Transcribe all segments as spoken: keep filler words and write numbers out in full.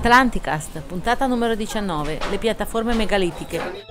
Atlanticast, puntata numero diciannove, le piattaforme megalitiche.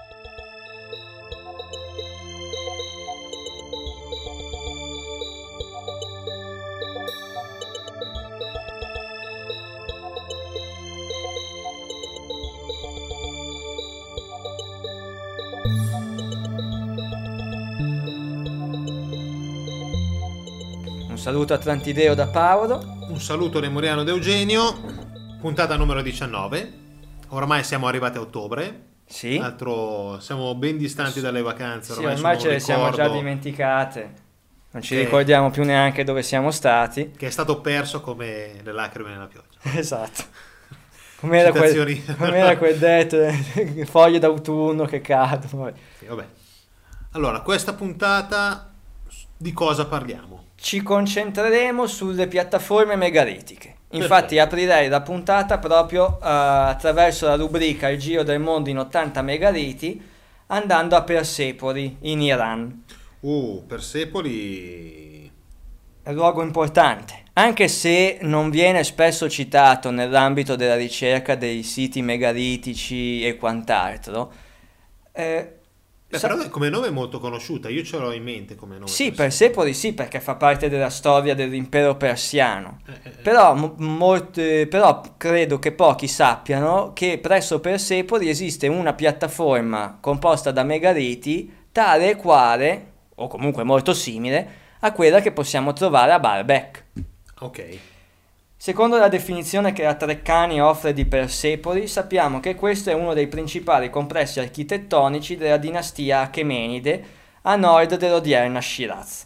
Un saluto atlantideo da Paolo. Un saluto nemoriano da Eugenio. Puntata numero diciannove. Ormai siamo arrivati a ottobre. Sì. Altro, siamo ben distanti dalle vacanze. Ormai, sì, ormai ce le siamo già dimenticate. Non ci che, ricordiamo più neanche dove siamo stati. Che è stato perso come le lacrime nella pioggia. Esatto. Com'era quel, com'era quel detto, foglie d'autunno che cadono. Sì, vabbè. Allora, questa puntata di cosa parliamo? Ci concentreremo sulle piattaforme megalitiche. Infatti Perfetto. Aprirei la puntata proprio uh, attraverso la rubrica Il giro del mondo in ottanta megaliti, andando a Persepoli in Iran. Uh, Persepoli... È un luogo importante, anche se non viene spesso citato nell'ambito della ricerca dei siti megalitici e quant'altro. Eh, Beh, però come nome è molto conosciuta, io ce l'ho in mente come nome. Sì, Persepoli sì, perché fa parte della storia dell'impero persiano. Eh, eh, però, mo- molte, però credo che pochi sappiano che presso Persepoli esiste una piattaforma composta da megaliti tale e quale, o comunque molto simile, a quella che possiamo trovare a Baalbek. Ok. Secondo la definizione che la Treccani offre di Persepoli, sappiamo che questo è uno dei principali complessi architettonici della dinastia Achemenide a nord dell'odierna Shiraz.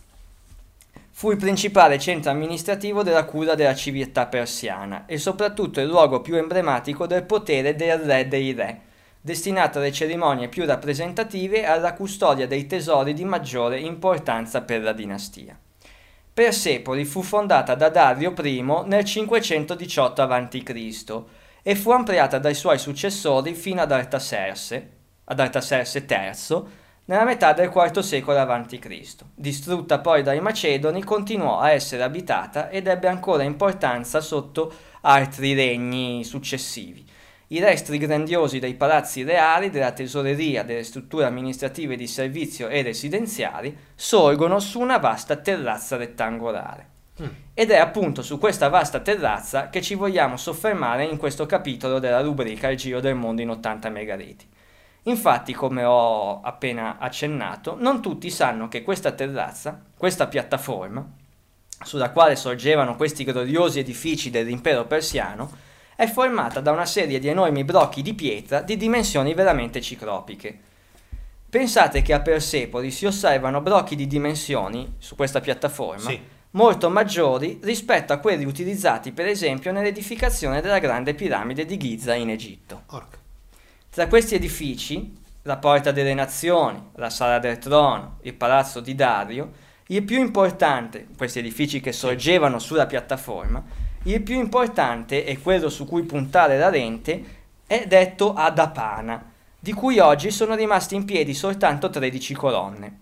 Fu il principale centro amministrativo della cura della civiltà persiana e soprattutto il luogo più emblematico del potere del re dei re, destinato alle cerimonie più rappresentative e alla custodia dei tesori di maggiore importanza per la dinastia. Persepoli fu fondata da Dario I nel cinquecentodiciotto avanti Cristo e fu ampliata dai suoi successori fino ad Artaserse, ad Artaserse terzo, nella metà del quarto secolo avanti Cristo. Distrutta poi dai Macedoni, continuò a essere abitata ed ebbe ancora importanza sotto altri regni successivi. I resti grandiosi dei palazzi reali, della tesoreria, delle strutture amministrative di servizio e residenziali sorgono su una vasta terrazza rettangolare. Mm. Ed è appunto su questa vasta terrazza che ci vogliamo soffermare in questo capitolo della rubrica Il giro del mondo in ottanta megaliti. Infatti, come ho appena accennato, non tutti sanno che questa terrazza, questa piattaforma, sulla quale sorgevano questi gloriosi edifici dell'impero persiano, è formata da una serie di enormi blocchi di pietra di dimensioni veramente ciclopiche. Pensate che a Persepoli si osservano blocchi di dimensioni, su questa piattaforma, sì, molto maggiori rispetto a quelli utilizzati per esempio nell'edificazione della grande piramide di Giza in Egitto. Orca. Tra questi edifici, la Porta delle Nazioni, la Sala del Trono, il Palazzo di Dario, il più importante, questi edifici che sorgevano sulla piattaforma, il più importante e quello su cui puntare la lente è detto Adapana, di cui oggi sono rimasti in piedi soltanto tredici colonne.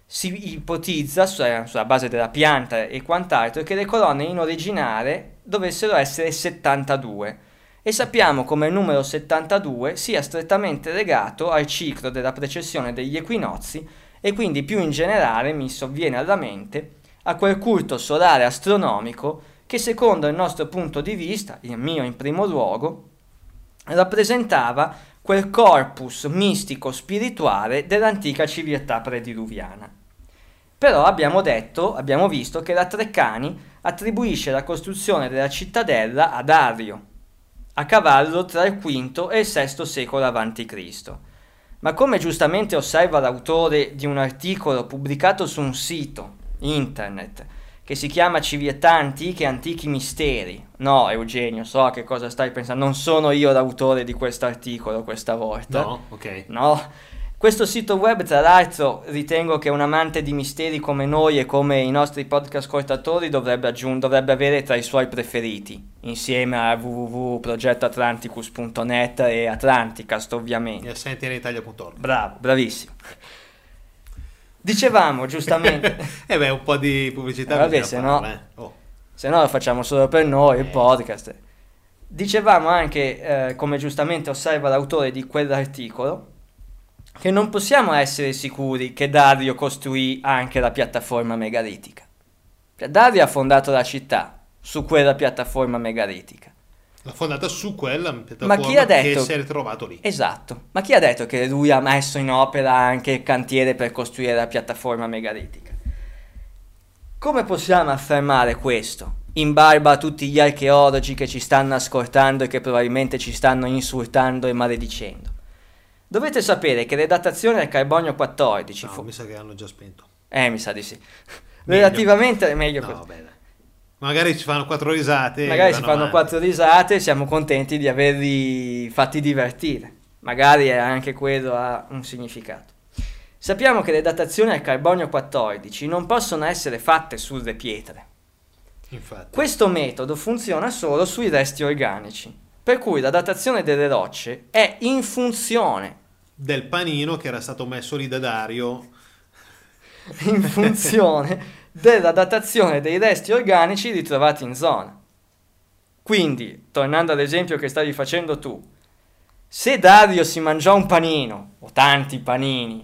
Si ipotizza, sulla base della pianta e quant'altro, che le colonne in originale dovessero essere settantadue, e sappiamo come il numero settantadue sia strettamente legato al ciclo della precessione degli equinozi e quindi più in generale mi sovviene alla mente a quel culto solare astronomico che secondo il nostro punto di vista, il mio in primo luogo, rappresentava quel corpus mistico spirituale dell'antica civiltà prediluviana. Però abbiamo detto, abbiamo visto che la Treccani attribuisce la costruzione della cittadella a Dario, a cavallo tra il quinto e il sesto secolo avanti Cristo. Ma come giustamente osserva l'autore di un articolo pubblicato su un sito internet che si chiama Civiltà antiche e antichi misteri. No, Eugenio, so a che cosa stai pensando, non sono io l'autore di questo articolo questa volta. No, ok. No, questo sito web tra l'altro ritengo che un amante di misteri come noi e come i nostri podcast ascoltatori dovrebbe, aggiung- dovrebbe avere tra i suoi preferiti, insieme a w w w punto progetto atlanticus punto net e Atlanticast ovviamente. E a sentinelitalia punto org. Bravo, bravissimo. Dicevamo giustamente eh beh, un po' di pubblicità eh vabbè, se no, eh. oh. se no lo facciamo solo per noi, eh. il podcast. Dicevamo anche, eh, come giustamente osserva l'autore di quell'articolo, che non possiamo essere sicuri che Dario costruì anche la piattaforma megalitica. Cioè, Dario ha fondato la città su quella piattaforma megalitica. L'ha fondata su quella piattaforma Ma chi ha detto... che si è ritrovato lì. Esatto. Ma chi ha detto che lui ha messo in opera anche il cantiere per costruire la piattaforma megalitica? Come possiamo affermare questo? In barba a tutti gli archeologi che ci stanno ascoltando e che probabilmente ci stanno insultando e maledicendo. Dovete sapere che le datazioni al carbonio quattordici... No, fu... mi sa che hanno già spento. Eh, mi sa di sì. Meglio. Relativamente... Meglio No, così. vabbè, dai. Magari ci fanno quattro risate. Magari e si vanno fanno avanti. quattro risate e siamo contenti di averli fatti divertire. Magari anche quello ha un significato. Sappiamo che le datazioni al carbonio quattordici non possono essere fatte sulle pietre. Infatti. Questo metodo funziona solo sui resti organici, per cui la datazione delle rocce è in funzione, Del panino che era stato messo lì da Dario. in funzione della datazione dei resti organici ritrovati in zona. Quindi, tornando all'esempio che stavi facendo tu, se Dario si mangiò un panino, o tanti panini,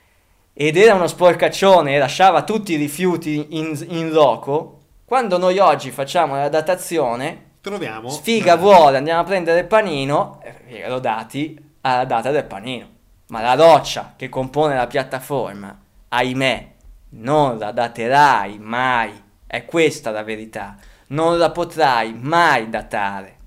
ed era uno sporcaccione e lasciava tutti i rifiuti in, in loco, quando noi oggi facciamo la datazione, Troviamo. sfiga eh, vuole, andiamo a prendere il panino, e ero dati alla data del panino. Ma la roccia che compone la piattaforma, ahimè, non la daterai mai. È questa la verità. Non la potrai mai datare.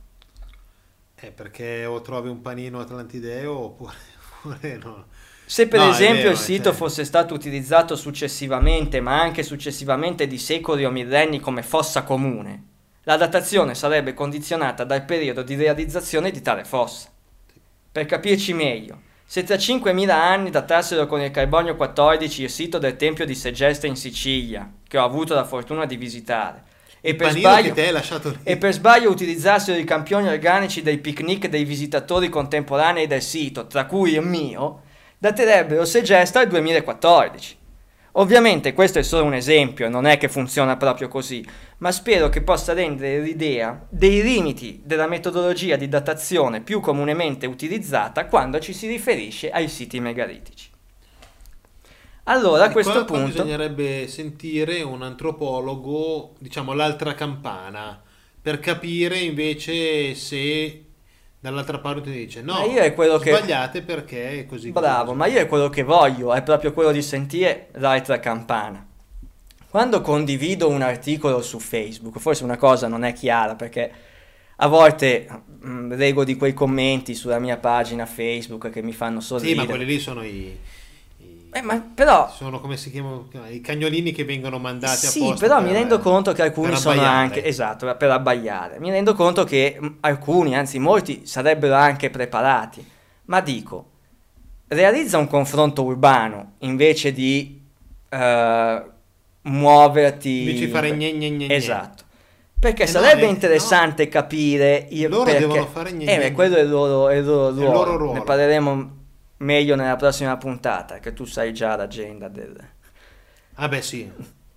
Eh, perché o trovi un panino atlantideo oppure, oppure no. Se per No, è esempio vero, il sito cioè- fosse stato utilizzato successivamente, ma anche successivamente di secoli o millenni come fossa comune, la datazione sarebbe condizionata dal periodo di realizzazione di tale fossa. Per capirci meglio, se tra cinquemila anni datassero con il carbonio quattordici il sito del Tempio di Segesta in Sicilia, che ho avuto la fortuna di visitare, e Il per panino sbaglio... che te hai lasciato lì. e per sbaglio utilizzassero i campioni organici dei picnic dei visitatori contemporanei del sito, tra cui il mio, daterebbero Segesta al duemilaquattordici. Ovviamente questo è solo un esempio, non è che funziona proprio così, ma spero che possa rendere l'idea dei limiti della metodologia di datazione più comunemente utilizzata quando ci si riferisce ai siti megalitici. Allora, a Di questo qua- qua punto... bisognerebbe sentire un antropologo, diciamo l'altra campana, per capire invece se dall'altra parte dice no, Ma io è quello che- sbagliate perché è così. Bravo, così. ma io è quello che voglio, è proprio quello di sentire l'altra campana. Quando condivido un articolo su Facebook, forse una cosa non è chiara perché a volte mh, leggo di quei commenti sulla mia pagina Facebook che mi fanno Sì, sorridere. ma quelli lì sono i, i- Eh, ma però, sono come si chiamano i cagnolini che vengono mandati sì, apposta però per- mi rendo conto che alcuni per sono abbaiare. anche, esatto, per abbaiare. Mi rendo conto che mh, alcuni, anzi molti, sarebbero anche preparati. Ma dico, realizza un confronto urbano invece di eh, muoverti... Invece di fare gne gne gne gne. Esatto. Perché Eh no, sarebbe eh, interessante capire il Loro perché... devono fare gne Eh, gne beh, gne. quello è il loro, è il loro È il ruolo. loro ruolo. Ne parleremo meglio nella prossima puntata, che tu sai già l'agenda del... Ah beh sì,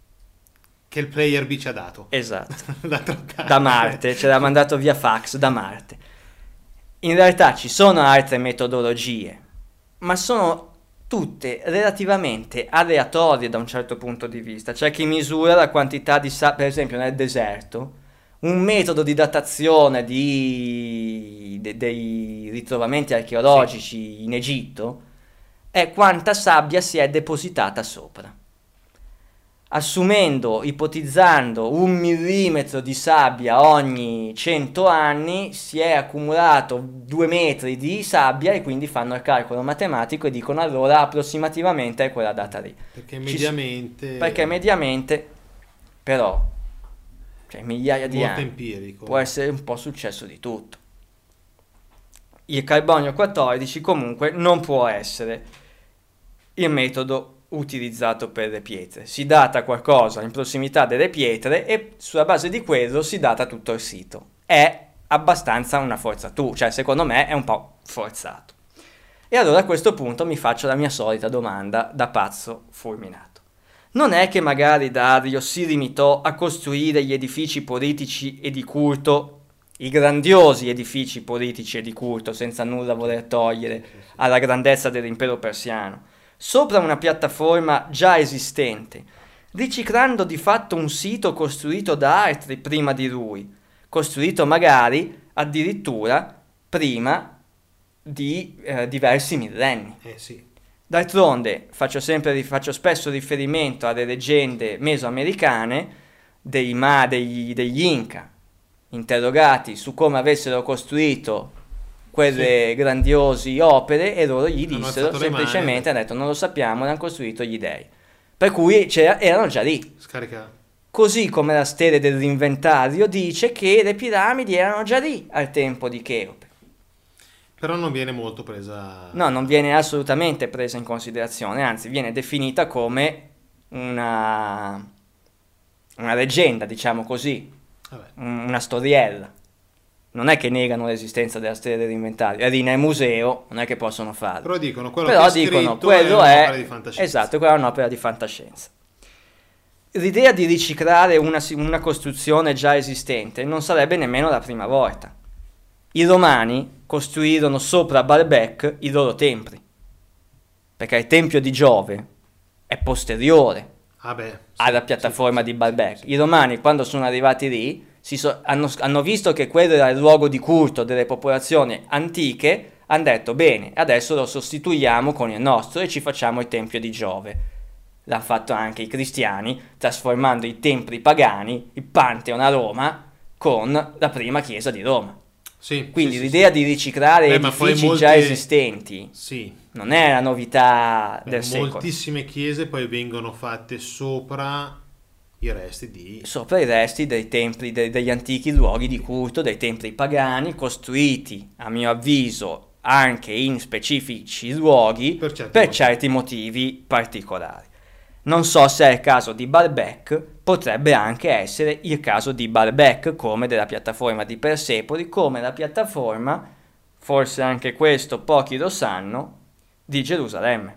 che il player B ci ha dato. Esatto. D'altro canto. Da Marte, ce l'ha mandato via fax da Marte. In realtà ci sono altre metodologie, ma sono tutte relativamente aleatorie da un certo punto di vista. C'è chi misura la quantità di sabbia, per esempio nel deserto, un metodo di datazione di, de- dei ritrovamenti archeologici in Egitto è quanta sabbia si è depositata sopra. Assumendo, ipotizzando un millimetro di sabbia ogni cento anni, si è accumulato due metri di sabbia e quindi fanno il calcolo matematico e dicono allora approssimativamente è quella data lì. Perché Ci- mediamente Perché mediamente, però, cioè migliaia di molto anni, empirico. può essere un po' successo di tutto. Il carbonio quattordici comunque non può essere il metodo utilizzato per le pietre. Si data qualcosa in prossimità delle pietre e sulla base di quello si data tutto il sito. È abbastanza una forzatura, cioè secondo me è un po' forzato. E allora a questo punto mi faccio la mia solita domanda da pazzo fulminato. Non è che magari Dario si limitò a costruire gli edifici politici e di culto i grandiosi edifici politici e di culto, senza nulla voler togliere alla grandezza dell'impero persiano, sopra una piattaforma già esistente, riciclando di fatto un sito costruito da altri prima di lui, costruito magari addirittura prima di eh, diversi millenni. Eh sì. D'altronde faccio sempre faccio spesso riferimento alle leggende mesoamericane dei ma, degli, degli Inca, interrogati su come avessero costruito quelle sì. grandiose opere, e loro gli Hanno dissero alzato le semplicemente, mani. hanno detto non lo sappiamo, l'hanno costruito gli dei. Per cui c'era, erano già lì. Scarica. Così come la stele dell'inventario dice che le piramidi erano già lì al tempo di Cheope. Però non viene molto presa... No, non viene assolutamente presa in considerazione, anzi viene definita come una, una leggenda, diciamo così, Vabbè. una storiella. Non è che negano l'esistenza della stella dell'inventario, è lì nel museo, non è che possono farlo. Però dicono, quello Però che è dicono, scritto quello è è, un'opera di fantascienza. esatto, quella è un'opera di fantascienza. L'idea di riciclare una, una costruzione già esistente non sarebbe nemmeno la prima volta. I romani costruirono sopra Baalbek i loro templi, perché il tempio di Giove è posteriore Ah beh, sì, alla piattaforma sì, di sì, Baalbek. sì, sì. I romani, quando sono arrivati lì, si so- hanno, hanno visto che quello era il luogo di culto delle popolazioni antiche, hanno detto bene, adesso lo sostituiamo con il nostro e ci facciamo il tempio di Giove. L'hanno fatto anche i cristiani, trasformando i templi pagani, il Pantheon a Roma, con la prima chiesa di Roma. Sì, Quindi sì, l'idea sì, di riciclare Beh, ma poi edifici molte- già esistenti sì. non è la novità Beh, del secolo. moltissime chiese poi vengono fatte sopra i resti di... Sopra i resti dei templi, de- degli antichi luoghi di culto, dei templi pagani, costruiti, a mio avviso, anche in specifici luoghi Per certi per motivi. certi motivi particolari. Non so se è il caso di Baalbek, potrebbe anche essere il caso di Baalbek, come della piattaforma di Persepoli, come la piattaforma, forse anche questo pochi lo sanno, di Gerusalemme.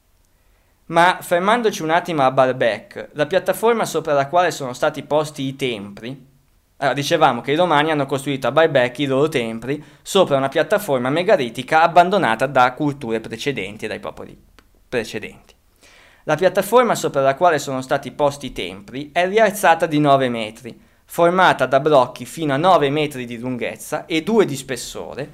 Ma fermandoci un attimo a Baalbek, la piattaforma sopra la quale sono stati posti i templi, allora, dicevamo che i romani hanno costruito a Baalbek i loro templi sopra una piattaforma megalitica abbandonata da culture precedenti e dai popoli precedenti. La piattaforma sopra la quale sono stati posti i templi è rialzata di nove metri, formata da blocchi fino a nove metri di lunghezza e due di spessore.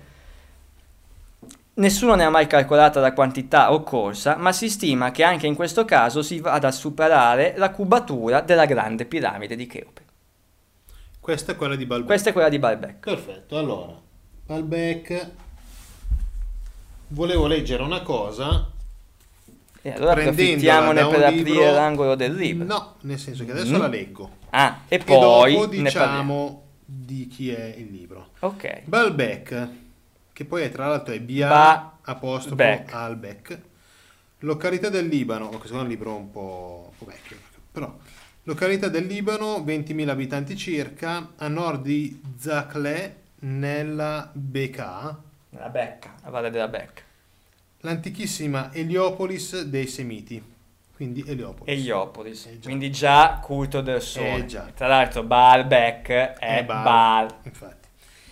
Nessuno ne ha mai calcolata la quantità occorsa, ma si stima che anche in questo caso si vada a superare la cubatura della grande piramide di Cheope. Questa è quella di Baalbek. Questa è quella di Baalbek. Perfetto, allora, Baalbek... Volevo leggere una cosa... E allora prendendola approfittiamone da un per libro- aprire l'angolo del libro. No, nel senso che adesso Mm. la leggo. Ah, e E poi dopo ne parliamo. diciamo di chi è il libro. Ok. Baalbek, che poi è, tra l'altro è B A Ba- apostrofo Bek. Albek, località del Libano, questo è un libro un po', un po' vecchio, però località del Libano, ventimila abitanti circa, a nord di Zaclè, nella Bekaa, La Becca, la Valle della Becca. l'antichissima Eliopolis dei Semiti, quindi Eliopolis. Eliopolis, Eh già. quindi già culto del sole. Eh già. Tra l'altro Baalbek è È Baal, Baal. infatti.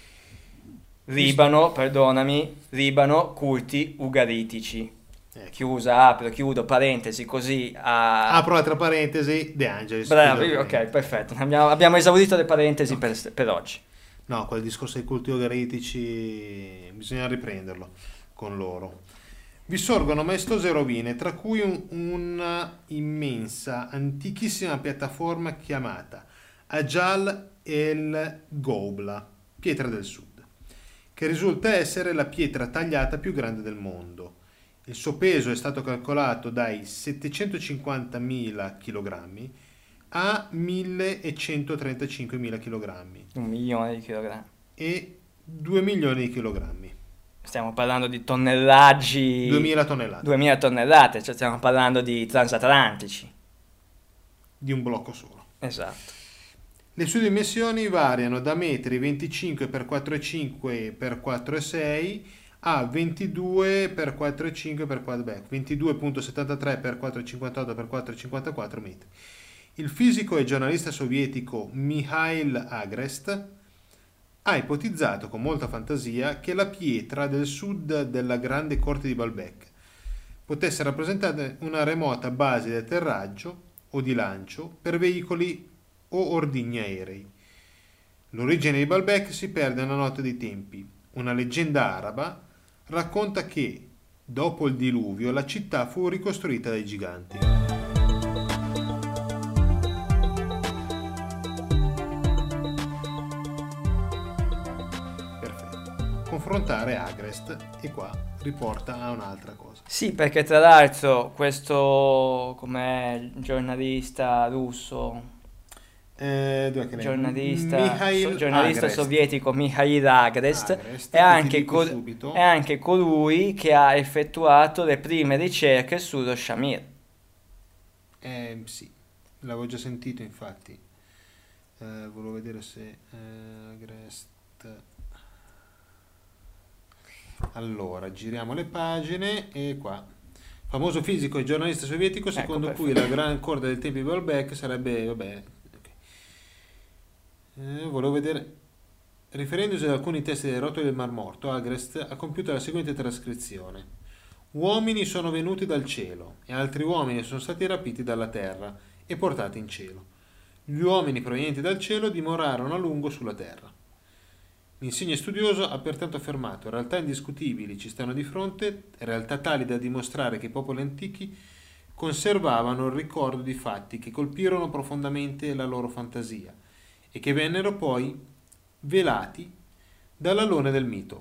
Libano, perdonami, Libano, culti ugaritici. Ecco. Chiusa, apro, chiudo, parentesi, così a... Apro l'altra parentesi, De Angelis. Bravi, chiudo la ok, parentesi. perfetto. Abbiamo, abbiamo esaurito le parentesi per, per oggi. No, quel discorso dei culti ugaritici bisogna riprenderlo con loro. Vi sorgono maestose rovine, tra cui un- una immensa, antichissima piattaforma chiamata Ajal el Goubla, pietra del sud, che risulta essere la pietra tagliata più grande del mondo. Il suo peso è stato calcolato dai settecentocinquantamila chilogrammi a millecentotrentacinquemila chilogrammi Un milione di chilogrammi. e due milioni di chilogrammi, Stiamo parlando di tonnellaggi... duemila tonnellate duemila tonnellate, cioè stiamo parlando di transatlantici. di un blocco solo. Esatto. Le sue dimensioni variano da metri venticinque per quattro virgola cinque per quattro virgola sei a ventidue per quattro virgola cinque per quattro, beh, ventidue virgola settantatré per quattro virgola cinquantotto per quattro virgola cinquantaquattro metri. Il fisico e giornalista sovietico Mikhail Agrest ha ipotizzato con molta fantasia che la pietra del sud della grande corte di Baalbek potesse rappresentare una remota base di atterraggio o di lancio per veicoli o ordigni aerei. L'origine di Baalbek si perde nella notte dei tempi. Una leggenda araba racconta che, dopo il diluvio, la città fu ricostruita dai giganti. Perfetto. Confrontare Agrest e qua riporta a un'altra cosa. Sì, perché tra l'altro questo, come giornalista russo, Eh, dov'è che ne- giornalista, Mikhail so- giornalista Agrest. sovietico Mikhail Agrest, Agrest, è, che ti anche dico col- subito. è anche colui che ha effettuato le prime ricerche sullo Shamir. Eh, sì, l'avevo già sentito infatti. Eh, volevo vedere se eh, Agrest. Allora, giriamo le pagine e qua. Famoso fisico e giornalista sovietico secondo Ecco, cui la gran corda del tempo di Baalbek sarebbe, vabbè, ok. Eh, volevo vedere, riferendosi ad alcuni testi dei rotoli del Mar Morto, Agrest ha compiuto la seguente trascrizione: uomini sono venuti dal cielo e altri uomini sono stati rapiti dalla terra e portati in cielo. Gli uomini provenienti dal cielo dimorarono a lungo sulla terra. L'insigne studioso ha pertanto affermato: realtà indiscutibili ci stanno di fronte, realtà tali da dimostrare che i popoli antichi conservavano il ricordo di fatti che colpirono profondamente la loro fantasia e che vennero poi velati dall'alone del mito.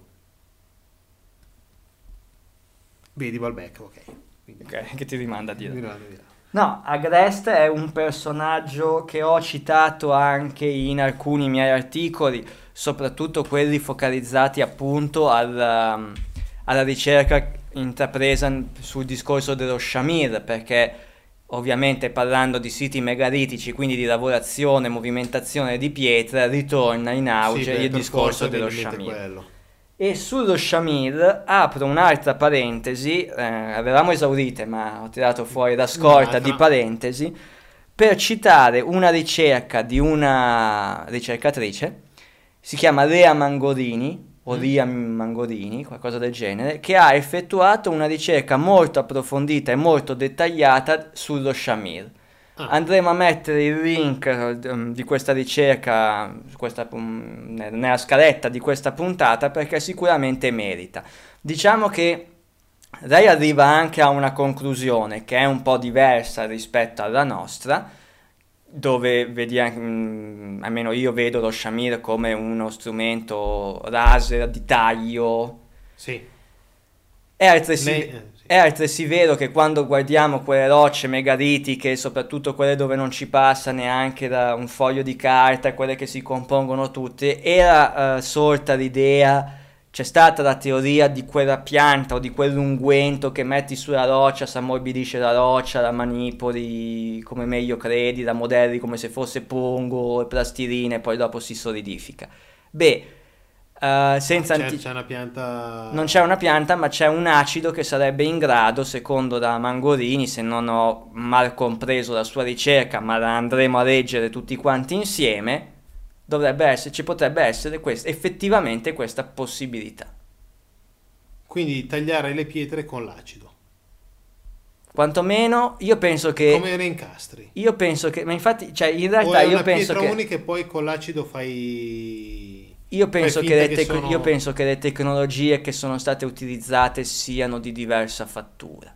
Vedi Baalbek, ok. Quindi, Ok, che ti rimanda a dire. di là, di là. No, Agrest è un personaggio che ho citato anche in alcuni miei articoli, soprattutto quelli focalizzati appunto al, um, alla ricerca intrapresa sul discorso dello Shamir, perché ovviamente parlando di siti megalitici, quindi di lavorazione, movimentazione di pietra, ritorna in auge Sì, beh, il per discorso forza dello viene in mente Shamir. quello. E sullo Shamir apro un'altra parentesi, eh, avevamo esaurite ma ho tirato fuori la scorta Un'altra. di parentesi, per citare una ricerca di una ricercatrice, si chiama Lea Mangorini, o Mm. Lia Mangorini, qualcosa del genere, che ha effettuato una ricerca molto approfondita e molto dettagliata sullo Shamir. Ah. Andremo a mettere il link um, di questa ricerca su questa, um, ne- nella scaletta di questa puntata perché sicuramente merita. Diciamo che lei arriva anche a una conclusione che è un po' diversa rispetto alla nostra, dove vediamo, mm, almeno io vedo lo Shamir come uno strumento laser di taglio. Sì. È altresì, Lei- eh, sì. è altresì vero che quando guardiamo quelle rocce megalitiche, soprattutto quelle dove non ci passa neanche da un foglio di carta, quelle che si compongono tutte, era eh, sorta l'idea, c'è stata la teoria di quella pianta o di quell'unguento che metti sulla roccia, si ammorbidisce la roccia, la manipoli come meglio credi, la modelli come se fosse pongo e plastilina e poi dopo si solidifica. Beh, eh, senza C'è, anti- c'è una pianta. non c'è una pianta, ma c'è un acido che sarebbe in grado, secondo la Mangorini, se non ho mal compreso la sua ricerca, ma la andremo a leggere tutti quanti insieme, dovrebbe essere, ci potrebbe essere questa, effettivamente questa possibilità. Quindi tagliare le pietre con l'acido. Quantomeno io penso che... Come ne incastri? Io penso che... Ma infatti, cioè, in O realtà è io una penso pietra che... unica e poi con l'acido fai. Io penso, fai che finta le tec- sono- io penso che le tecnologie che sono state utilizzate siano di diversa fattura.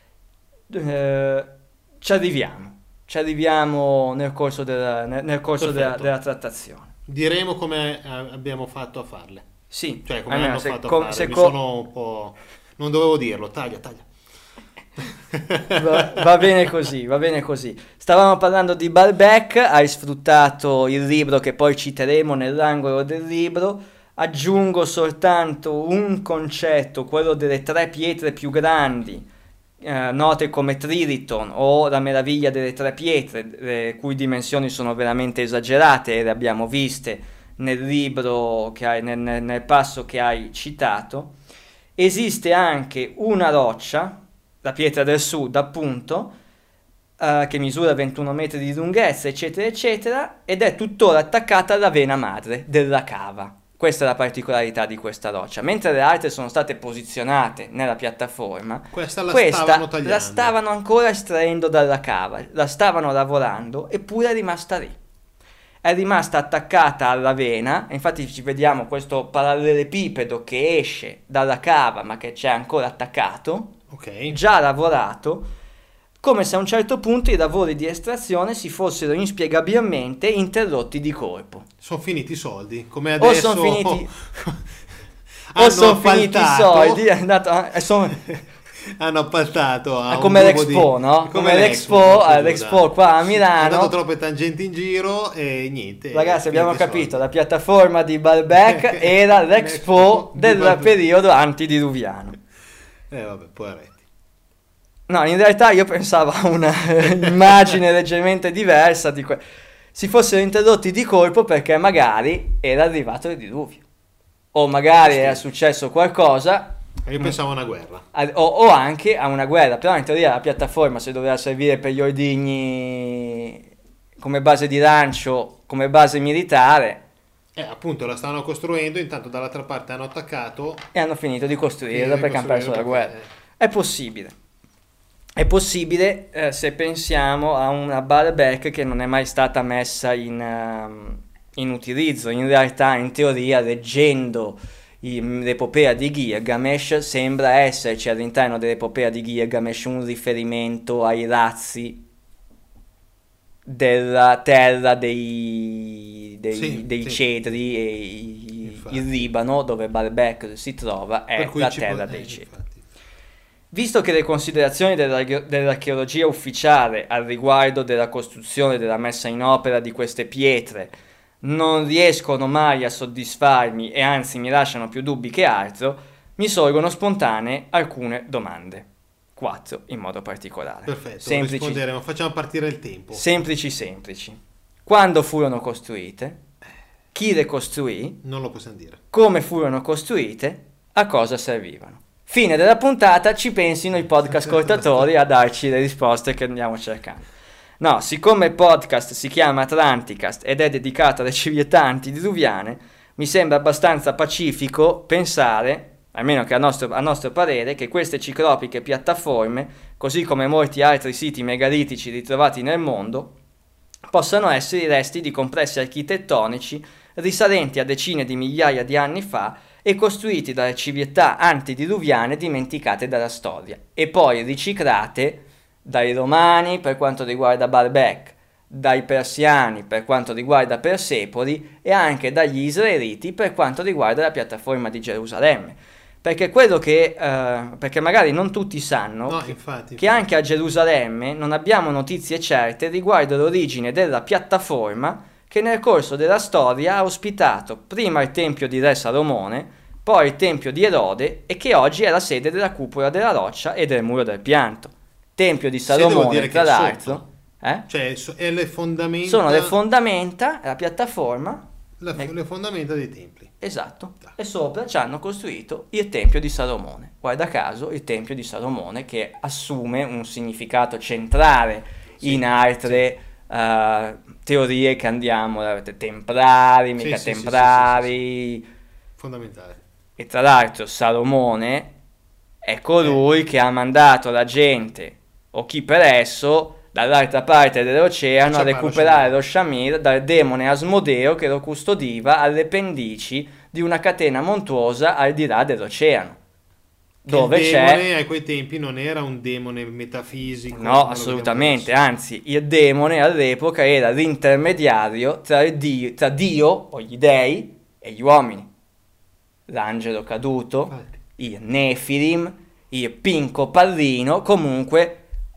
Eh, ci arriviamo, ci arriviamo nel corso della, nel, nel corso della, Perfetto. della trattazione. Diremo come eh, abbiamo fatto a farle. Sì, Cioè, come almeno hanno se fatto co- a farle. se Mi co- sono un po'. Non dovevo dirlo. Taglia, taglia. va, va bene così, va bene così. Stavamo parlando di Baalbek, hai sfruttato il libro che poi citeremo nell'angolo del libro. Aggiungo soltanto un concetto, quello delle tre pietre più grandi, eh, note come Triliton o la meraviglia delle tre pietre, le cui dimensioni sono veramente esagerate e le abbiamo viste nel libro, che hai, nel, nel- nel passo che hai citato. Esiste anche una roccia, la pietra del sud appunto, eh, che misura ventuno metri di lunghezza eccetera eccetera, ed è tuttora attaccata alla vena madre della cava. Questa è la particolarità di questa roccia. Mentre le altre sono state posizionate nella piattaforma, Questa la questa stavano tagliando. la stavano ancora estraendo dalla cava, la stavano lavorando, eppure è rimasta lì. È rimasta attaccata alla vena, e infatti ci vediamo questo parallelepipedo che esce dalla cava ma che c'è ancora attaccato, Ok. già lavorato, come se a un certo punto i lavori di estrazione si fossero inspiegabilmente interrotti di colpo. Sono finiti i soldi, come O adesso. sono finiti, hanno o sono finiti i appaltato- soldi, è andato, eh, son- hanno appaltato a è un come gruppo l'Expo, di- no? Come l'Expo, porca eh, l'Expo Giuda. qua a Ha Milano. dato troppe tangenti in giro e niente. Ragazzi, abbiamo finiti i capito, soldi. la piattaforma di Balbec era l'Expo L'Expo di del Balbec. periodo antidiluviano. Eh vabbè, poveretti. No, in realtà io pensavo a una immagine leggermente diversa di que- si fossero interrotti di colpo perché magari era arrivato il diluvio. O magari Sì. era successo qualcosa, Io pensavo a una guerra. a- o, o anche a una guerra. Però in teoria la piattaforma, se doveva servire per gli ordigni come base di lancio, come base militare, Eh, appunto, la stavano costruendo, intanto dall'altra parte hanno attaccato. e hanno finito di costruirla e perché hanno perso la costruire guerra. perché- È possibile. È possibile eh, se pensiamo a una Balbec che non è mai stata messa in, ehm, in utilizzo. In realtà, in teoria, leggendo i- l'epopea di Gilgamesh, sembra esserci all'interno dell'epopea di Gilgamesh un riferimento ai razzi della terra dei, dei, Sì, dei sì. cedri e i- Infatti. il Libano, dove Baalbek si trova, è per cui la ci terra può- dei eh, cedri. infatti. Visto che le considerazioni dell'arche- dell'archeologia ufficiale al riguardo della costruzione e della messa in opera di queste pietre non riescono mai a soddisfarmi e anzi mi lasciano più dubbi che altro, mi sorgono spontanee alcune domande. Quattro in modo particolare. Perfetto, Semplici, risponderemo. Facciamo partire il tempo. semplici, semplici. Quando furono costruite? Chi le costruì? Non lo possiamo dire. Come furono costruite, a cosa servivano. Fine della puntata, ci pensino i podcast ascoltatori a darci le risposte che andiamo cercando. No, siccome il podcast si chiama Atlanticast ed è dedicato alle civiltà antidiluviane, mi sembra abbastanza pacifico pensare, almeno che a nostro, a nostro parere, che queste ciclopiche piattaforme, così come molti altri siti megalitici ritrovati nel mondo, possano essere i resti di complessi architettonici risalenti a decine di migliaia di anni fa e costruiti dalle civiltà antidiluviane dimenticate dalla storia e poi riciclate dai romani per quanto riguarda Baalbek, dai persiani per quanto riguarda Persepoli e anche dagli israeliti per quanto riguarda la piattaforma di Gerusalemme. Perché quello che, eh, perché magari non tutti sanno No, che, infatti. che anche a Gerusalemme non abbiamo notizie certe riguardo l'origine della piattaforma che nel corso della storia ha ospitato prima il tempio di Re Salomone, poi il tempio di Erode e che oggi è la sede della cupola della roccia e del muro del pianto. Tempio di Se devo Salomone, dire tra che è sotto. l'altro, eh? Cioè, so- è le fondamenta. sono le fondamenta, la piattaforma, la- ecco. le fondamenta dei templi. esatto, e sopra ci hanno costruito il Tempio di Salomone. Guarda caso, il Tempio di Salomone che assume un significato centrale Sì, in altre eh, teorie che andiamo, avete templari, mica sì, sì, templari, Fondamentale. e tra l'altro Salomone è colui Eh. che ha mandato la gente, o chi per esso, dall'altra parte dell'oceano a Shamar, recuperare Shamar. lo Shamir dal demone Asmodeo che lo custodiva alle pendici di una catena montuosa al di là dell'oceano, Che dove il c'è... demone a quei tempi non era un demone metafisico. come No, lo assolutamente, vediamo anzi, il demone all'epoca era l'intermediario tra, il Dio, tra Dio o gli dei e gli uomini. L'angelo caduto, adesso. Infatti. il Nefilim, il Pinco Pallino, comunque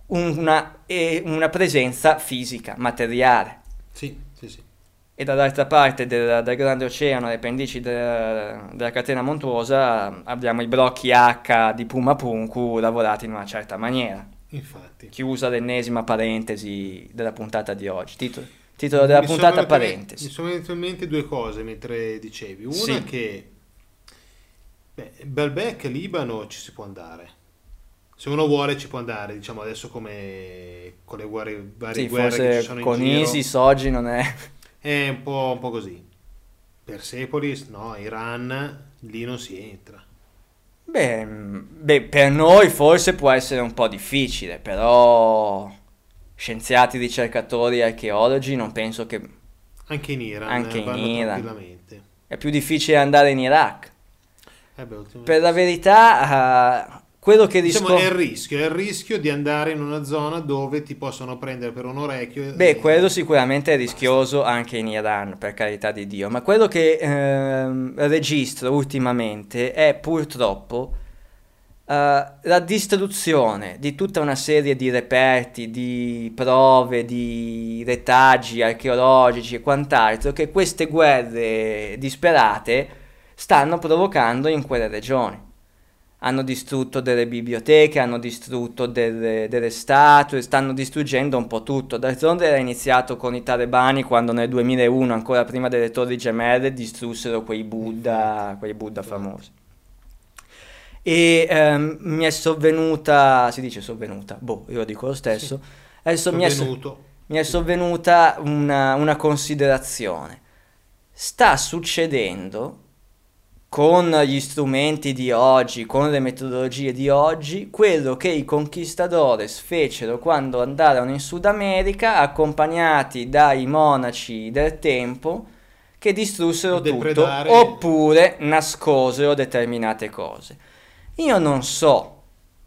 una, eh, una presenza fisica, materiale. Sì, sì, sì. E dall'altra parte del, del grande oceano, alle pendici del- della catena montuosa, abbiamo i blocchi H di Puma Punku lavorati in una certa maniera. Infatti. Chiusa l'ennesima parentesi della puntata di oggi. Titolo, titolo della Mi sono puntata, venute- parentesi. Mi sono venute in mente due cose mentre dicevi. Una Sì. che beh, Baalbek, Libano ci si può andare. Se uno vuole ci può andare, diciamo adesso come con le guerre, varie Sì, guerre che ci forse sono in con giro. ISIS oggi non è... È un po', un po' così. Persepolis, no, Iran, lì non si entra. Beh, beh, per noi forse può essere un po' difficile, però scienziati, ricercatori, archeologi, non penso che... Anche in Iran Anche in vanno Iran. tranquillamente. È più difficile andare in Iraq. Eh beh, ultimamente Per la sì. verità, eh, quello che Diciamo, risco... è il rischio, è il rischio di andare in una zona dove ti possono prendere per un orecchio. Beh, e- quello sicuramente è basta. rischioso anche in Iran, per carità di Dio, ma quello che ehm, registro ultimamente è purtroppo eh, la distruzione di tutta una serie di reperti, di prove, di retaggi archeologici e quant'altro che queste guerre disperate stanno provocando in quelle regioni. Hanno distrutto delle biblioteche, hanno distrutto delle, delle statue, stanno distruggendo un po' tutto. D'altronde era iniziato con i talebani quando nel duemilauno, ancora prima delle Torri Gemelle, distrussero quei Buddha, quei Buddha famosi. E ehm, mi è sovvenuta, si dice sovvenuta, boh, io lo dico lo stesso, adesso mi è, so- Sovvenuto. mi è sovvenuta una, una considerazione. Sta succedendo con gli strumenti di oggi, con le metodologie di oggi, quello che i conquistadores fecero quando andarono in Sud America, accompagnati dai monaci del tempo, che distrussero tutto, Depredare. oppure nascosero determinate cose. Io non so,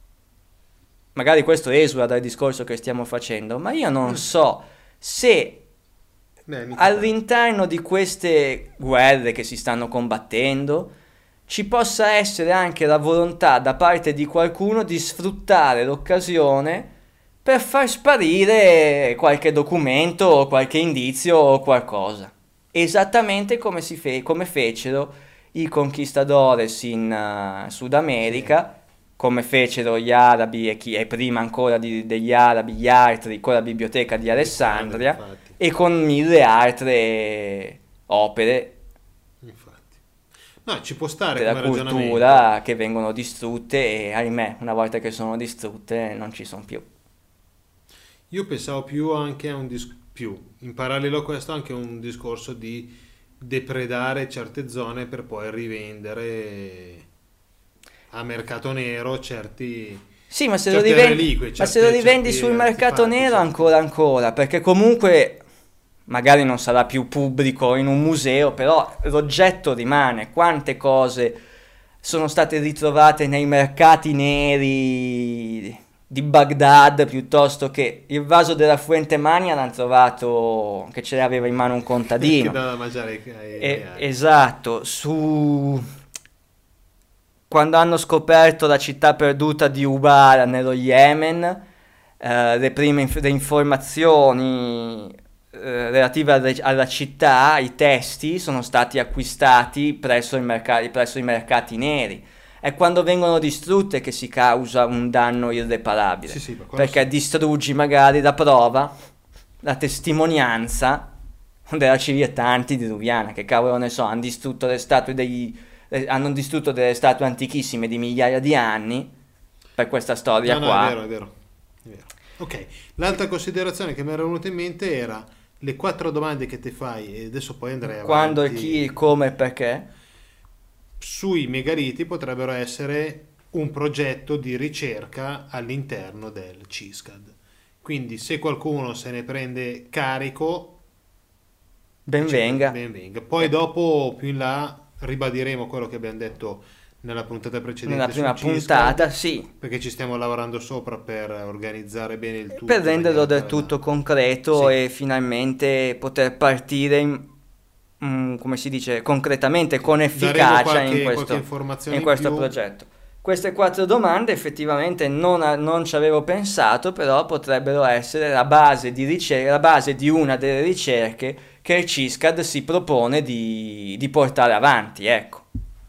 magari questo esula dal discorso che stiamo facendo, ma io non so se Beh, mica all'interno di queste guerre che si stanno combattendo ci possa essere anche la volontà da parte di qualcuno di sfruttare l'occasione per far sparire qualche documento o qualche indizio o qualcosa. Esattamente come, si fe- come fecero i conquistadores in uh, Sud America, come fecero gli arabi e, chi, e prima ancora di, degli arabi gli altri con la biblioteca di Alessandria, infatti. e con mille altre opere Infatti. No, ci può stare della come ragionamento. cultura che vengono distrutte e ahimè una volta che sono distrutte non ci sono più. Io pensavo più anche a un dis- più in parallelo a questo anche un discorso di depredare certe zone per poi rivendere a mercato nero certi Sì, ma se lo certe rivendi, reliquie, ma certe- se lo rivendi certi sul mercato artefatti, nero certi- ancora ancora, perché comunque magari non sarà più pubblico in un museo, però l'oggetto rimane. Quante cose sono state ritrovate nei mercati neri di Baghdad, piuttosto che il vaso della Fuente Mania l'hanno trovato che ce l'aveva in mano un che contadino. dà da mangiare ai, ai- E- ai altri. esatto, su quando hanno scoperto la città perduta di Ubara nello Yemen, eh, le prime inf- le informazioni eh, relative alle- alla città, i testi sono stati acquistati presso, il merca- presso i mercati neri. È quando vengono distrutte che si causa un danno irreparabile, Sì, sì, ma quello perché sì. distruggi magari la prova, la testimonianza della civiltà antidiluviana, che cavolo ne so, hanno distrutto le statue dei, eh, hanno distrutto delle statue antichissime di migliaia di anni per questa storia No, no, qua. è vero, è vero, è vero. Ok, l'altra considerazione che mi era venuta in mente era le quattro domande che ti fai, e adesso poi andrei avanti. Quando, il chi, il come e perché. Sui megaliti potrebbero essere un progetto di ricerca all'interno del C I S C A D. Quindi se qualcuno se ne prende carico, Ben venga. ben venga. Poi dopo, più in là, ribadiremo quello che abbiamo detto nella puntata precedente. Nella prima sul C I S C A D, puntata, sì, perché ci stiamo lavorando sopra per organizzare bene il tutto. per renderlo in del maniera tutto tale da- concreto Sì. e finalmente poter partire in- mm, come si dice, concretamente, con Daremo efficacia qualche- in qualche questo, informazione in in questo più. progetto. Queste quattro domande effettivamente non, a- non ci avevo pensato, però potrebbero essere la base di ricerca, la base di una delle ricerche che il C I S C A D si propone di, di portare avanti, ecco.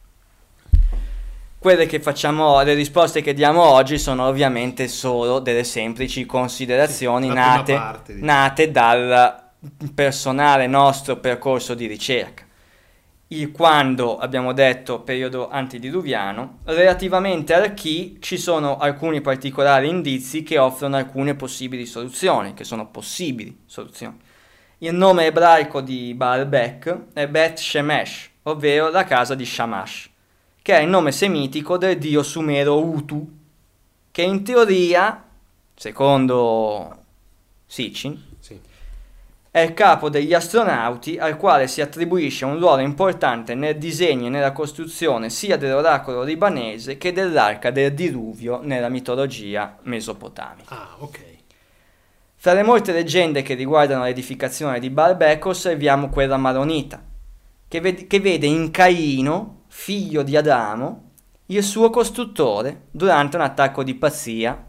Quelle che facciamo, le risposte che diamo oggi sono ovviamente solo delle semplici considerazioni Sì, la prima nate, parte, diciamo. nate dal personale nostro percorso di ricerca. Il quando, abbiamo detto, periodo antidiluviano. Relativamente al chi ci sono alcuni particolari indizi che offrono alcune possibili soluzioni, che sono possibili soluzioni. Il nome ebraico di Baalbek è Bet Shemesh, ovvero la casa di Shamash, che è il nome semitico del dio sumero Utu, che in teoria, secondo Sitchin, Sì. è il capo degli astronauti al quale si attribuisce un ruolo importante nel disegno e nella costruzione sia dell'oracolo libanese che dell'arca del diluvio nella mitologia mesopotamica. Ah, ok. Fra le molte leggende che riguardano l'edificazione di Baalbek osserviamo quella maronita, che, ved- che vede in Caino, figlio di Adamo, il suo costruttore durante un attacco di pazzia.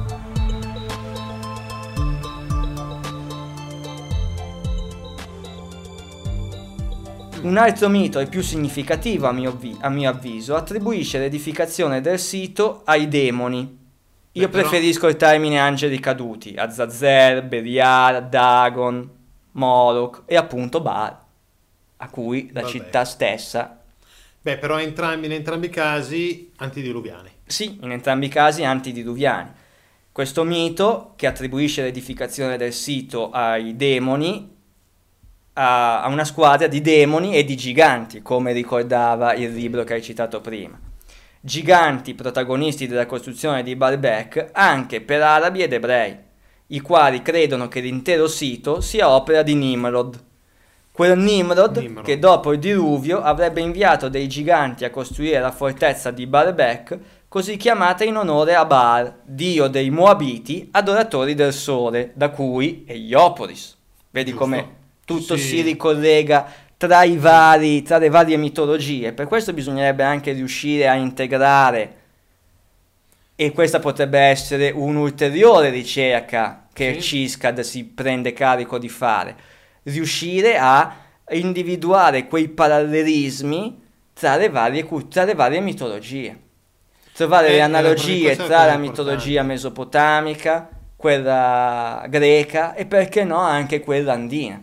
Un altro mito, il più significativo a mio, vi- a mio avviso, attribuisce l'edificazione del sito ai demoni. Io Beh, però- preferisco il termine angeli caduti, Azazel, Belial, Dagon, Moloch e appunto Baal, a cui la Vabbè. città stessa, Beh, però entrambi, in entrambi i casi antidiluviani. sì, in entrambi i casi antidiluviani. Questo mito, che attribuisce l'edificazione del sito ai demoni, a a una squadra di demoni e di giganti, come ricordava il libro che hai citato prima. Giganti protagonisti della costruzione di Baalbek anche per arabi ed ebrei, i quali credono che l'intero sito sia opera di Nimrod. Quel Nimrod, Nimrod. che dopo il diluvio avrebbe inviato dei giganti a costruire la fortezza di Baalbek, così chiamata in onore a Baal, dio dei Moabiti, adoratori del sole, da cui Eliopolis. Vedi Giusto. come tutto Sì. si ricollega tra i vari, tra le varie mitologie. Per questo bisognerebbe anche riuscire a integrare, e questa potrebbe essere un'ulteriore ricerca che il Sì. CISCAD si prende carico di fare, riuscire a individuare quei parallelismi tra le varie, cult- tra le varie mitologie, trovare Eh, le eh, analogie questa è tra una la cosa mitologia mesopotamica, quella greca e perché no anche quella andina.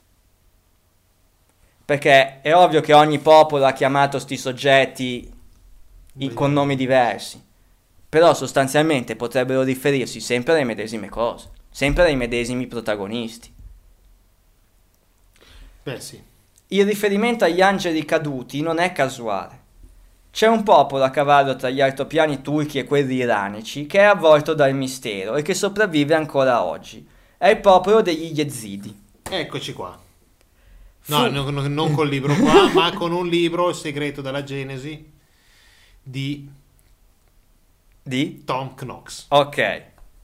Perché è ovvio che ogni popolo ha chiamato sti soggetti i- con nomi diversi, però sostanzialmente potrebbero riferirsi sempre alle medesime cose, sempre ai medesimi protagonisti. Beh, sì. Il riferimento agli angeli caduti non è casuale. C'è un popolo a cavallo tra gli altopiani turchi e quelli iranici che è avvolto dal mistero e che sopravvive ancora oggi. È il popolo degli Yazidi. Eccoci qua. No, Fu- non, non- non col libro qua, ma con un libro, Il segreto della Genesi, di Di? Tom Knox. Ok,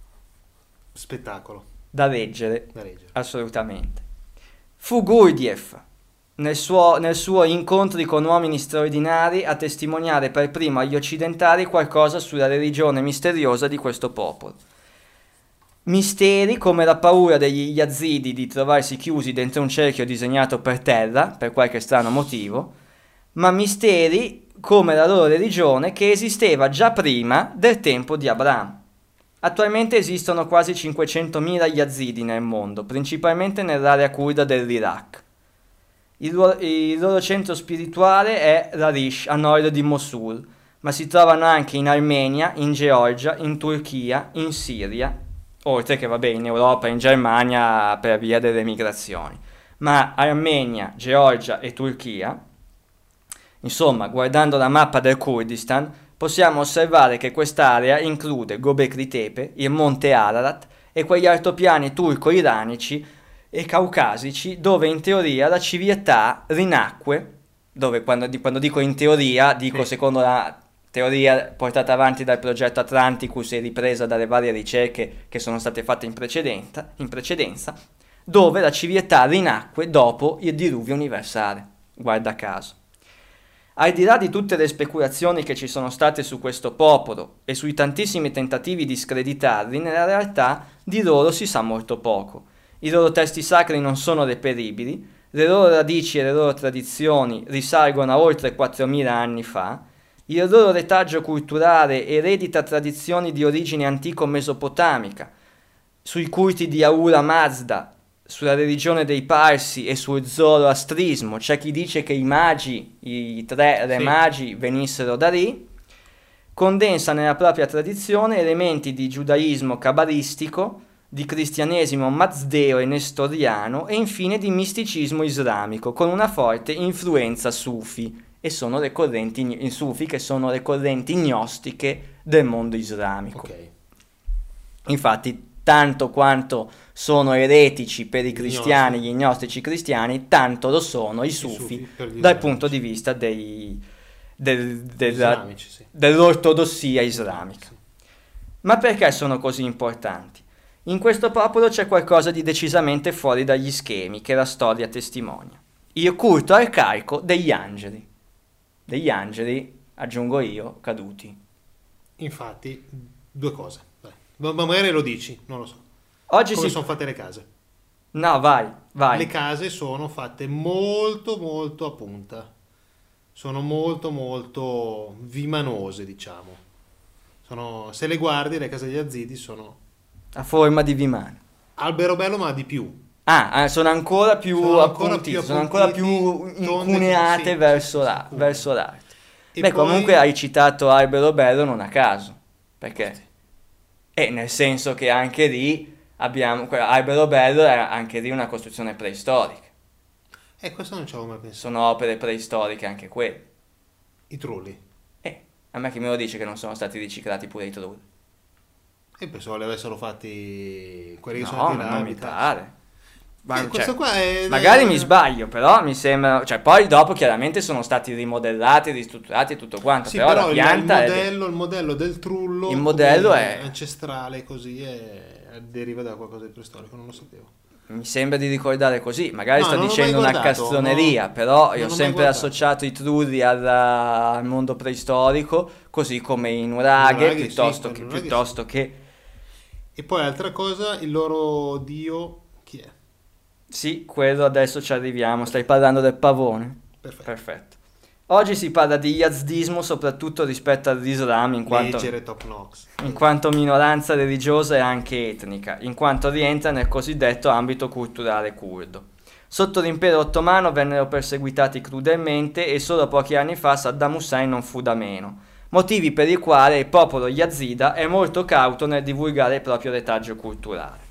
Spettacolo da leggere. da leggere. Assolutamente. Fu Gurdjieff, nel suo, nel suo Incontri con uomini straordinari, a testimoniare per primo agli occidentali qualcosa sulla religione misteriosa di questo popolo. Misteri come la paura degli Yazidi di trovarsi chiusi dentro un cerchio disegnato per terra, per qualche strano motivo, ma misteri come la loro religione che esisteva già prima del tempo di Abramo. Attualmente esistono quasi cinquecentomila Yazidi nel mondo, principalmente nell'area curda dell'Iraq. Il loro, il loro centro spirituale è Larish, a nord di Mosul, ma si trovano anche in Armenia, in Georgia, in Turchia, in Siria, oltre che vabbè in Europa e in Germania per via delle migrazioni. Ma Armenia, Georgia e Turchia, insomma, guardando la mappa del Kurdistan, possiamo osservare che quest'area include Göbekli Tepe, il monte Ararat e quegli altopiani turco-iranici e caucasici dove in teoria la civiltà rinacque, dove quando, di- quando dico in teoria, dico Sì. secondo la teoria portata avanti dal progetto Atlanticus e ripresa dalle varie ricerche che sono state fatte in precedenza, in precedenza, dove la civiltà rinacque dopo il diluvio universale, guarda caso. Al di là di tutte le speculazioni che ci sono state su questo popolo e sui tantissimi tentativi di screditarli, nella realtà di loro si sa molto poco. I loro testi sacri non sono reperibili, le loro radici e le loro tradizioni risalgono a oltre quattromila anni fa, il loro retaggio culturale eredita tradizioni di origine antico-mesopotamica, sui culti di Ahura Mazda, sulla religione dei Parsi e sul zoroastrismo. C'è chi dice che i magi, i tre re Sì. magi, venissero da lì. Condensa nella propria tradizione elementi di giudaismo cabalistico, di cristianesimo mazdeo e nestoriano e infine di misticismo islamico, con una forte influenza sufi, e sono le correnti in sufi che sono le correnti gnostiche del mondo islamico. Ok. Infatti, tanto quanto sono eretici per i cristiani, Gnostici. gli gnostici cristiani, tanto lo sono i sufi, sufi per gli dal islamici. punto di vista dei, del- della- Islamici, sì. dell'ortodossia islamica. Sì. Ma perché sono così importanti? In questo popolo c'è qualcosa di decisamente fuori dagli schemi che la storia testimonia. Il culto arcaico degli angeli. Degli angeli, aggiungo io, caduti. Infatti, due cose. Dai. Ma ma magari lo dici, non lo so. Oggi Come si... sono fatte le case? No, vai, vai. Le case sono fatte molto molto a punta. Sono molto molto vimanose, diciamo. Sono, se le guardi, le case degli Yazidi sono A forma di vimano. albero bello, ma di più. Ah, eh, sono ancora più Sono ancora appuntite, più sono ancora più appuntiti, tonde, incuneate sì, verso, sì, la- sì, verso l'arte. E Beh, poi- comunque hai citato Albero Bello non a caso, perché? E nel senso che anche lì abbiamo, que- Albero Bello è anche lì una costruzione preistorica, Eh, questo non ci avevo mai pensato. sono opere preistoriche anche quelle. I trulli. Eh, a me chi me lo dice che non sono stati riciclati pure i trulli? E pensavo li avessero fatti quelli che sono No, andati ma là, non mi abitati. pare. Ma, Eh, cioè, questo qua è... magari mi sbaglio, però mi sembra, cioè poi dopo chiaramente sono stati rimodellati, ristrutturati e tutto quanto, Sì, però, però, la il- pianta il, è... modello, il modello del trullo Il modello come è- ancestrale, così è, deriva da qualcosa di preistorico, non lo sapevo. Mi sembra di ricordare così, magari No, sto non l'ho dicendo mai una guardato, castroneria, no. però Non io ho l'ho mai sempre guardato. associato i trulli alla- al mondo preistorico, così come i nuraghe, Nuraghe, sì, piuttosto, quei che, nuraghe piuttosto che... E poi altra cosa, il loro dio, chi è? Sì, quello adesso ci arriviamo, stai parlando del pavone? Perfetto. Perfetto. Oggi si parla di yazdismo soprattutto rispetto all'Islam in quanto... Leggere Top Knox. in quanto minoranza religiosa e anche etnica, in quanto rientra nel cosiddetto ambito culturale curdo. Sotto l'impero ottomano vennero perseguitati crudelmente e solo pochi anni fa Saddam Hussein non fu da meno, motivi per i quali il popolo yazida è molto cauto nel divulgare il proprio retaggio culturale.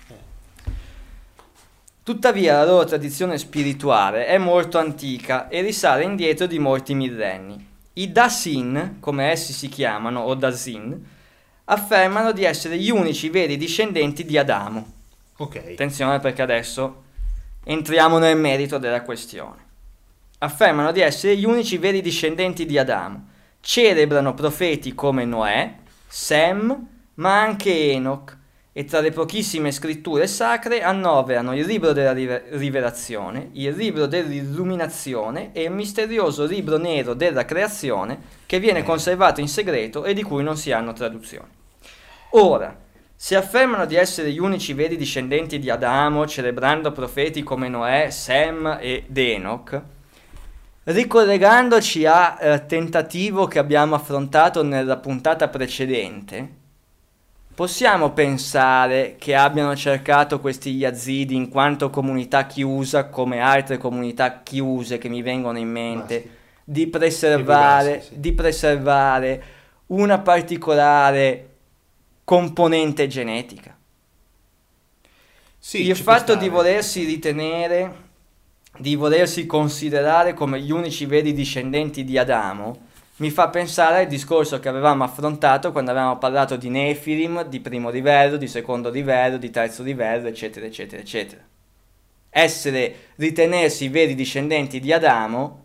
Tuttavia la loro tradizione spirituale è molto antica e risale indietro di molti millenni. I Dasin, come essi si chiamano, o Dasin, affermano di essere gli unici veri discendenti di Adamo. Ok. Attenzione perché adesso entriamo nel merito della questione. Affermano di essere gli unici veri discendenti di Adamo. Celebrano profeti come Noè, Sem, ma anche Enoch, e tra le pochissime scritture sacre annoverano il libro della rive- rivelazione, il libro dell'illuminazione e il misterioso libro nero della creazione che viene conservato in segreto e di cui non si hanno traduzioni. Ora, se affermano di essere gli unici veri discendenti di Adamo, celebrando profeti come Noè, Sem ed Enoch, ricollegandoci al eh, tentativo che abbiamo affrontato nella puntata precedente, possiamo pensare che abbiano cercato questi yazidi in quanto comunità chiusa, come altre comunità chiuse che mi vengono in mente, Basti. di preservare, Divulgarsi, sì. di preservare una particolare componente genetica. Sì, Il ci può fatto stare. di volersi ritenere, di volersi considerare come gli unici veri discendenti di Adamo, mi fa pensare al discorso che avevamo affrontato quando avevamo parlato di Nefilim, di primo livello, di secondo livello, di terzo livello, eccetera, eccetera, eccetera. Essere, ritenersi veri discendenti di Adamo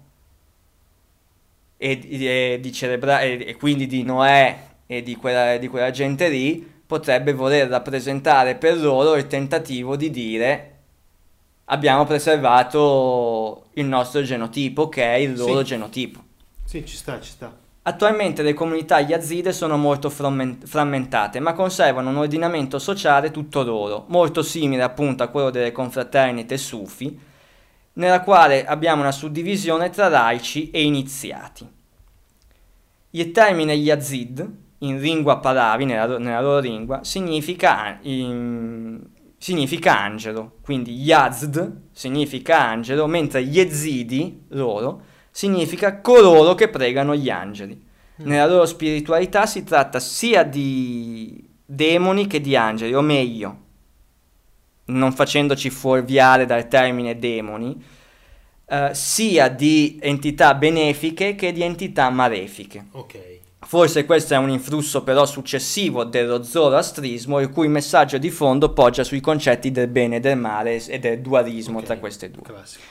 e, di- e di celebra- e, e quindi di Noè e di quella, di quella gente lì, potrebbe voler rappresentare per loro il tentativo di dire abbiamo preservato il nostro genotipo, che è il loro Sì. genotipo. Sì, ci sta, ci sta. Attualmente le comunità yazide sono molto frammen- frammentate, ma conservano un ordinamento sociale tutto loro, molto simile appunto a quello delle confraternite sufi, nella quale abbiamo una suddivisione tra laici e iniziati. Il termine yazid, in lingua Pahlavi, nella, nella loro lingua, significa, in- significa angelo, quindi yazd significa angelo, mentre yezidi, loro, significa coloro che pregano gli angeli. Nella loro spiritualità si tratta sia di demoni che di angeli, o meglio, non facendoci fuorviare dal termine demoni, eh, sia di entità benefiche che di entità malefiche. Ok. Forse questo è un influsso però successivo dello zoroastrismo, il cui messaggio di fondo poggia sui concetti del bene e del male e del dualismo Okay. tra queste due. Classico.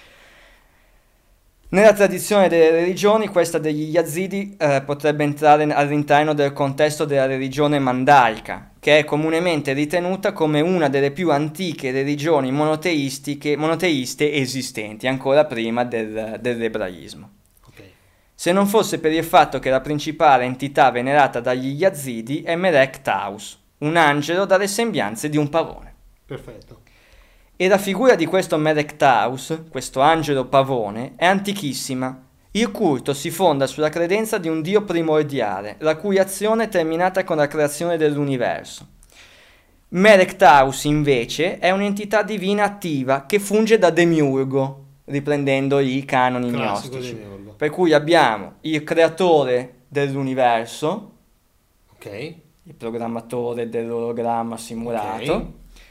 Nella tradizione delle religioni, questa degli Yazidi eh, potrebbe entrare all'interno del contesto della religione mandaica, che è comunemente ritenuta come una delle più antiche religioni monoteistiche, monoteiste esistenti, ancora prima del, dell'ebraismo. Ok. Se non fosse per il fatto che la principale entità venerata dagli Yazidi è Melek Taus, un angelo dalle sembianze di un pavone. Perfetto. E la figura di questo Melek Taus, questo angelo pavone, è antichissima. Il culto si fonda sulla credenza di un dio primordiale, la cui azione è terminata con la creazione dell'universo. Melek Taus, invece, è un'entità divina attiva che funge da demiurgo, riprendendo i canoni Classico gnostici. demiurgo. Per cui abbiamo il creatore dell'universo, Ok. il programmatore dell'ologramma simulato, Ok.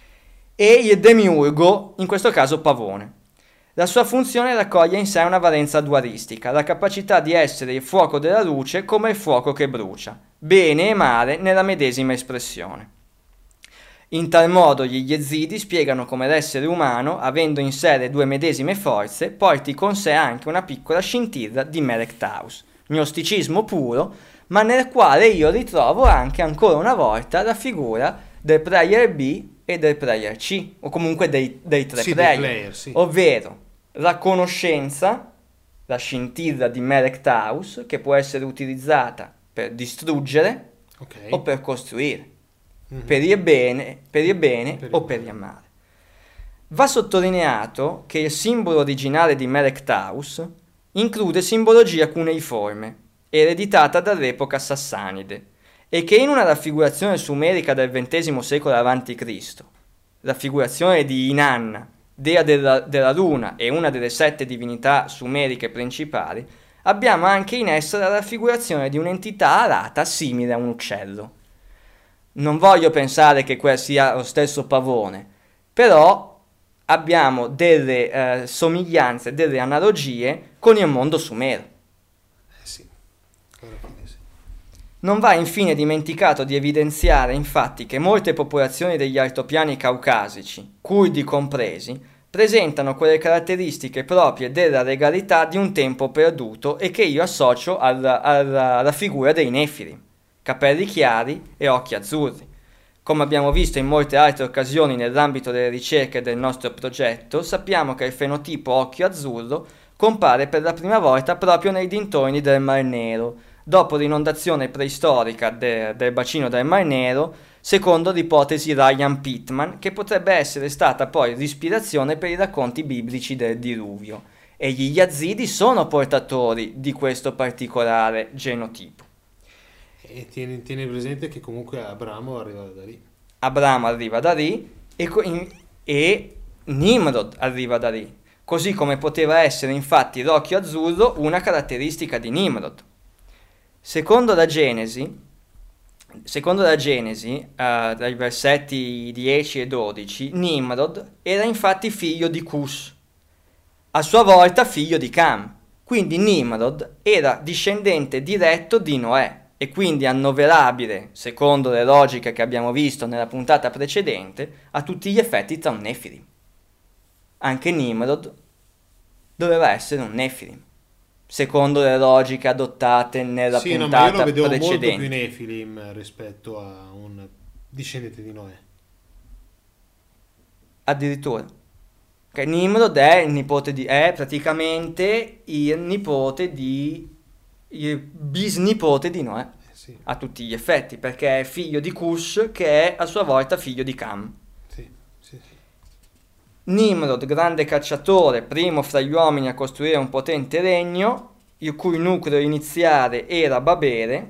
e il demiurgo, in questo caso pavone. La sua funzione raccoglie in sé una valenza dualistica, la capacità di essere il fuoco della luce come il fuoco che brucia, bene e male nella medesima espressione. In tal modo gli Yazidi spiegano come l'essere umano, avendo in sé le due medesime forze, porti con sé anche una piccola scintilla di Melek Taus, gnosticismo puro, ma nel quale io ritrovo anche ancora una volta la figura del player B e del player C, o comunque dei, dei tre Sì, dei player, player, sì. ovvero la conoscenza, la scintilla di Melek Taus, che può essere utilizzata per distruggere Ok. o per costruire, Mhm. per il bene, per il bene Per il o per il male. Va sottolineato che il simbolo originale di Melek Taus include simbologia cuneiforme, ereditata dall'epoca sassanide, e che in una raffigurazione sumerica del ventesimo secolo avanti Cristo, raffigurazione di Inanna, dea della, della luna e una delle sette divinità sumeriche principali, abbiamo anche in essa la raffigurazione di un'entità alata simile a un uccello. Non voglio pensare che quel sia lo stesso pavone, però abbiamo delle eh, somiglianze, delle analogie con il mondo sumero. Eh sì. Alla fine sì. Non va infine dimenticato di evidenziare infatti che molte popolazioni degli altopiani caucasici, curdi compresi, presentano quelle caratteristiche proprie della regalità di un tempo perduto e che io associo alla, alla, alla figura dei Nefilim, capelli chiari e occhi azzurri. Come abbiamo visto in molte altre occasioni nell'ambito delle ricerche del nostro progetto, sappiamo che il fenotipo occhio azzurro compare per la prima volta proprio nei dintorni del Mar Nero, dopo l'inondazione preistorica de- del bacino del Mar Nero, secondo l'ipotesi Ryan Pittman, che potrebbe essere stata poi l'ispirazione per i racconti biblici del diluvio. E gli Yazidi sono portatori di questo particolare genotipo. E tieni, tieni presente che comunque Abramo arriva da lì. Abramo arriva da lì e, co- in- e Nimrod arriva da lì, così come poteva essere infatti l'occhio azzurro una caratteristica di Nimrod. Secondo la Genesi, secondo la Genesi, eh, dai versetti dieci e dodici, Nimrod era infatti figlio di Cush, a sua volta figlio di Cam. Quindi Nimrod era discendente diretto di Noè e quindi annoverabile, secondo le logiche che abbiamo visto nella puntata precedente, a tutti gli effetti tra un Nefilim. Anche Nimrod doveva essere un Nefilim, secondo le logiche adottate nella Sì, no, ma io puntata lo vedevo molto precedente. più Nefilim rispetto a un discendente di Noè. Addirittura. Ok, Nimrod è il nipote di, è praticamente il nipote di, il bisnipote di Noè, Eh sì, a tutti gli effetti, perché è figlio di Cush, che è a sua volta figlio di Cam. sì, sì, sì. Nimrod, grande cacciatore, primo fra gli uomini a costruire un potente regno, il cui nucleo iniziale era Babele,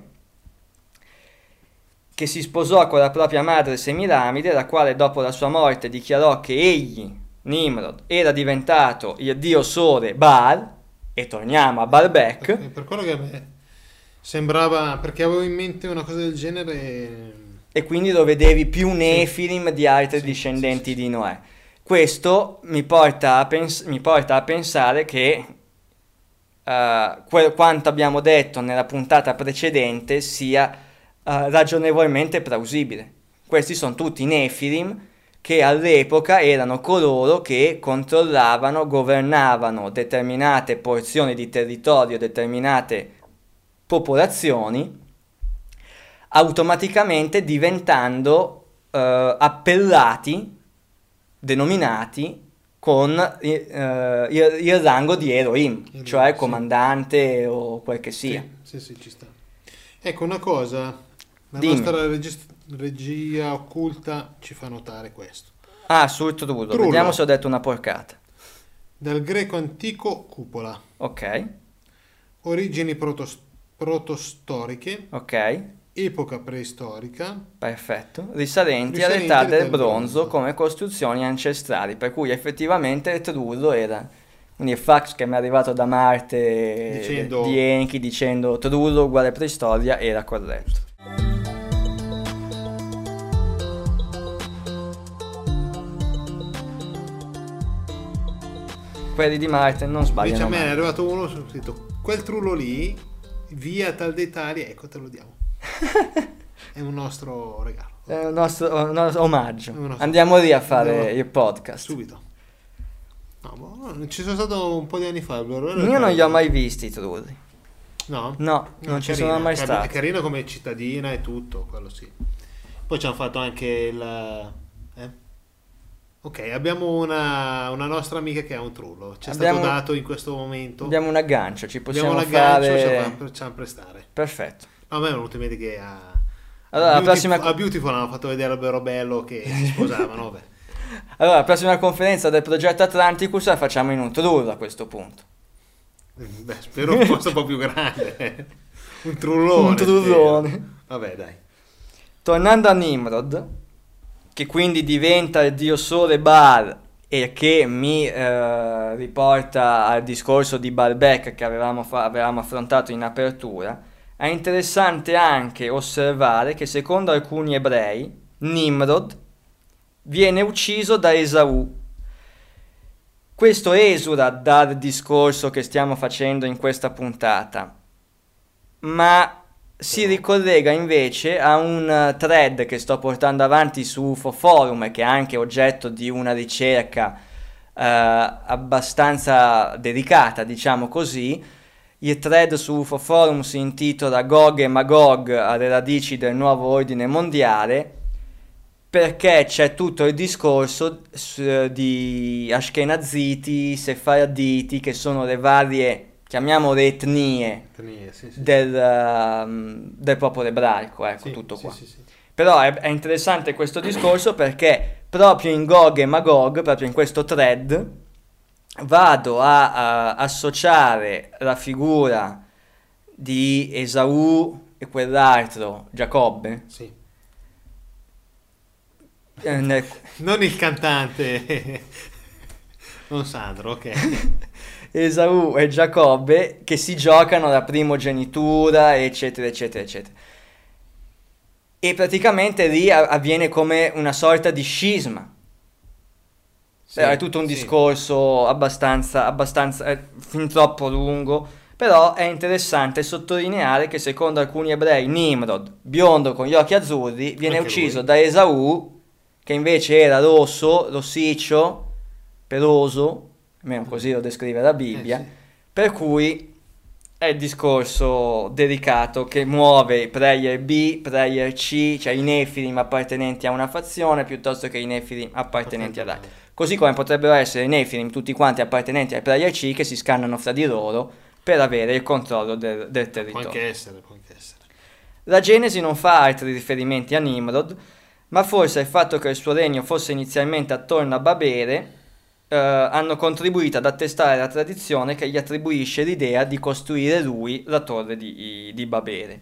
che si sposò con la propria madre Semiramide, la quale dopo la sua morte dichiarò che egli, Nimrod, era diventato il dio sole Baal, e torniamo a Baalbek. Per, per quello che a me sembrava, perché avevo in mente una cosa del genere. E quindi lo vedevi più Nefilim di altri Sì, discendenti sì, sì, sì. di Noè. Questo mi porta a, pens- mi porta a pensare che uh, que- quanto abbiamo detto nella puntata precedente sia uh, ragionevolmente plausibile. Questi sono tutti Nefilim che all'epoca erano coloro che controllavano, governavano determinate porzioni di territorio, determinate popolazioni, automaticamente diventando uh, appellati, denominati con uh, il, il rango di Elohim, Elohim, cioè sì. comandante o quel che sia. Sì, sì, sì, ci sta. Ecco una cosa, la Dimmi. nostra regis- regia occulta ci fa notare questo. Ah, sul Trullo, Trullo. vediamo se ho detto una porcata. Dal greco antico cupola, Ok, origini protos- protostoriche, ok, epoca preistorica, perfetto. Risalenti Risalenti all'età all'età del del bronzo bronzo. come costruzioni ancestrali, per cui effettivamente il Trullo era... Quindi il fax che mi è arrivato da Marte Dicendo- di Enki dicendo Trullo uguale preistoria era corretto. Quelli di Marte non invece sbagliano a me è mai. arrivato uno su scritto quel trullo lì, via tal dei tali, ecco te lo diamo. È un nostro regalo. È un nostro, un nostro omaggio. È un nostro- Andiamo lì a fare Andiamo- il podcast. Subito. No, boh, ci sono stato un po' di anni fa. allora era Io non carino. li ho mai visti i Trulli. No? No, non è ci carino, sono mai è car- stato. È carino come cittadina e tutto, quello sì. Poi ci hanno fatto anche il... Eh? Ok, abbiamo una, una nostra amica che ha un trullo. Ci è Abbiamo- stato dato in questo momento. Abbiamo un aggancio, ci Abbiamo possiamo un aggancio, fare... ce la facciamo prestare. Perfetto. No, a me è venuto in mente che a, Allora, a, la Beautiful, prossima- a Beautiful hanno fatto vedere Albero Bello che si sposavano. Vabbè. Allora, la prossima conferenza del progetto Atlanticus la facciamo in un trullo a questo punto. Beh, spero un posto un po' più grande. Un trullone. Un trullone. spero. Vabbè, dai. Tornando a Nimrod, che quindi diventa il dio sole Baal e che mi eh, riporta al discorso di Baalbek che avevamo, fa- avevamo affrontato in apertura, è interessante anche osservare che secondo alcuni ebrei Nimrod viene ucciso da Esaù. Questo esula dal discorso che stiamo facendo in questa puntata, ma si ricollega invece a un thread che sto portando avanti su U F O Forum e che è anche oggetto di una ricerca eh, abbastanza dedicata, diciamo così. Il thread su U F O Forum si intitola Gog e Magog alle radici del nuovo ordine mondiale, perché c'è tutto il discorso s- di Ashkenaziti, Sefarditi, che sono le varie, chiamiamole etnie, Sì, sì, sì. del, um, del popolo ebraico, ecco, Sì, tutto sì, qua. sì, sì. Però è, è interessante questo discorso perché proprio in Gog e Magog, proprio in questo thread, vado a, a associare la figura di Esaù e quell'altro, Giacobbe, Sì. eh, nel- Non il cantante, non Sandro, ok. Esaù e Giacobbe che si giocano la primogenitura, eccetera, eccetera, eccetera. E praticamente lì a- avviene come una sorta di scisma. Sì, Eh, è tutto un sì. discorso abbastanza, abbastanza eh, fin troppo lungo, però è interessante sottolineare che secondo alcuni ebrei Nimrod, biondo con gli occhi azzurri, viene Anche ucciso lui. da Esaù, che invece era rosso, rossiccio, peloso, almeno così lo descrive la Bibbia, Eh, sì. per cui è il discorso delicato che muove player B, player C, cioè i Nefilim appartenenti a una fazione piuttosto che i Nefilim appartenenti ad altre. Così come potrebbero essere i Nefilim tutti quanti appartenenti ai player C che si scannano fra di loro per avere il controllo del, del Può territorio. anche essere, può anche essere. La Genesi non fa altri riferimenti a Nimrod, ma forse il fatto che il suo regno fosse inizialmente attorno a Babele eh, hanno contribuito ad attestare la tradizione che gli attribuisce l'idea di costruire lui la torre di, di Babele.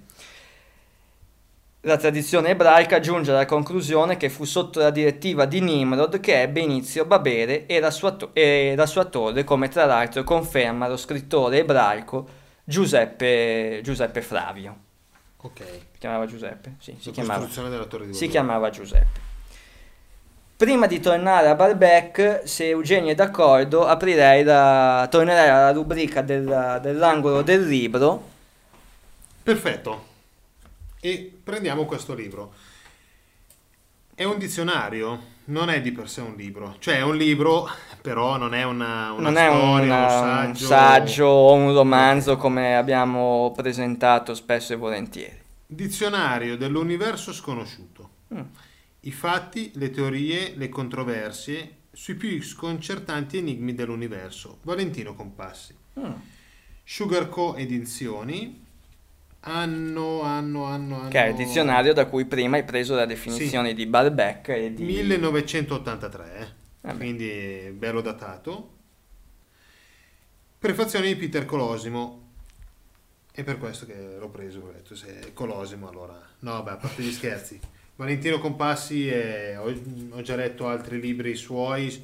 La tradizione ebraica giunge alla conclusione che fu sotto la direttiva di Nimrod che ebbe inizio Babele e la sua, to- e la sua torre, come tra l'altro conferma lo scrittore ebraico Giuseppe, Giuseppe Flavio. Ok. Si chiamava Giuseppe? Sì, si La chiamava. costruzione della torre di Si Babele. chiamava Giuseppe. Prima di tornare a Balbec, se Eugenio è d'accordo, aprirei la, tornerei alla rubrica del- dell'angolo del libro. Perfetto. E prendiamo questo libro. È un dizionario, non è di per sé un libro. Cioè è un libro, però non è una, una Non è un, storia, un un saggio. saggio o un romanzo come abbiamo presentato spesso e volentieri. Dizionario dell'universo sconosciuto. Mm. I fatti, le teorie, le controversie sui più sconcertanti enigmi dell'universo. Valentino Compassi. Mm. Sugar Co. Edizioni. Anno, anno, anno, anno... Che è il dizionario da cui prima hai preso la definizione di Balbec e di... millenovecentottantatré, eh. Vabbè. Quindi è bello datato. Prefazione di Peter Colosimo. È per questo che l'ho preso, ho detto, se è Colosimo allora... No, beh, a parte gli scherzi. Valentino Compassi, è, ho, ho già letto altri libri suoi,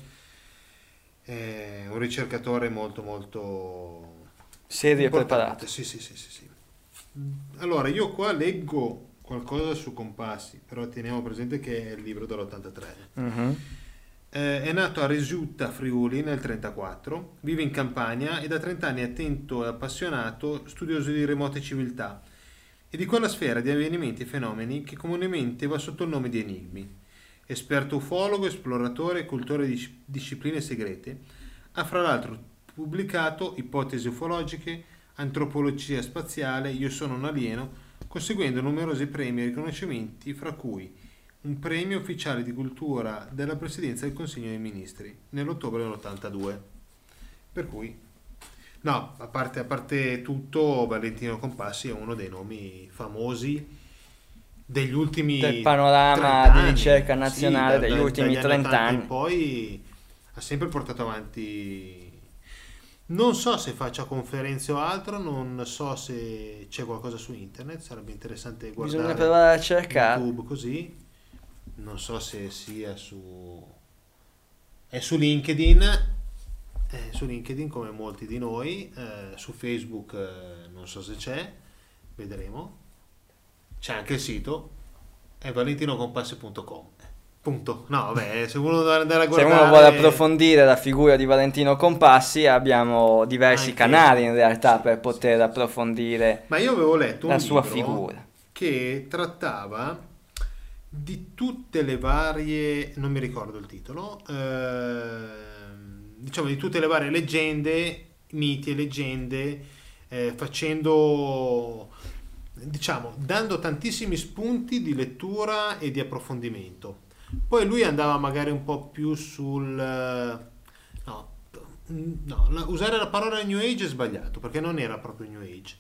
è un ricercatore molto molto Serio e importante. preparato. Sì, sì, sì, sì, sì. Allora, io qua leggo qualcosa su Compassi, però teniamo presente che è il libro dell'ottantatré. Mhm. Eh, è nato a Risulta, Friuli, nel trentaquattro, vive in Campania e da trenta anni è attento e appassionato studioso di remote civiltà e di quella sfera di avvenimenti e fenomeni che comunemente va sotto il nome di enigmi. Esperto ufologo, esploratore e cultore di dis- discipline segrete, ha fra l'altro pubblicato Ipotesi ufologiche, Antropologia spaziale, Io sono un alieno, conseguendo numerosi premi e riconoscimenti, fra cui un premio ufficiale di cultura della Presidenza del Consiglio dei Ministri nell'ottobre dell'ottantadue. Per cui, no, a parte, a parte tutto, Valentino Compassi è uno dei nomi famosi degli ultimi Del panorama trenta di anni. ricerca nazionale Sì, da- degli da- ultimi dagli trenta ottanta in anni. poi ha sempre portato avanti. Non so se faccia conferenze o altro, non so se c'è qualcosa su internet, sarebbe interessante Bisogna guardare provare a cercare. YouTube così. Non so se sia su è su LinkedIn, è su LinkedIn come molti di noi, eh, su Facebook eh, non so se c'è, vedremo. C'è anche il sito, è valentinocompassi punto com. Punto. No, vabbè, se uno vuole andare a Se guardare... uno vuole approfondire la figura di Valentino Compassi, abbiamo diversi Anche, canali in realtà sì, per sì, poter sì. approfondire Ma io avevo letto un la sua libro figura. che trattava di tutte le varie, non mi ricordo il titolo, ehm, diciamo di tutte le varie leggende, miti e leggende, eh, facendo, diciamo, dando tantissimi spunti di lettura e di approfondimento. Poi lui andava magari un po' più sul... eh, no, no, la- usare la parola New Age è sbagliato, perché non era proprio New Age.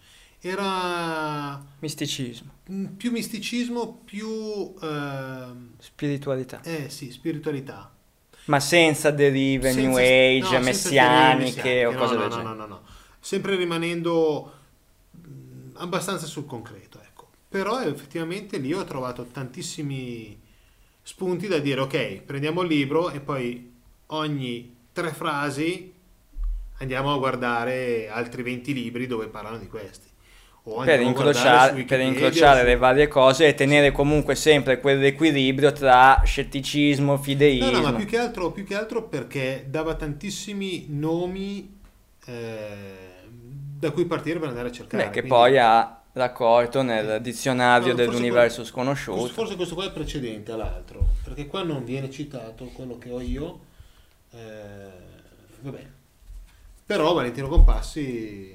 Era Misticismo, mm, più misticismo, più... ehm, spiritualità. eh sì, spiritualità. Ma senza derive New Senza- Age, no, senza messianiche derive o messianiche, cose no, del no, genere. no, no, no, no. Sempre rimanendo mm, abbastanza sul concreto, ecco. Però effettivamente lì ho trovato tantissimi spunti da dire, ok, prendiamo il libro e poi ogni tre frasi andiamo a guardare altri venti libri dove parlano di questi. O Per andiamo a guardare su incrociare, per Wikipedia, incrociare su- le varie cose e tenere comunque sempre quell'equilibrio tra scetticismo, No, fideismo. no, ma più che altro, più che altro perché dava tantissimi nomi eh, da cui partire per andare a cercare. Beh, che quindi- poi ha raccolto nel dizionario No, forse dell'universo que- sconosciuto. Forse questo qua è precedente all'altro, perché qua non viene citato quello che ho io. eh, vabbè. Però Valentino Compassi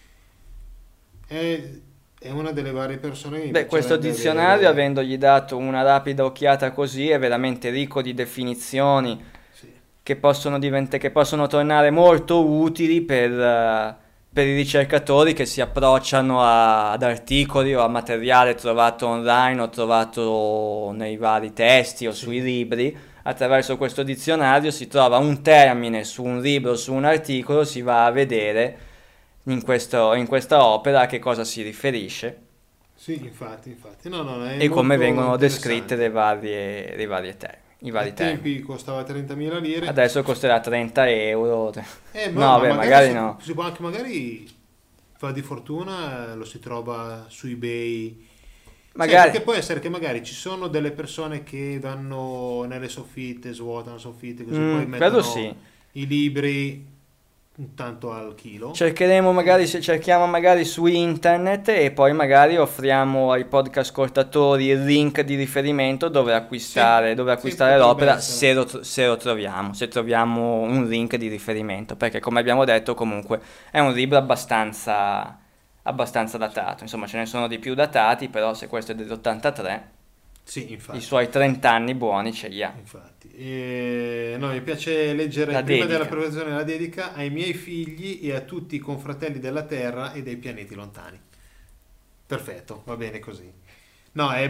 è, è una delle varie persone che mi Beh, questo piacerebbe dizionario, avere- avendogli dato una rapida occhiata così, è veramente ricco di definizioni Sì. che possono divent- che possono tornare molto utili per, eh, per i ricercatori che si approcciano a- ad articoli o a materiale trovato online o trovato nei vari testi o Sì. sui libri. Attraverso questo dizionario si trova un termine su un libro, su un articolo, si va a vedere in, questo- in questa opera a che cosa si riferisce Sì, infatti, infatti. No, no, è e come molto vengono interessante. descritte le varie, le varie termini, i vari Ai termini. tempi costava trentamila lire. Adesso costerà trenta euro. Eh, No, ma beh, magari, magari si, no. si può anche magari fa di fortuna, eh, lo si trova su eBay magari... Sì, perché può essere che magari ci sono delle persone che vanno nelle soffitte, svuotano soffitte, così Mm, poi quello mettono sì. i libri tanto al chilo. Cercheremo magari, se cerchiamo magari su internet e poi magari offriamo ai podcast ascoltatori il link di riferimento dove acquistare, Sì, dove sì, acquistare potrebbe l'opera essere. se lo, tro- se lo troviamo, se troviamo un link di riferimento, perché come abbiamo detto comunque è un libro abbastanza, abbastanza datato, insomma ce ne sono di più datati, però se questo è dell'ottantatré, Sì, infatti. i suoi trenta anni buoni ce li ha. Infatti. E, no, mi piace leggere La prima dedica. della preparazione la dedica ai miei figli e a tutti i confratelli della terra e dei pianeti lontani. Perfetto, va bene così. No, è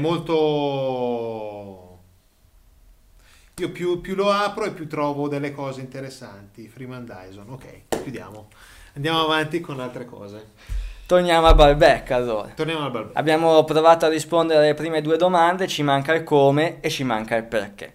molto... Io più, più lo apro e più trovo delle cose interessanti. Freeman Dyson, ok, chiudiamo. Andiamo avanti con altre cose. Torniamo a Balbec allora. Torniamo al Balbec. Abbiamo provato a rispondere alle prime due domande, ci manca il come e ci manca il perché.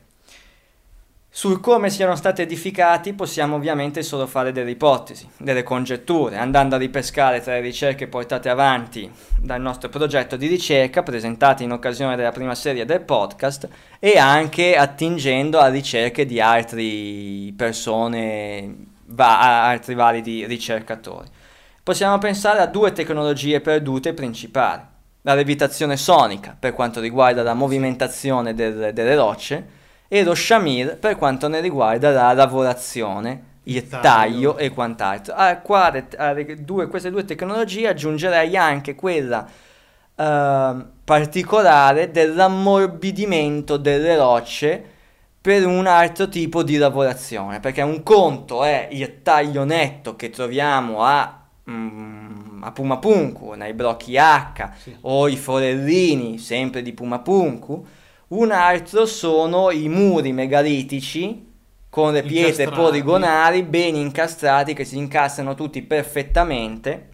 Sul come siano stati edificati possiamo ovviamente solo fare delle ipotesi, delle congetture, andando a ripescare tra le ricerche portate avanti dal nostro progetto di ricerca, presentate in occasione della prima serie del podcast, e anche attingendo a ricerche di altre persone, va- altri validi ricercatori. Possiamo pensare a due tecnologie perdute principali: la levitazione sonica per quanto riguarda la movimentazione del- delle rocce e lo shamir per quanto ne riguarda la lavorazione, il Il taglio. taglio e quant'altro. A, quale, alle due, queste due tecnologie aggiungerei anche quella eh, particolare dell'ammorbidimento delle rocce per un altro tipo di lavorazione, perché un conto è il taglio netto che troviamo a, mm, a Pumapunku, nei blocchi H, Sì. o i forellini sempre di Pumapunku. Un altro sono i muri megalitici con le pietre Incastrati. poligonali ben incastrati che si incastrano tutti perfettamente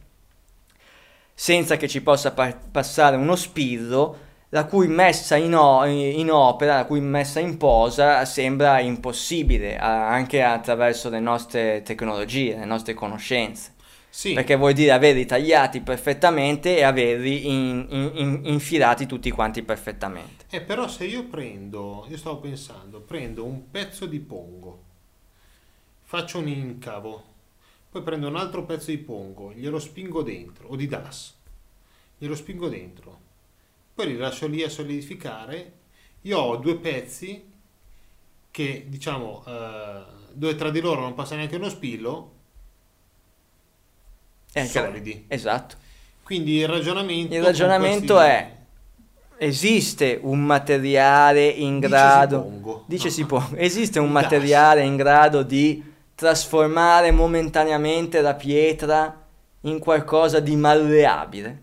senza che ci possa par- passare uno spillo, la cui messa in, o- in opera, la cui messa in posa sembra impossibile a- anche attraverso le nostre tecnologie, le nostre conoscenze. Sì. Perché vuol dire averli tagliati perfettamente e averli in- in- in- infilati tutti quanti perfettamente. Eh, però se io prendo, io stavo pensando, prendo un pezzo di pongo, faccio un incavo, poi prendo un altro pezzo di pongo, glielo spingo dentro, o di das, glielo spingo dentro, poi li lascio lì a solidificare, io ho due pezzi che, diciamo, eh, dove tra di loro non passa neanche uno spillo, È anche- solidi. Esatto. Quindi il ragionamento... Il con ragionamento questi- è: esiste un materiale in Dicesi grado, pongo. dicesi No. pongo, esiste un Das. materiale in grado di trasformare momentaneamente la pietra in qualcosa di malleabile?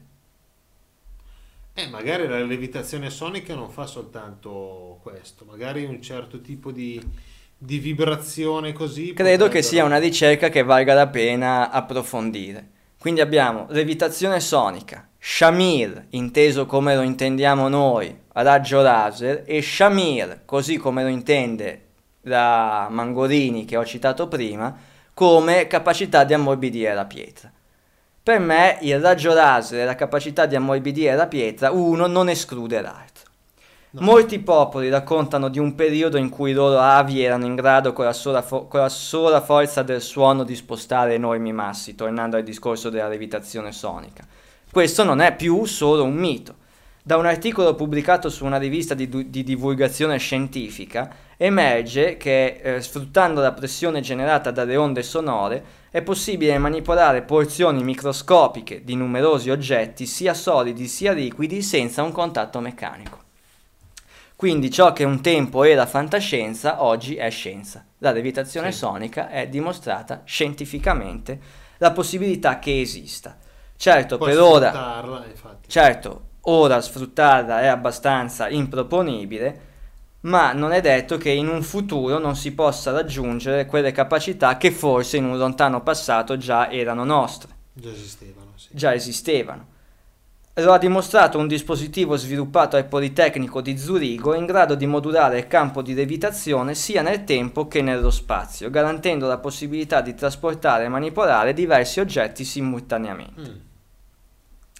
Eh, magari la levitazione sonica non fa soltanto questo, magari un certo tipo di, di vibrazione così. Credo che potrebbero- sia una ricerca che valga la pena approfondire. Quindi abbiamo levitazione sonica, shamir, inteso come lo intendiamo noi, a raggio laser, e shamir, così come lo intende la Mangorini che ho citato prima, come capacità di ammorbidire la pietra. Per me il raggio laser e la capacità di ammorbidire la pietra, uno non esclude l'altro. No. Molti popoli raccontano di un periodo in cui i loro avi erano in grado con la, sola fo- con la sola forza del suono di spostare enormi massi, tornando al discorso della levitazione sonica. Questo non è più solo un mito. Da un articolo pubblicato su una rivista di, du- di divulgazione scientifica emerge che eh, sfruttando la pressione generata dalle onde sonore è possibile manipolare porzioni microscopiche di numerosi oggetti, sia solidi sia liquidi, senza un contatto meccanico. Quindi ciò che un tempo era fantascienza, oggi è scienza. La levitazione Sì. sonica è dimostrata scientificamente la possibilità che esista. Certo, Poi per ora, sfruttarla, infatti. certo, ora sfruttarla è abbastanza improponibile, ma non è detto che in un futuro non si possa raggiungere quelle capacità che forse in un lontano passato già erano nostre, Già esistevano, sì. già esistevano. Lo ha dimostrato un dispositivo sviluppato al Politecnico di Zurigo in grado di modulare il campo di levitazione sia nel tempo che nello spazio, garantendo la possibilità di trasportare e manipolare diversi oggetti simultaneamente. Mm.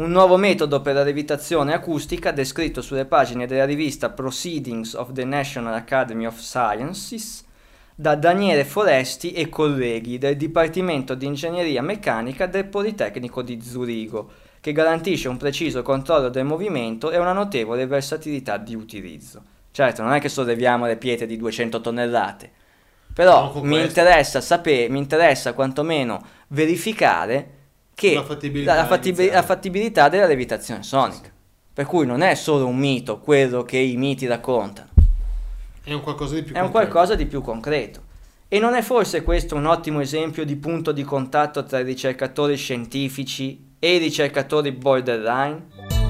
un nuovo metodo per la levitazione acustica descritto sulle pagine della rivista Proceedings of the National Academy of Sciences da Daniele Foresti e colleghi del Dipartimento di Ingegneria Meccanica del Politecnico di Zurigo, che garantisce un preciso controllo del movimento e una notevole versatilità di utilizzo. Certo, non è che solleviamo le pietre di duecento tonnellate, però mi interessa sapere, mi interessa quantomeno verificare che La fattibilità la, fattibi- iniziale. la fattibilità della levitazione sonica. Sì. Per cui non è solo un mito quello che i miti raccontano, È un qualcosa di più è un concreto. qualcosa di più concreto. E non è forse questo un ottimo esempio di punto di contatto tra i ricercatori scientifici e i ricercatori borderline?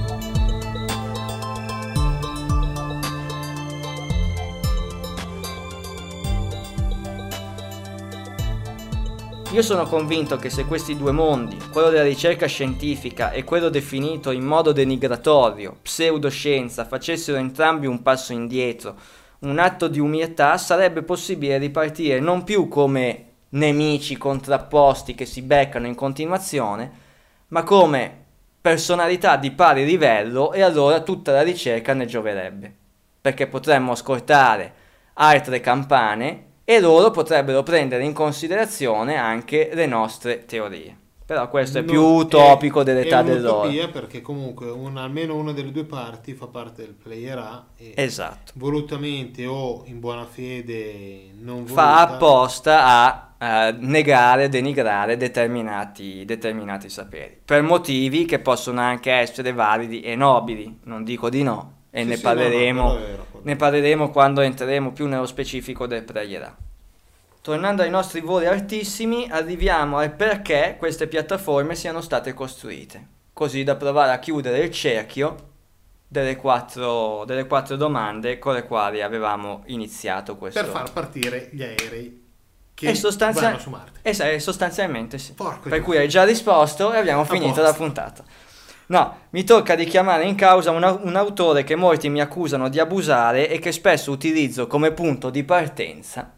Io sono convinto che se questi due mondi, quello della ricerca scientifica e quello definito in modo denigratorio, pseudoscienza, facessero entrambi un passo indietro, un atto di umiltà, sarebbe possibile ripartire non più come nemici contrapposti che si beccano in continuazione, ma come personalità di pari livello, e allora tutta la ricerca ne gioverebbe, perché potremmo ascoltare altre campane e loro potrebbero prendere in considerazione anche le nostre teorie. Però questo è più Non- utopico è- dell'età è dell'oro. un'utopia, perché comunque una- almeno una delle due parti fa parte del player A e Esatto. volutamente o in buona fede non voluta, Fa apposta a, a negare, denigrare determinati, determinati saperi, per motivi che possono anche essere validi e nobili, non dico di no, e Sì, ne sì, parleremo, no, no, quello è vero, quello. ne parleremo quando entreremo più nello specifico del player A. Tornando ai nostri voli altissimi, arriviamo al perché queste piattaforme siano state costruite, così da provare a chiudere il cerchio delle quattro, delle quattro domande con le quali avevamo iniziato questo. per far partire gli aerei che E sostanzia- vanno su Marte. Eh, sai, sostanzialmente sì. Porco Per Dio. cui hai già risposto e abbiamo A finito posto. la puntata. No, mi tocca di chiamare in causa un, au- un autore che molti mi accusano di abusare e che spesso utilizzo come punto di partenza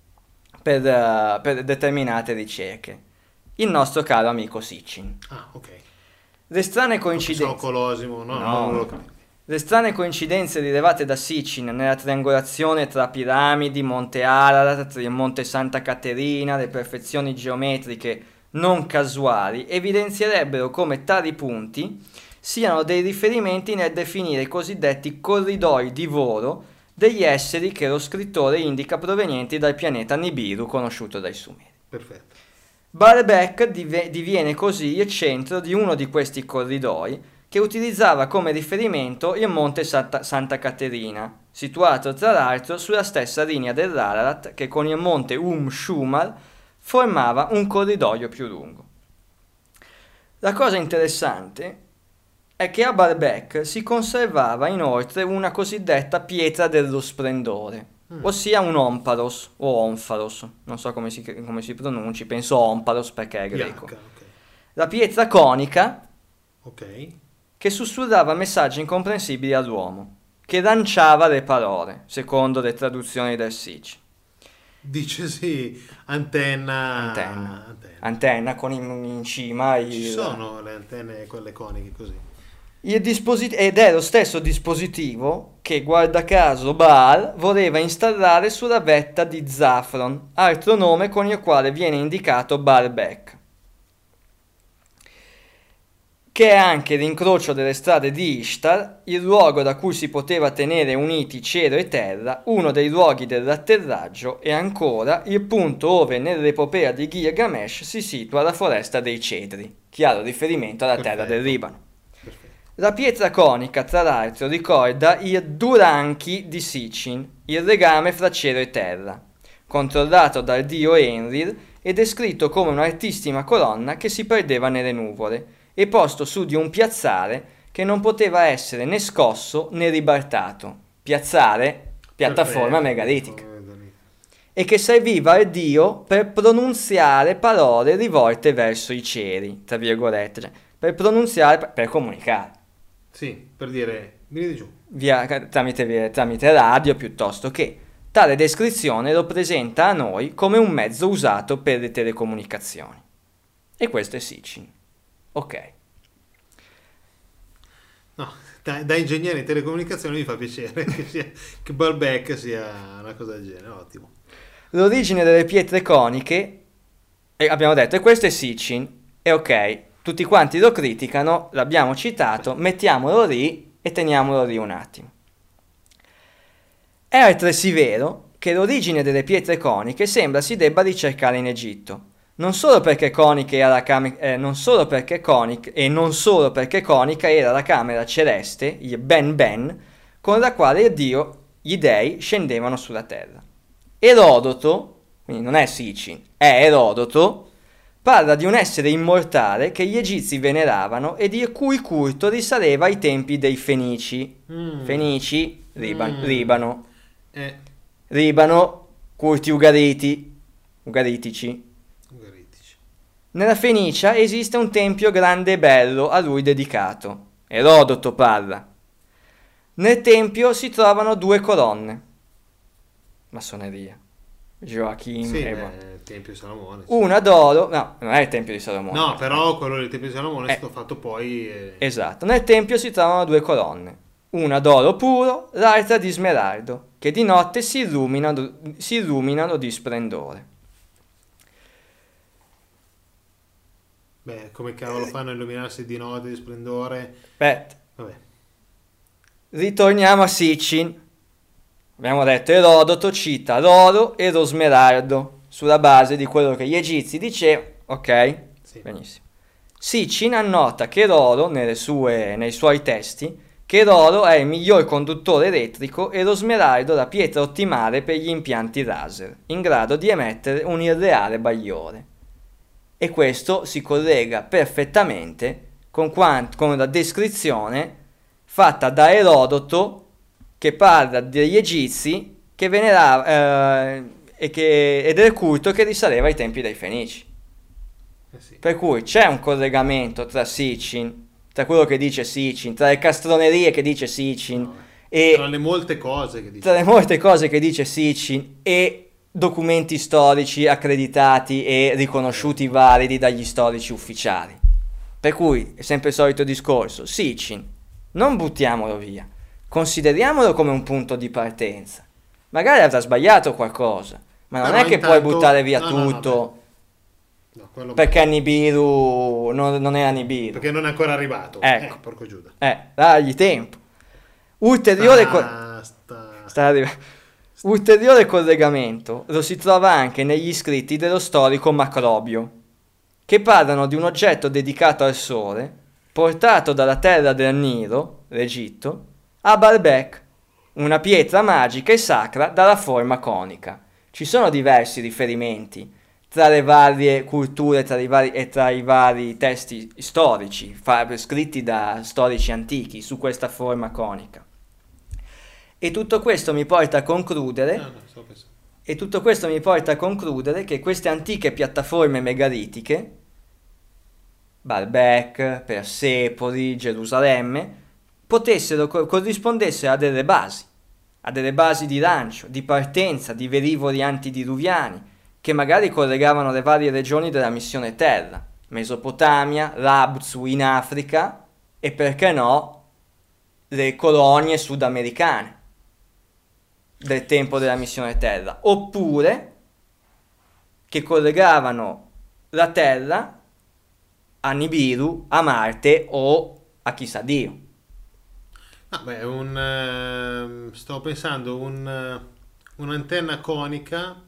per, eh, per determinate ricerche. Il nostro caro amico Sitchin. Ah, ok. Le strane Pensavo coincidenze... Colosimo, no, No. no, non lo capivo. Le strane coincidenze rilevate da Sitchin nella triangolazione tra piramidi, Monte Ararat, il Monte Santa Caterina, le perfezioni geometriche non casuali, evidenzierebbero come tali punti siano dei riferimenti nel definire i cosiddetti corridoi di volo degli esseri che lo scrittore indica provenienti dal pianeta Nibiru conosciuto dai Sumeri. Perfetto. Baalbek dive- diviene così il centro di uno di questi corridoi, che utilizzava come riferimento il monte Santa, Santa Caterina, situato tra l'altro sulla stessa linea dell'Ararat che con il monte Um Shumar formava un corridoio più lungo. La cosa interessante è che a Baalbek si conservava inoltre una cosiddetta pietra dello splendore, Mm. ossia un omparos o onfaros, non so come si, come si pronunci, penso omparos perché è greco. Bianca, La pietra conica ok. Ok. che sussurrava messaggi incomprensibili all'uomo, che lanciava le parole, secondo le traduzioni del Sitchin. Dice sì, antenna. Antenna. antenna. Antenna con in, in cima il... Ci sono le antenne, quelle coniche così. il disposit- ed è lo stesso dispositivo che, guarda caso, Baal voleva installare sulla vetta di Zafron, altro nome con il quale viene indicato Baalbek, che è anche l'incrocio delle strade di Ishtar, il luogo da cui si poteva tenere uniti cielo e terra, uno dei luoghi dell'atterraggio e ancora il punto ove nell'epopea di Gilgamesh si situa la foresta dei cedri, chiaro riferimento alla terra Perfetto. del Libano. Perfetto. La pietra conica, tra l'altro, ricorda il Duranchi di Sitchin, il legame fra cielo e terra, controllato dal dio Enlil e descritto come un'altissima colonna che si perdeva nelle nuvole e posto su di un piazzale che non poteva essere né scosso né ribaltato. Piazzale, piattaforma Perfetto. megalitica. E che serviva al dio per pronunziare parole rivolte verso i cieli, tra virgolette, cioè, per pronunziare, per comunicare. Sì, per dire, vieni di giù. Via, tramite, tramite radio piuttosto che. Tale descrizione lo presenta a noi come un mezzo usato per le telecomunicazioni. E questo è Sitchin. Ok. da, da ingegnere in telecomunicazioni mi fa piacere che, sia, che Baalbek sia una cosa del genere, ottimo. L'origine delle pietre coniche, e abbiamo detto, e questo è Sitchin, e ok, tutti quanti lo criticano, l'abbiamo citato, mettiamolo lì e teniamolo lì un attimo. È altresì vero che l'origine delle pietre coniche sembra si debba ricercare in Egitto, non solo perché coniche era la cam- eh, non solo perché conic- e non solo perché conica era la camera celeste, il Ben Ben, con la quale Dio, gli dei scendevano sulla terra. Erodoto, quindi non è Sitchin, è Erodoto, parla di un essere immortale che gli egizi veneravano e di cui culto risaleva ai tempi dei Fenici. Mm. Fenici, Liban- Mm. Libano. Eh, Libano, culti ugariti, ugaritici. ugaritici. Nella Fenicia esiste un tempio grande e bello a lui dedicato. Erodoto parla. Nel tempio si trovano due colonne. Massoneria. Gioachim Sì, e beh, boh. il Tempio di Salomone. sì. Una d'oro, no, non è il tempio di Salomone. No, però quello del Tempio di Salomone Eh. è stato fatto poi... eh, Esatto, nel tempio si trovano due colonne, una d'oro puro, l'altra di smeraldo, che di notte si illuminano, si illuminano di splendore. Beh, come cavolo fanno a illuminarsi di notte, di splendore? Aspetta, Vabbè. ritorniamo a Sitchin. Abbiamo detto Erodoto cita l'oro e lo smeraldo sulla base di quello che gli egizi dicevano. Ok? Sì. Benissimo. Sitchin annota che l'oro, nelle sue, nei suoi testi, che l'oro è il miglior conduttore elettrico e lo smeraldo la pietra ottimale per gli impianti laser, in grado di emettere un irreale bagliore. E questo si collega perfettamente con, quant- con la descrizione fatta da Erodoto che parla degli egizi che venerava, eh, e, che, e del culto che risaleva ai tempi dei Fenici. Eh sì. Per cui c'è un collegamento tra Sitchin, tra quello che dice Sitchin, tra le castronerie che dice Sitchin No, e Tra le molte cose che dice. tra le molte cose che dice Sitchin e documenti storici accreditati e riconosciuti validi dagli storici ufficiali. Per cui è sempre il solito discorso, Sitchin, non buttiamolo via, consideriamolo come un punto di partenza. Magari avrà sbagliato qualcosa, ma non Però è che intanto- puoi buttare via no, no, no, tutto No, quello- perché Nibiru non, non era Nibiru. perché non è ancora arrivato. Ecco. Eh, porco Giuda. Eh, dagli tempo. Ulteriore, co- Basta. sta arrivando. Ulteriore collegamento lo si trova anche negli scritti dello storico Macrobio, che parlano di un oggetto dedicato al sole, portato dalla terra del Nilo, l'Egitto, a Baalbek, una pietra magica e sacra dalla forma conica. Ci sono diversi riferimenti tra le varie culture tra i vari, e tra i vari testi storici, fa- scritti da storici antichi su questa forma conica. E tutto questo mi porta a concludere No, no, sto pensando. e tutto questo mi porta a concludere che queste antiche piattaforme megalitiche, Baalbek, Persepoli, Gerusalemme, potessero co- corrispondessero a delle basi, a delle basi di lancio, di partenza, di velivoli antidiluviani, che magari collegavano le varie regioni della missione Terra, Mesopotamia, l'Abzu in Africa e perché no le colonie sudamericane del tempo della missione Terra, oppure che collegavano la Terra a Nibiru, a Marte o a chissà Dio. Ah, beh, un, ehm, sto pensando un, eh, un'antenna conica,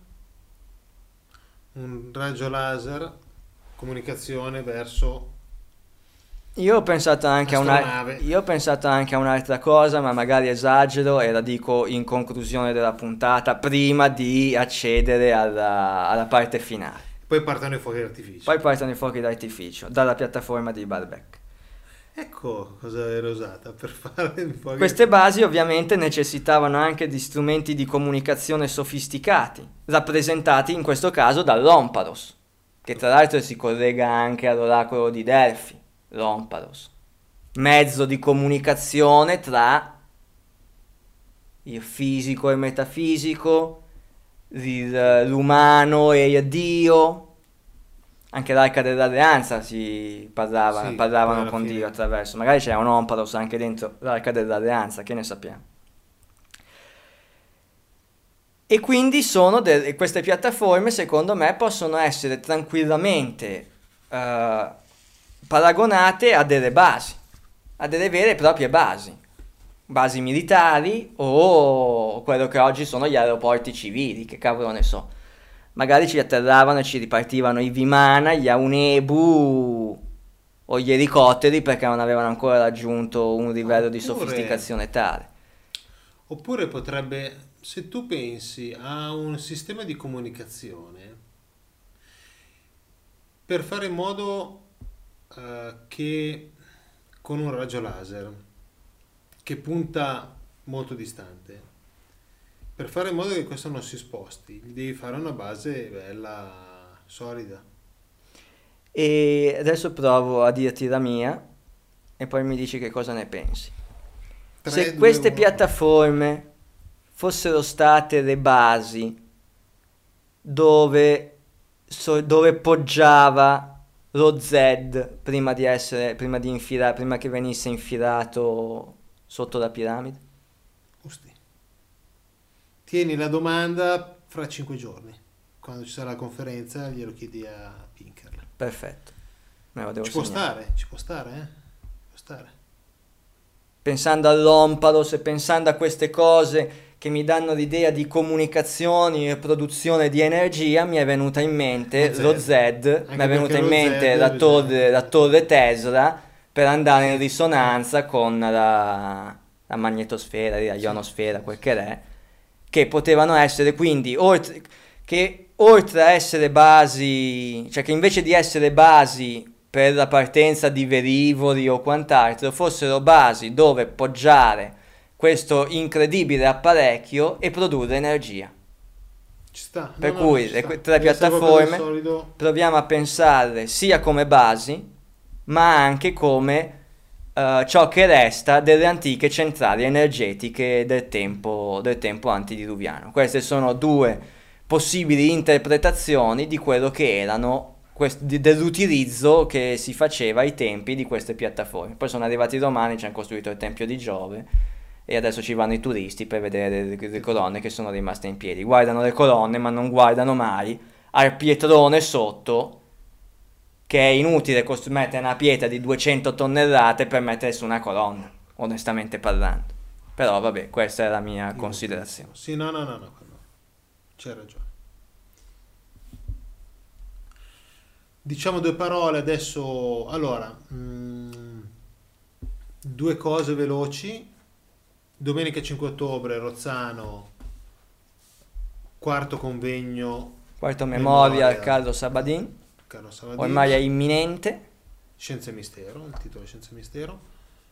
un raggio laser, comunicazione verso... Io ho pensato anche a una, Astronave. io ho pensato anche a un'altra cosa, ma magari esagero e la dico in conclusione della puntata, prima di accedere alla, alla parte finale. Poi partono i fuochi d'artificio. Poi partono i fuochi d'artificio dalla piattaforma di Baalbek. Ecco cosa era usata per fare i fuochi Queste basi ovviamente necessitavano anche di strumenti di comunicazione sofisticati, rappresentati in questo caso dall'Omparos, che tra l'altro si collega anche all'oracolo di Delfi, l'Omparos, mezzo di comunicazione tra il fisico e il metafisico, il- l'umano e il Dio, Anche l'Arca dell'Alleanza si parlava, Sì, parlavano poi alla con fine- Dio attraverso. Magari c'era un Ompalos anche dentro l'Arca dell'Alleanza, che ne sappiamo. E quindi sono de- queste piattaforme, secondo me, possono essere tranquillamente eh, paragonate a delle basi, a delle vere e proprie basi, basi militari o quello che oggi sono gli aeroporti civili, che cavolo ne so. Magari ci atterravano e ci ripartivano i Vimana, gli Aunebu o gli elicotteri perché non avevano ancora raggiunto un livello di Oppure- sofisticazione tale. Oppure potrebbe, se tu pensi a un sistema di comunicazione per fare in modo eh, che con un raggio laser che punta molto distante, per fare in modo che questo non si sposti, gli devi fare una base bella solida. E adesso provo a dirti la mia e poi mi dici che cosa ne pensi. Tre, Se due, queste uno. piattaforme fossero state le basi dove, so- dove poggiava lo Z prima di essere, prima di infila- prima che venisse infilato sotto la piramide? Usti. Tieni la domanda fra cinque giorni. Quando ci sarà la conferenza glielo chiedi a Pinkerle. Perfetto. Me lo devo Ci può segnare. stare, ci può stare, eh? Può stare. Pensando all'Ompalos e pensando a queste cose che mi danno l'idea di comunicazioni e produzione di energia, mi è venuta in mente Lo lo Z. Z, mi è Anche venuta perché in lo mente Z la è torre, già- la torre Tesla per andare in Sì. risonanza con la, la magnetosfera, la ionosfera, quel che è, che potevano essere quindi, oltre, che oltre a essere basi, cioè che invece di essere basi per la partenza di velivoli o quant'altro, fossero basi dove poggiare questo incredibile apparecchio e produrre energia. Ci sta. Per No, no, cui no, ci le sta. que- tre Deve essere qualcosa di piattaforme solido. proviamo a pensarle sia come basi, ma anche come eh, ciò che resta delle antiche centrali energetiche del tempo, del tempo antediluviano. Queste sono due possibili interpretazioni di quello che erano quest- di- dell'utilizzo che si faceva ai tempi di queste piattaforme. Poi sono arrivati i romani, ci hanno costruito il Tempio di Giove e adesso ci vanno i turisti per vedere le, le colonne che sono rimaste in piedi. Guardano le colonne, ma non guardano mai al pietrone sotto, che è inutile costru- mettere una pietra di duecento tonnellate per mettere su una colonna, onestamente parlando. Però vabbè, questa è la mia considerazione. Sì, no, no, no, no, quello- c'è ragione. Diciamo due parole adesso. Allora, mm, due cose veloci. Domenica cinque ottobre, Rozzano, quarto convegno Quarto memoria al Memoria. Carlo Sabadin, Carlo Savadini. ormai è imminente. Scienza e Mistero, il titolo è Scienza e Mistero.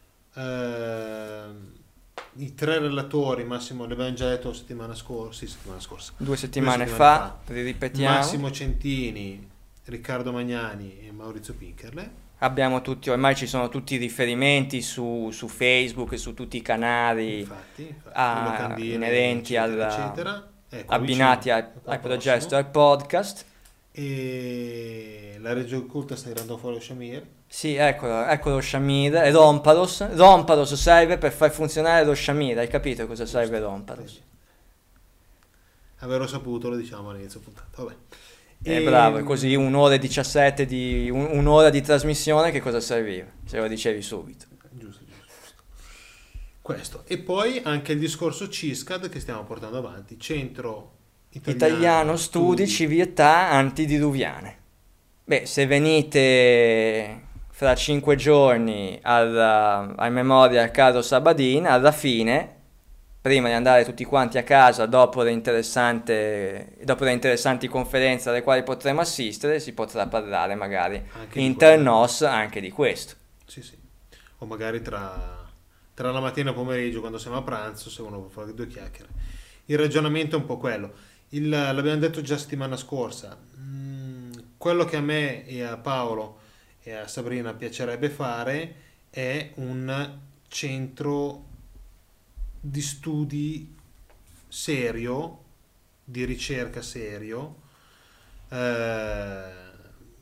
Ehm, I tre relatori, Massimo, l'abbiamo già detto settimana scorsa, sì, settimana scorsa. Due settimane, Due fa, ripetiamo. Massimo Centini, Riccardo Magnani e Maurizio Pinkerle. Abbiamo tutti, ormai ci sono tutti i riferimenti su, su Facebook e su tutti i canali Infatti, infatti ah, le locandine, inerenti eccetera, alla- eccetera. Ecco, abbinati vicino, al, qua al prossimo. progetto, al podcast. E la Reggio Occulta sta tirando fuori lo Shamir. Sì, eccolo, eccolo Shamir, e Rompalos. Rompalos serve per far funzionare lo Shamir, hai capito cosa serve Rompalos? Averlo saputo, lo diciamo all'inizio puntata. Vabbè. Eh, E- bravo, e così un'ora e diciassette di un- un'ora di trasmissione, che cosa serviva? Se lo dicevi subito. Giusto, giusto, giusto. Questo. E poi anche il discorso C I S C A D che stiamo portando avanti. Centro Italiano, Italiano studi civiltà antidiluviane. Beh, se venite fra cinque giorni al, al Memorial Carlo Sabadin, alla fine, prima di andare tutti quanti a casa dopo le, interessante, dopo le interessanti conferenze alle quali potremo assistere, si potrà parlare magari Anche di internos anche di questo. Sì, sì. O magari tra, tra la mattina e il pomeriggio, quando siamo a pranzo, se uno vuole fare due chiacchiere. Il ragionamento è un po' quello. Il- l'abbiamo detto già settimana scorsa. Mm, quello che a me e a Paolo e a Sabrina piacerebbe fare è un centro di studi serio, di ricerca serio, eh,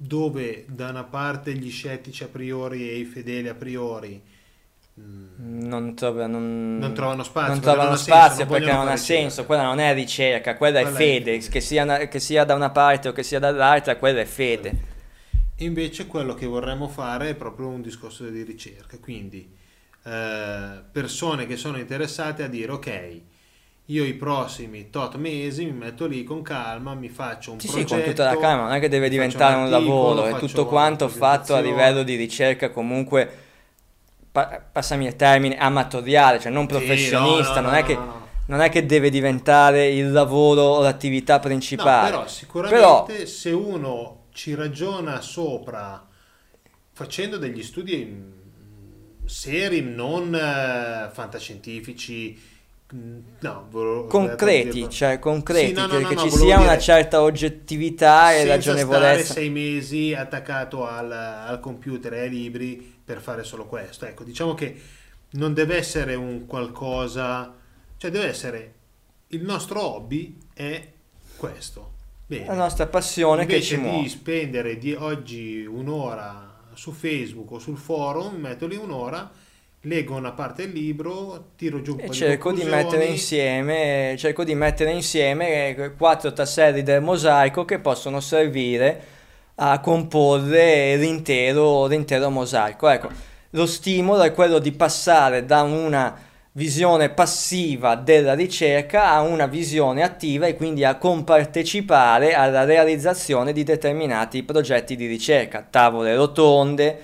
dove da una parte gli scettici a priori e i fedeli a priori mh, non, trova, non, non trovano spazio, non perché trovano non ha spazio senso, non perché vogliono non ha fare senso, ricerca. quella non è ricerca, quella è Quella è fede, fede. che sia, una- che sia da una parte o che sia dall'altra, quella è fede. Invece quello che vorremmo fare è proprio un discorso di ricerca, quindi eh, persone che sono interessate a dire ok, io i prossimi tot mesi mi metto lì con calma, mi faccio un Sì, sì, progetto, con tutta la calma, non è che deve mi faccio diventare un articolo, lavoro, è faccio tutto una quanto fatto a presentazione. livello di ricerca comunque, pa- passami il termine, amatoriale, cioè non Sì, no, professionista, no, non no, è no, che... no, no. Non è che deve diventare il lavoro o l'attività No, principale. però sicuramente Però- se uno ci ragiona sopra facendo degli studi mh, seri, non eh, fantascientifici, mh, no, volevo- concreti, dirlo. cioè concreti, Sì, no, no, che, no, che no, ci volevo sia una dire, certa oggettività e senza stare ragionevolezza. sei mesi attaccato al, al computer e ai libri per fare solo questo. Ecco, diciamo che non deve essere un qualcosa, cioè deve essere il nostro hobby è questo. Bene. La nostra passione che ci Invece di muove. spendere di oggi un'ora su Facebook o sul forum, mi metto lì un'ora, leggo una parte del libro, tiro giù un E po' cerco di di conclusioni. mettere insieme, cerco di mettere insieme eh, quattro tasselli del mosaico che possono servire a comporre l'intero, l'intero mosaico. Ecco, lo stimolo è quello di passare da una visione passiva della ricerca a una visione attiva e quindi a compartecipare alla realizzazione di determinati progetti di ricerca, tavole rotonde,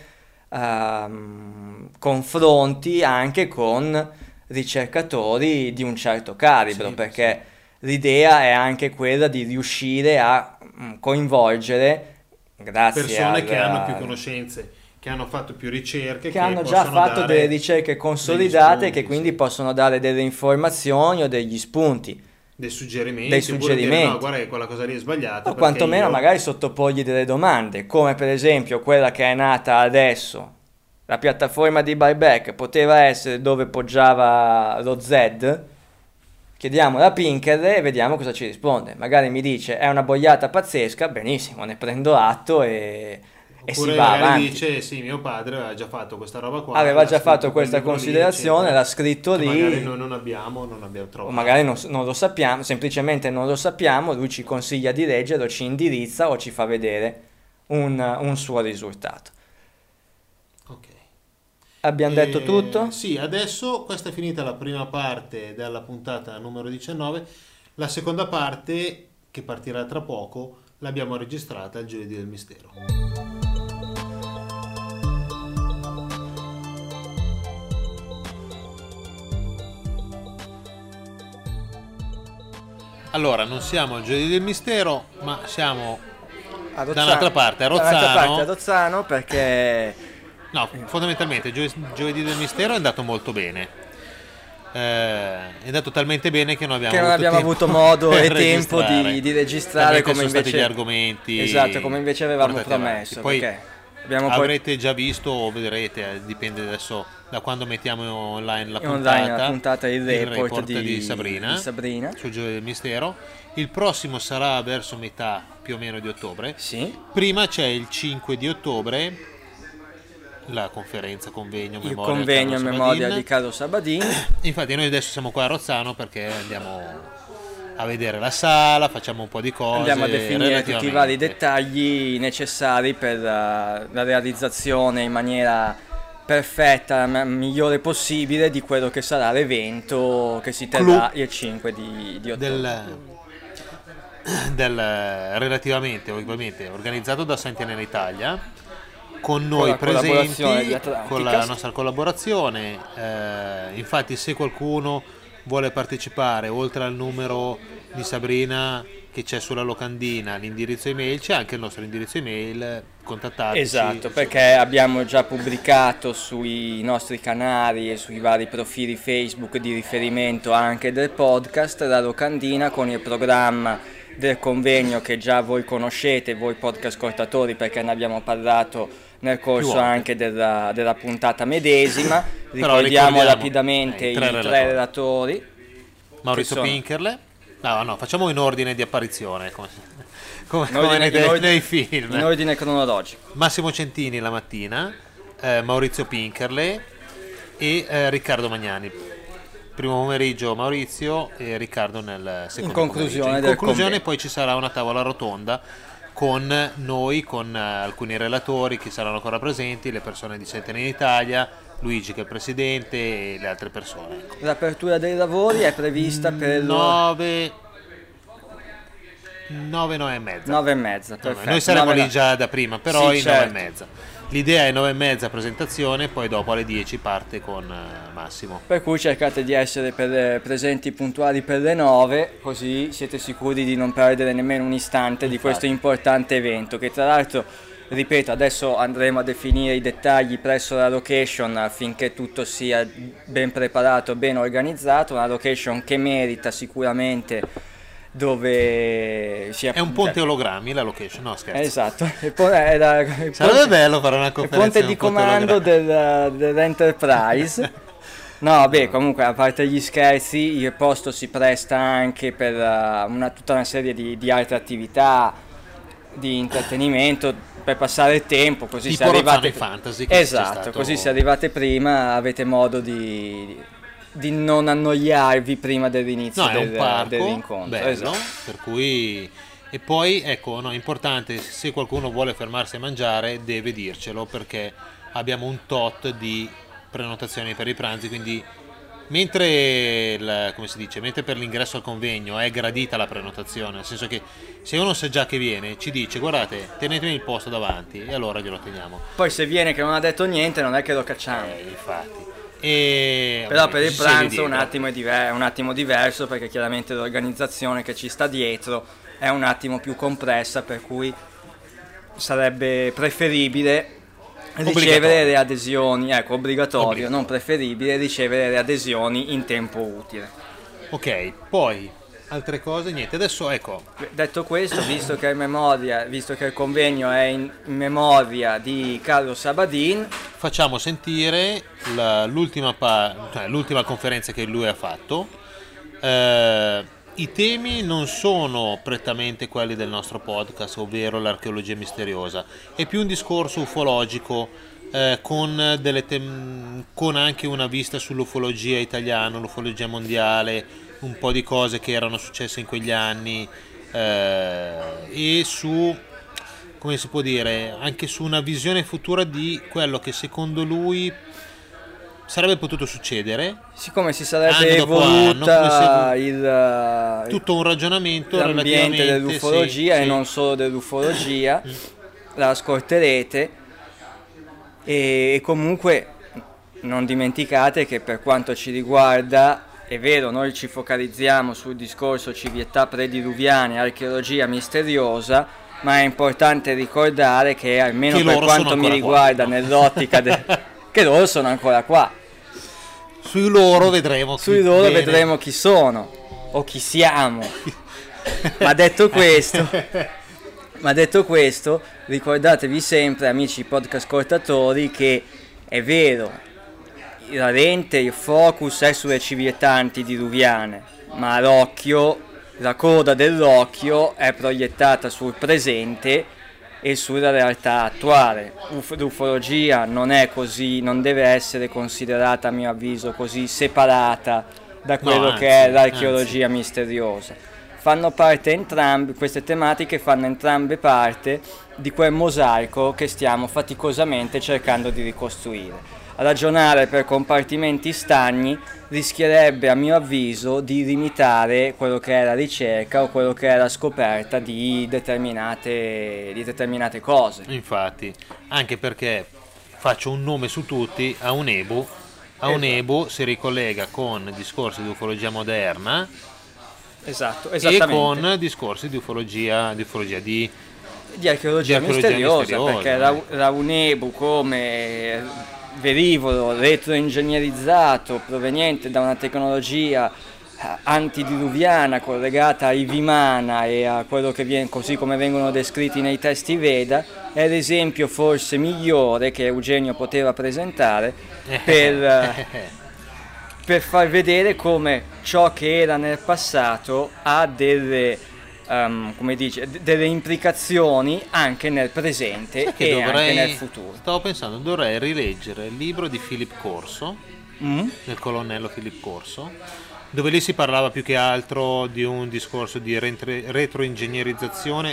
ehm, confronti anche con ricercatori di un certo calibro, Sì, perché l'idea è anche quella di riuscire a mm, coinvolgere, grazie persone al- che hanno più conoscenze, che hanno fatto più ricerche, che hanno già possono fatto dare delle ricerche degli consolidate e che spunti, quindi sì, possono dare delle informazioni o degli spunti, dei suggerimenti, dei oppure suggerimenti. dire, no, guarda che quella cosa lì è sbagliata, o perché quantomeno io- magari sottoporgli delle domande, come per esempio quella che è nata adesso, la piattaforma di buyback poteva essere dove poggiava lo Z. Chiediamo a Pinker e vediamo cosa ci risponde. Magari mi dice è una boiata pazzesca, benissimo, ne prendo atto e, e si Oppure va magari avanti. dice sì, mio padre aveva già fatto questa roba qua, Aveva l'ha già scritto fatto in quel questa libro lì, considerazione, eccetera, l'ha scritto che lì. magari noi non abbiamo, non abbiamo O trovato. magari non, non lo sappiamo, semplicemente non lo sappiamo, lui ci consiglia di leggerlo, ci indirizza o ci fa vedere un, un suo risultato. Ok. Abbiamo detto Eh, tutto? Sì, adesso questa è finita la prima parte della puntata numero diciannove. La seconda parte, che partirà tra poco, l'abbiamo registrata il giovedì del mistero. Allora, non siamo al giovedì del mistero, ma siamo A da un'altra parte, a Rozzano. Dall'altra parte a Rozzano perché No, fondamentalmente gio- giovedì del mistero è andato molto bene. Eh, è andato talmente bene che non abbiamo, che non avuto, abbiamo tempo avuto modo per e tempo registrare. di, di registrare Talmente come sono invece stati gli argomenti. esatto, come invece avevamo portati promesso. avanti. Poi perché abbiamo poi avrete già visto o vedrete, eh, dipende adesso da quando mettiamo online la puntata, online la puntata il report, di, di Sabrina, di Sabrina. sul giovedì del mistero. Il prossimo sarà verso metà più o meno di ottobre. Sì. Prima c'è il cinque di ottobre la conferenza, convegno, Il memoria convegno in Carlo memoria Sabadin. di Carlo Sabadin. Infatti noi adesso siamo qua a Rozzano perché andiamo a vedere la sala, facciamo un po' di cose, Andiamo a definire tutti i vari relativamente. dettagli necessari per la, la realizzazione in maniera perfetta, ma migliore possibile di quello che sarà l'evento che si terrà il cinque di, di ottobre. del, del relativamente ovviamente organizzato da Sentinel Italia, con noi la collaborazione di presenti, Atlanticast. con la nostra collaborazione. Eh, infatti se qualcuno vuole partecipare, oltre al numero di Sabrina che c'è sulla locandina, l'indirizzo email, c'è anche il nostro indirizzo email, contattateci. Esatto, perché abbiamo già pubblicato sui nostri canali e sui vari profili Facebook di riferimento anche del podcast La Locandina, con il programma del convegno che già voi conoscete, voi podcast ascoltatori, perché ne abbiamo parlato nel corso volte. anche della, della puntata medesima. Però Ricordiamo ricordiamo, rapidamente eh, i i tre tre relatori. relatori. Maurizio che sono- Pinkerle. No, no, facciamo in ordine di apparizione. Come... come, In come ordine- nei, in ordine- nei film. In ordine cronologico. Massimo Centini la mattina, eh, Maurizio Pinkerle e eh, Riccardo Magnani. Primo pomeriggio Maurizio e Riccardo nel secondo In conclusione pomeriggio. In del conclusione convegno. poi ci sarà una tavola rotonda con noi, con eh, alcuni relatori che saranno ancora presenti, le persone di Setene in Italia, Luigi che è il presidente e le altre persone. Ecco. L'apertura dei lavori è prevista per le nove nove, nove e mezza. nove e mezza. No, Perfetto. noi saremo Nove- lì già da prima, però Sì, in certo. nove e mezza. L'idea è nove e mezza presentazione, poi dopo alle dieci parte con eh, Massimo. Per cui cercate di essere per- presenti puntuali per le nove, così siete sicuri di non perdere nemmeno un istante di Infatti. questo importante evento, che tra l'altro, ripeto, adesso andremo a definire i dettagli presso la location affinché tutto sia ben preparato, ben organizzato, una location che merita sicuramente, dove sia... È un ponte ologrammi la location, no scherzo. Esatto, il po- è la- il Sarebbe ponte- bello fare una il conferenza ponte in di un ponte comando ologrammi. del- dell'Enterprise. No, vabbè, comunque a parte gli scherzi, il posto si presta anche per uh, una, tutta una serie di, di altre attività di intrattenimento per passare il tempo, così Tipo se arrivate Rozzano in Fantasy, che c'è esatto, stato- così se arrivate prima avete modo di, di non annoiarvi prima dell'inizio No, è del, un parco dell'incontro. bello, Esatto. per cui... E poi, ecco, no, importante, se qualcuno vuole fermarsi a mangiare deve dircelo, perché abbiamo un tot di prenotazioni per i pranzi, quindi mentre, il- come si dice, mentre per l'ingresso al convegno è gradita la prenotazione, nel senso che se uno sa già che viene, ci dice guardate, tenetemi il posto davanti, e allora glielo teniamo. Poi se viene che non ha detto niente non è che lo cacciamo. Eh, infatti. E, Però vabbè, per il ci siedi pranzo un dietro. attimo è, diver- è un attimo diverso, perché chiaramente l'organizzazione che ci sta dietro è un attimo più complessa, per cui sarebbe preferibile ricevere Obbligatorio. le adesioni, ecco, obbligatorio, Obbligatorio. non preferibile ricevere le adesioni in tempo utile. Ok, poi altre cose, niente, adesso ecco, Detto questo, visto che, è in memoria, visto che il convegno è in in memoria di Carlo Sabadin, facciamo sentire la- l'ultima, pa- cioè, l'ultima conferenza che lui ha fatto. Eh, I temi non sono prettamente quelli del nostro podcast, ovvero l'archeologia misteriosa, è più un discorso ufologico, eh, con, delle tem- con anche una vista sull'ufologia italiana, l'ufologia mondiale, un po' di cose che erano successe in quegli anni, eh, e su, come si può dire, anche su una visione futura di quello che secondo lui sarebbe potuto succedere. siccome si sarebbe Anno dopo anno, evoluta come il, Tutto un ragionamento l'ambiente relativamente dell'ufologia sì, e sì. non solo dell'ufologia, la ascolterete, e, e comunque non dimenticate che per quanto ci riguarda, è vero, noi ci focalizziamo sul discorso civiltà prediluviane, archeologia misteriosa, ma è importante ricordare che almeno Che per loro quanto sono mi ancora qua, riguarda, no? nell'ottica de- che loro sono ancora qua. Sui loro vedremo chi Sui loro viene. vedremo chi sono o chi siamo. Ma detto questo, ma detto questo, ricordatevi sempre, amici podcast ascoltatori, che è vero, la lente, il focus è sulle civiltà antidiluviane, ma l'occhio, la coda dell'occhio è proiettata sul presente e sulla realtà attuale. Uf- l'ufologia non è così, non deve essere considerata, a mio avviso, così separata da quello anzi, che è l'archeologia misteriosa. Fanno parte entrambe, queste tematiche fanno entrambe parte di quel mosaico che stiamo faticosamente cercando di ricostruire. A ragionare per compartimenti stagni rischierebbe, a mio avviso, di limitare quello che è la ricerca o quello che è la scoperta di determinate, di determinate cose. Infatti, anche perché faccio un nome su tutti, a Unebu, a Esatto. Unebu si ricollega con discorsi di ufologia moderna Esatto, e esattamente. con discorsi di ufologia, di ufologia di Di archeologia, Di archeologia misteriosa, misteriosa, perché eh. la, la Unebu, come velivolo retroingegnerizzato proveniente da una tecnologia eh, antidiluviana collegata ai Vimana e a quello che viene, così come vengono descritti nei testi Veda, è l'esempio forse migliore che Eugenio poteva presentare per, eh, per far vedere come ciò che era nel passato ha delle um, come dice, d- delle implicazioni anche nel presente e dovrei, anche nel futuro. Stavo pensando, dovrei rileggere il libro di Philip Corso, Mm? del colonnello Philip Corso, dove lì si parlava più che altro di un discorso di retro- retroingegnerizzazione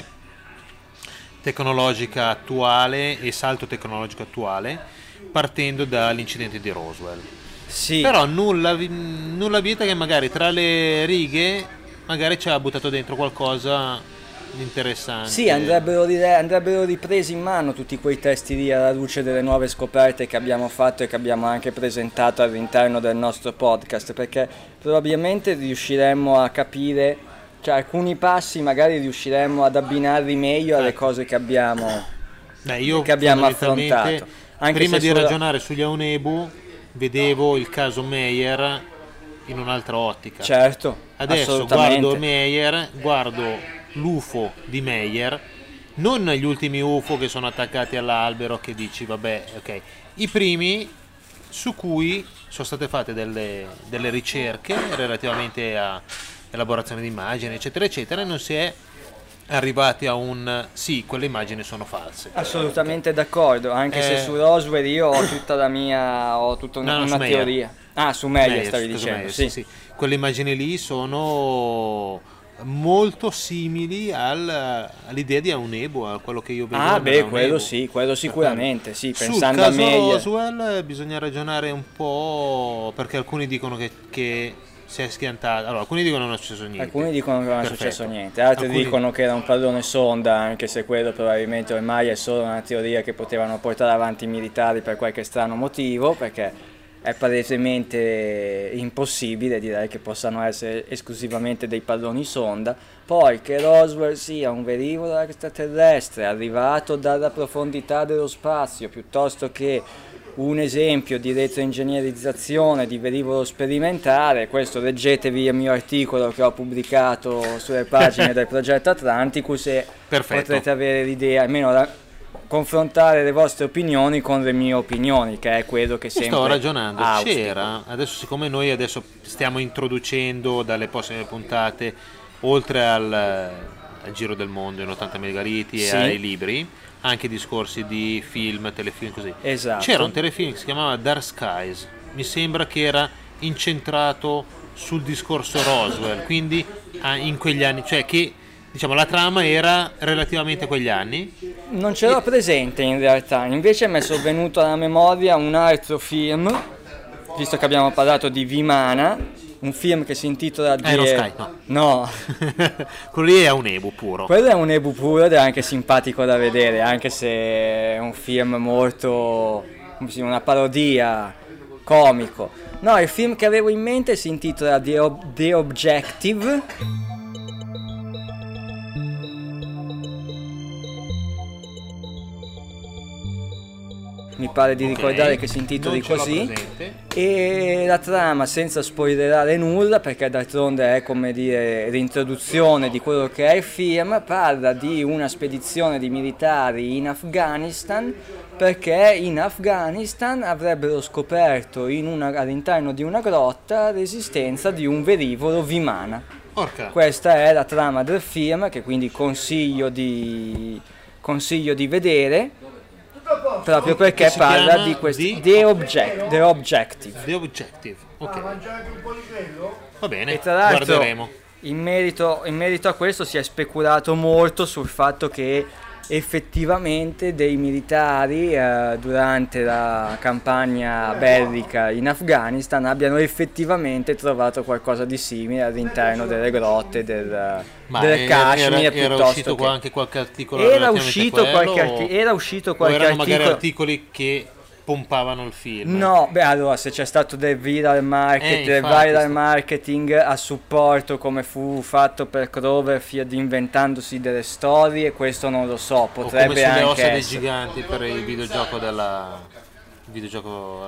tecnologica attuale e salto tecnologico attuale, partendo dall'incidente di Roswell. Sì. Però nulla, vi- nulla vieta che magari tra le righe magari ci ha buttato dentro qualcosa di interessante. Sì, andrebbero, rile- andrebbero ripresi in mano tutti quei testi lì alla luce delle nuove scoperte che abbiamo fatto e che abbiamo anche presentato all'interno del nostro podcast, perché probabilmente riusciremmo a capire, cioè alcuni passi magari riusciremmo ad abbinarli meglio alle Ecco. cose che abbiamo, Beh, io che abbiamo fondamentalmente, affrontato. Anche prima se di sulla- ragionare sugli Aunebu vedevo il caso Meyer in un'altra ottica. Certo, Adesso assolutamente. guardo Meyer, guardo l'U F O di Meyer, non gli ultimi U F O che sono attaccati all'albero che dici vabbè, ok, i primi su cui sono state fatte delle, delle ricerche relativamente a elaborazione di immagini eccetera eccetera, e non si è arrivati a un sì, quelle immagini sono false. Assolutamente d'accordo, anche se Eh. su Roswell io ho tutta la mia, ho tutta una, No, no, una su Meyer. teoria. Ah, su Meyer Meyer, stavi scusa, dicendo, Meyer, sì. sì, sì. Quelle immagini lì sono molto simili al- all'idea di Aunebu, a quello che io vedo. Ah, beh, nell'Aunebu. quello sì, quello sicuramente, sì, Sul pensando a caso Meyer. Roswell bisogna ragionare un po', perché alcuni dicono che, che si è schiantato. Allora, alcuni dicono che non è successo niente. Alcuni dicono che non è Perfetto. successo niente, altri Alcuni- dicono che era un pallone sonda, anche se quello probabilmente ormai è solo una teoria che potevano portare avanti i militari per qualche strano motivo, perché è palesemente impossibile direi che possano essere esclusivamente dei palloni sonda. Poi che Roswell sia un velivolo extraterrestre arrivato dalla profondità dello spazio piuttosto che un esempio di retroingegnerizzazione di velivolo sperimentale, questo leggetevi il mio articolo che ho pubblicato sulle pagine del progetto Atlanticus e Perfetto. potrete avere l'idea, almeno la- confrontare le vostre opinioni con le mie opinioni, che è quello che Io sempre Sto ragionando, auspico. c'era, adesso siccome noi adesso stiamo introducendo dalle prossime puntate, oltre al, al giro del mondo in ottanta megaliti e Sì. ai libri, anche discorsi di film, telefilm così. Esatto. C'era un telefilm che si chiamava Dark Skies, mi sembra che era incentrato sul discorso Roswell, quindi ah, in quegli anni, cioè che diciamo la trama era relativamente a quegli anni. Non ce l'ho presente in realtà, invece mi è sovvenuto alla memoria un altro film, visto che abbiamo parlato di Vimana, un film che si intitola The... Aero Sky, no. No, Quello lì è un Ebu puro. quello è un Ebu puro ed è anche simpatico da vedere, anche se è un film molto... come si dice, una parodia, comico. No, il film che avevo in mente si intitola The, Ob- The Objective. Mi pare di Ok, ricordare che si intitoli non ce l'ho così. presente. E la trama, senza spoilerare nulla, perché d'altronde è come dire l'introduzione di quello che è il film, parla di una spedizione di militari in Afghanistan, perché in Afghanistan avrebbero scoperto in una- all'interno di una grotta l'esistenza di un velivolo Vimana. Porca. Questa è la trama del film, che quindi consiglio di, consiglio di vedere, proprio perché Che si parla chiama di questo di- The, Object, The Objective. The Objective. Ok. Va bene, E tra l'altro guarderemo. in merito, in merito a questo si è speculato molto sul fatto che effettivamente dei militari eh, durante la campagna bellica in Afghanistan abbiano effettivamente trovato qualcosa di simile all'interno delle grotte del, Ma del era, Kashmir, era, era piuttosto uscito che... qua anche qualche articolo Era relativamente a uscito, quello, qualche o- arti- era uscito o qualche erano magari articolo. articoli che pompavano il film? No, beh, allora se c'è stato del viral market, Eh, del infatti, viral sto- marketing a supporto come fu fatto per Cloverfield inventandosi delle storie, questo non lo so, O come potrebbe sulle anche ossa dei essere. giganti per il videogioco della il videogioco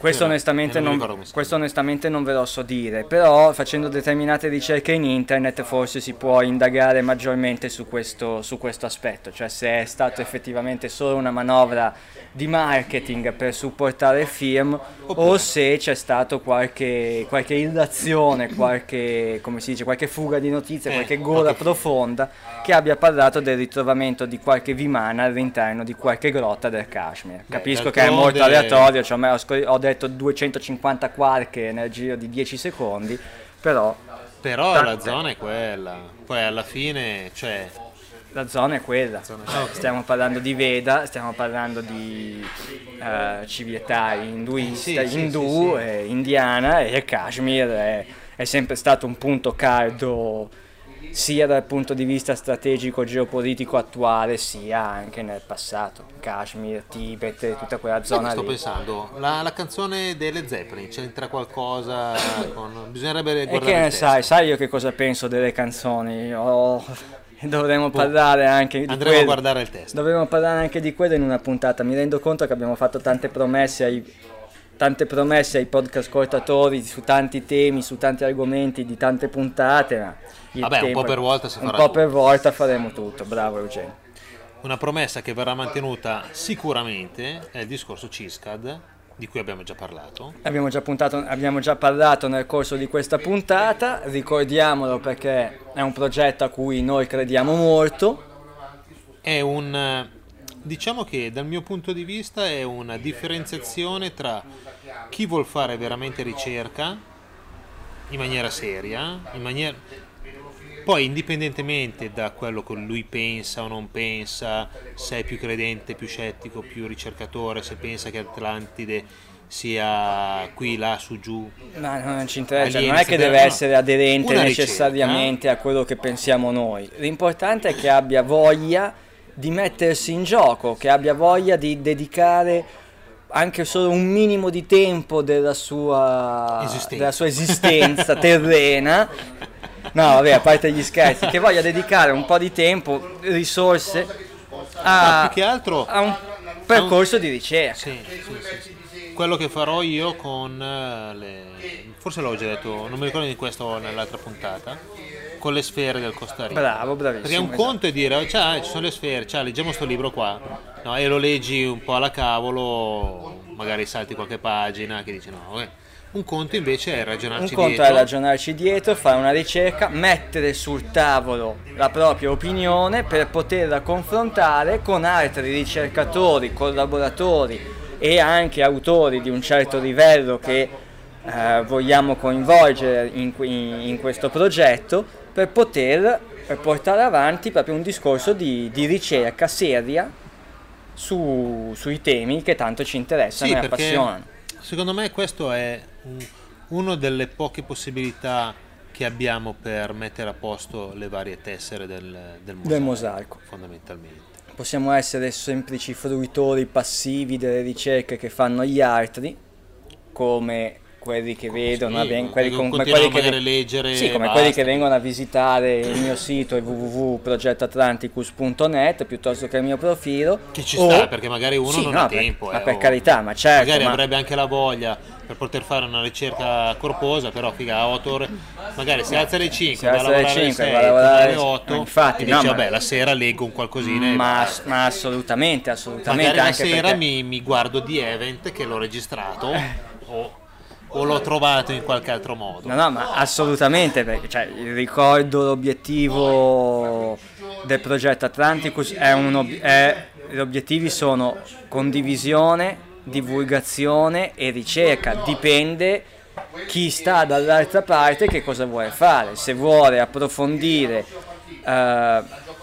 questo, Era, onestamente e non mi non, ricordo come si questo onestamente non ve lo so dire, però facendo determinate ricerche in internet forse si può indagare maggiormente su questo, su questo aspetto, cioè se è stato effettivamente solo una manovra di marketing per supportare il film o se c'è stato qualche, qualche illazione, qualche, come si dice, qualche fuga di notizie, Eh, qualche gola qualche- profonda che abbia parlato del ritrovamento di qualche vimana all'interno di qualche grotta del Kashmir. Capisco che è d'altronde- molto aleatorio, cioè, a me ho, scor- ho detto duecentocinquanta quarche nel giro di dieci secondi, però Però Ta- la zona è quella. Poi alla fine, cioè, la zona è quella. zona è quella. Stiamo parlando di Veda, stiamo parlando di eh, civiltà induista, Sì, sì, indù, sì, sì. e indiana, e il Kashmir è, è sempre stato un punto caldo sia dal punto di vista strategico geopolitico attuale sia anche nel passato. Kashmir, Tibet, tutta quella zona sto lì. pensando, la, la canzone delle Zeppelin c'entra qualcosa con... Bisognerebbe E guardare che il ne testo. sai, sai io che cosa penso delle canzoni? Oh, dovremmo parlare anche di Andremo a quello. guardare il testo. Dovremmo parlare anche di quello in una puntata. Mi rendo conto che abbiamo fatto tante promesse ai, tante promesse ai podcast ascoltatori su tanti temi, su tanti argomenti di tante puntate, ma il Vabbè, un tempo- po' per volta si un farà po' tutto. per volta faremo tutto. Bravo Eugenio. Una promessa che verrà mantenuta sicuramente è il discorso C I S C A D, di cui abbiamo già parlato. Abbiamo già, puntato, abbiamo già parlato nel corso di questa puntata, ricordiamolo perché è un progetto a cui noi crediamo molto. È un... Diciamo che dal mio punto di vista è una differenziazione tra chi vuol fare veramente ricerca in maniera seria, in maniera... poi indipendentemente da quello che lui pensa o non pensa, se è più credente, più scettico, più ricercatore, se pensa che Atlantide sia qui, là, su, giù. Ma non ci interessa, Alieni, non è che eccetera, deve no. essere aderente Una necessariamente a quello che pensiamo noi. L'importante è che abbia voglia di mettersi in gioco, che abbia voglia di dedicare anche solo un minimo di tempo della sua Esistenza. della sua esistenza terrena. No, vabbè, a parte gli scherzi, che voglia dedicare un po' di tempo, risorse a, No, più che altro a un percorso di ricerca. Sì, sì, sì, sì. Quello che farò io con eh, le... forse l'avevo già detto, non mi ricordo di questo o nell'altra puntata, con le sfere del Costa Rica. Bravo, bravissimo. Perché un conto è dire, ciao, ci sono le sfere, ciao, leggiamo sto libro qua, no, e lo leggi un po' alla cavolo, magari salti qualche pagina che dici no, eh. Un conto invece è Un ragionarci conto dietro. è ragionarci dietro, fare una ricerca, mettere sul tavolo la propria opinione per poterla confrontare con altri ricercatori, collaboratori e anche autori di un certo livello che eh, vogliamo coinvolgere in, in, in questo progetto per poter per portare avanti proprio un discorso di, di ricerca seria su, sui temi che tanto ci interessano Sì, e perché appassionano. secondo me questo è un- una delle poche possibilità che abbiamo per mettere a posto le varie tessere del, del mosaico, Del mosaico. fondamentalmente. Possiamo essere semplici fruitori passivi delle ricerche che fanno gli altri, come quelli che vedono, Sì, ben- quelli, che come continuano quelli che, magari a leggere sì, e come basta. quelli che vengono a visitare il mio sito w w w punto progetto atlanticus punto net piuttosto che il mio profilo. Che ci o- sta, perché magari uno Sì, non no, ha per- tempo. ma eh, per o- carità, ma certo, magari ma- avrebbe anche la voglia per poter fare una ricerca corposa, però figa, a otto ore, magari si alza alle cinque, Si va a alza alle lavorare alle cinque, sei, va a torna lavorare alle alle- otto, ma infatti, e no, dici, ma- vabbè, la sera leggo un qualcosina e ma, basta. ma assolutamente, assolutamente. Magari la anche sera perché- mi, mi guardo The Event che l'ho registrato o, o l'ho trovato in qualche altro modo. No, no, ma assolutamente, perché cioè, ricordo l'obiettivo del progetto Atlanticus, è un ob- è- gli obiettivi sono condivisione, divulgazione e ricerca, dipende chi sta dall'altra parte che cosa vuole fare, se vuole approfondire eh,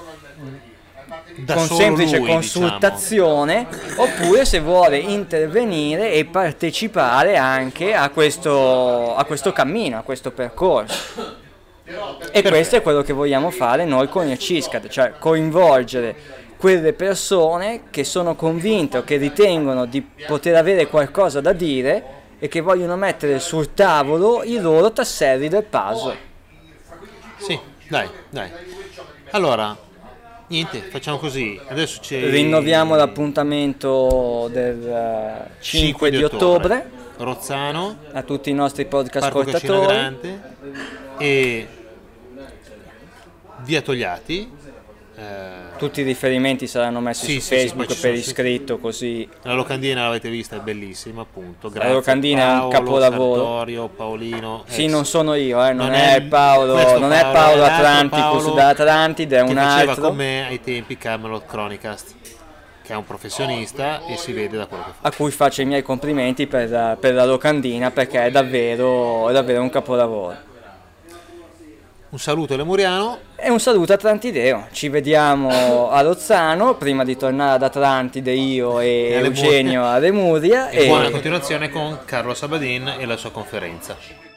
Da con solo semplice lui, consultazione oppure se vuole intervenire e partecipare anche a questo, a questo cammino, a questo percorso. E questo è quello che vogliamo fare noi con il C I S C A D, cioè coinvolgere quelle persone che sono convinte o che ritengono di poter avere qualcosa da dire e che vogliono mettere sul tavolo i loro tasselli del puzzle. Sì, dai, dai. Allora, niente, facciamo così. Adesso c'è Rinnoviamo l'appuntamento del eh, cinque di ottobre. Rozzano, a tutti i nostri podcast Parco Cascina ascoltatori. Grande e Via Togliatti. Eh, Tutti i riferimenti saranno messi Sì, su sì, sì, Facebook poi ci per sono, sì. iscritto, così la locandina l'avete vista, è bellissima, appunto. Grazie. La locandina è un Paolo, capolavoro. Sartorio, Paolino. sì, eh, non sono io, eh, non, non è, è Paolo, questo non è Paolo, Paolo è l'altro Atlanticus Paolo da Atlantide, è che un faceva altro con me ai tempi Camelot Chronicast, che è un professionista e si vede da quello che fa. a cui faccio i miei complimenti per, per la locandina, perché è davvero, è davvero un capolavoro. Un saluto Lemuriano. E un saluto atlantideo, ci vediamo a Rozzano prima di tornare ad Atlantide io e E alle Eugenio Murrie. a Lemuria E e buona continuazione con Carlo Sabadin e la sua conferenza.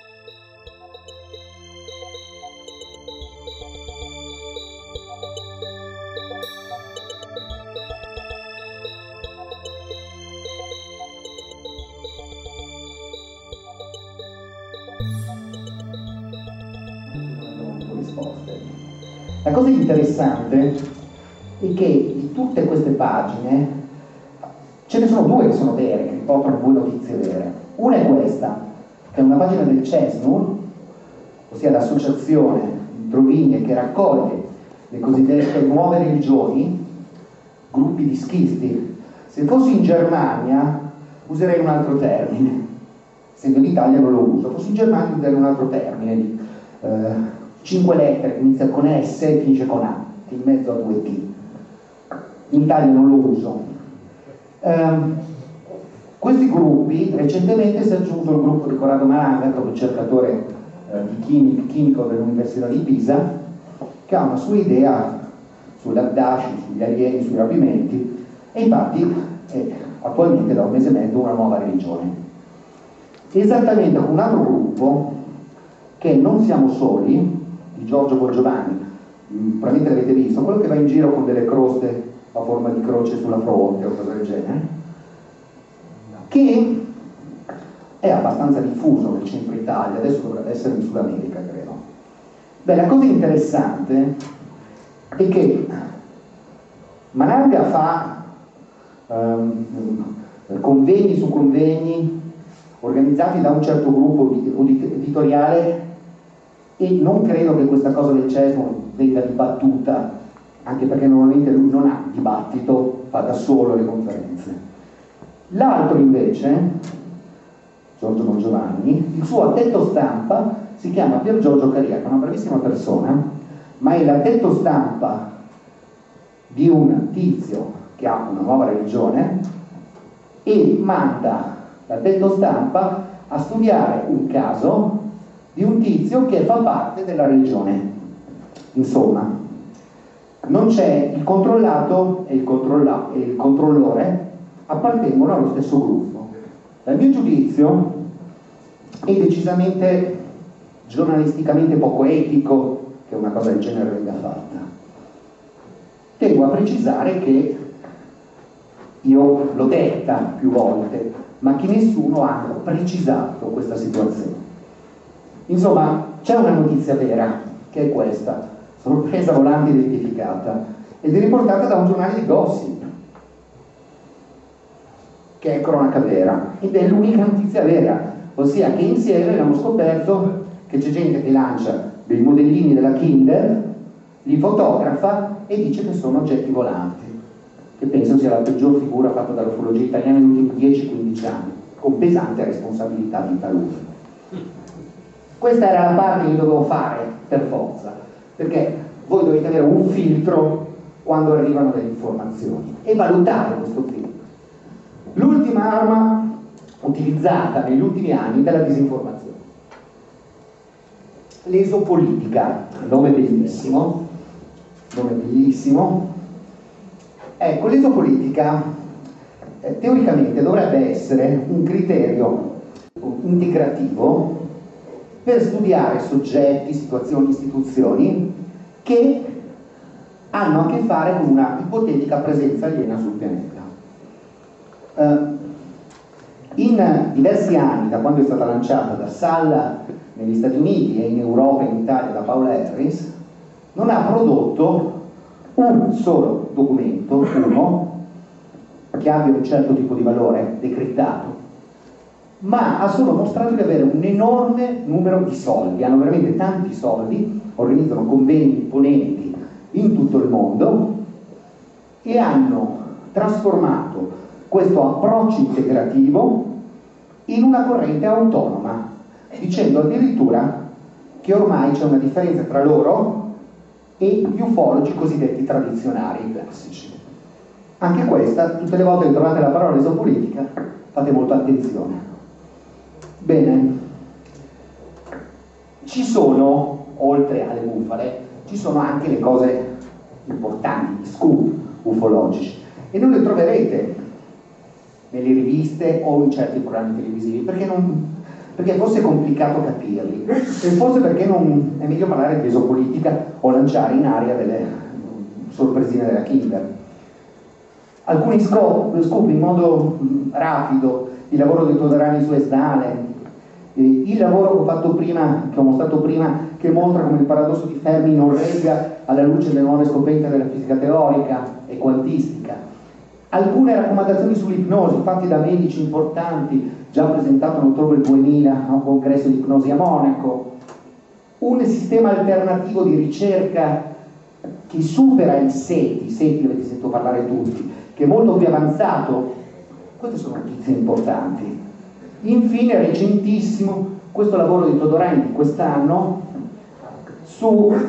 risposte. La cosa interessante è che di tutte queste pagine ce ne sono due che sono vere, che riportano due notizie vere. Una è questa, che è una pagina del CESNUR, ossia l'associazione di Trovigne che raccoglie le cosiddette nuove religioni, gruppi di schisti. Se fossi in Germania userei un altro termine, se in Italia non lo uso, fossi in Germania userei un altro termine, eh, cinque lettere che inizia con S e finisce con A, in mezzo a due T. In Italia non lo uso. Um, questi gruppi, recentemente si è aggiunto il gruppo di Corrado Maranga, che è un ricercatore eh, di chimico, chimico dell'Università di Pisa, che ha una sua idea sull'Abdashi, sugli alieni, sui rapimenti, e infatti è attualmente da un mese e mezzo una nuova religione. Esattamente con un altro gruppo, che Non siamo soli, di Giorgio Borgiovanni, probabilmente l'avete visto, quello che va in giro con delle croste a forma di croce sulla fronte o cose del genere, che è abbastanza diffuso nel centro Italia, adesso dovrebbe essere in Sud America, credo. Beh, la cosa interessante è che Maranga fa um, convegni su convegni organizzati da un certo gruppo editoriale, e non credo che questa cosa del CESNUR venga dibattuta, anche perché normalmente lui non ha dibattito, fa da solo le conferenze. L'altro invece, Giorgio Bongiovanni, il suo addetto stampa si chiama Pier Giorgio Caria, che è una bravissima persona, ma è l'addetto stampa di un tizio che ha una nuova religione e manda l'addetto stampa a studiare un caso di un tizio che fa parte della religione. Insomma, non c'è il controllato e il, controlla- e il controllore appartengono allo stesso gruppo. Dal mio giudizio è decisamente giornalisticamente poco etico che una cosa del genere venga fatta. Tengo a precisare che io l'ho detta più volte, ma che nessuno ha precisato questa situazione. Insomma, c'è una notizia vera, che è questa, sorpresa volante identificata, ed è riportata da un giornale di gossip, che è cronaca vera, ed è l'unica notizia vera, ossia che insieme abbiamo scoperto che c'è gente che lancia dei modellini della Kinder, li fotografa e dice che sono oggetti volanti, che penso sia la peggior figura fatta dall'ufologia italiana negli ultimi dieci quindici anni, con pesante responsabilità di taluni. Questa era la parte che dovevo fare per forza, perché voi dovete avere un filtro quando arrivano delle informazioni e valutare questo filtro. L'ultima arma utilizzata negli ultimi anni della disinformazione, l'esopolitica, nome bellissimo, nome bellissimo. Ecco, l'esopolitica eh, teoricamente dovrebbe essere un criterio integrativo per studiare soggetti, situazioni, istituzioni che hanno a che fare con una ipotetica presenza aliena sul pianeta. Uh, in diversi anni, da quando è stata lanciata da Salla negli Stati Uniti e in Europa e in Italia da Paola Harris, non ha prodotto un solo documento, uno, che abbia un certo tipo di valore decriptato, ma ha solo mostrato di avere un enorme numero di soldi, hanno veramente tanti soldi, organizzano convegni imponenti in tutto il mondo e hanno trasformato questo approccio integrativo in una corrente autonoma, dicendo addirittura che ormai c'è una differenza tra loro e gli ufologi cosiddetti tradizionali, classici. Anche questa, tutte le volte che trovate la parola esopolitica, fate molta attenzione. Bene, ci sono, oltre alle bufale, ci sono anche le cose importanti, gli scoop ufologici, e non le troverete nelle riviste o in certi programmi televisivi, perché, non, perché forse è complicato capirli, e forse perché non, è meglio parlare di esopolitica o lanciare in aria delle sorpresine della Kinder. Alcuni scoop, scoop in modo mh, rapido, il lavoro di Toderani su Esdale, eh, il lavoro che ho fatto prima, che ho mostrato prima, che mostra come il paradosso di Fermi non regga alla luce delle nuove scoperte della fisica teorica e quantistica. Alcune raccomandazioni sull'ipnosi fatte da medici importanti, già presentato in ottobre duemila a un congresso di ipnosi a Monaco, un sistema alternativo di ricerca che supera il SETI, SETI avete sentito parlare tutti, che è molto più avanzato. Queste sono notizie importanti. Infine, recentissimo, questo lavoro di Todorani di quest'anno sulle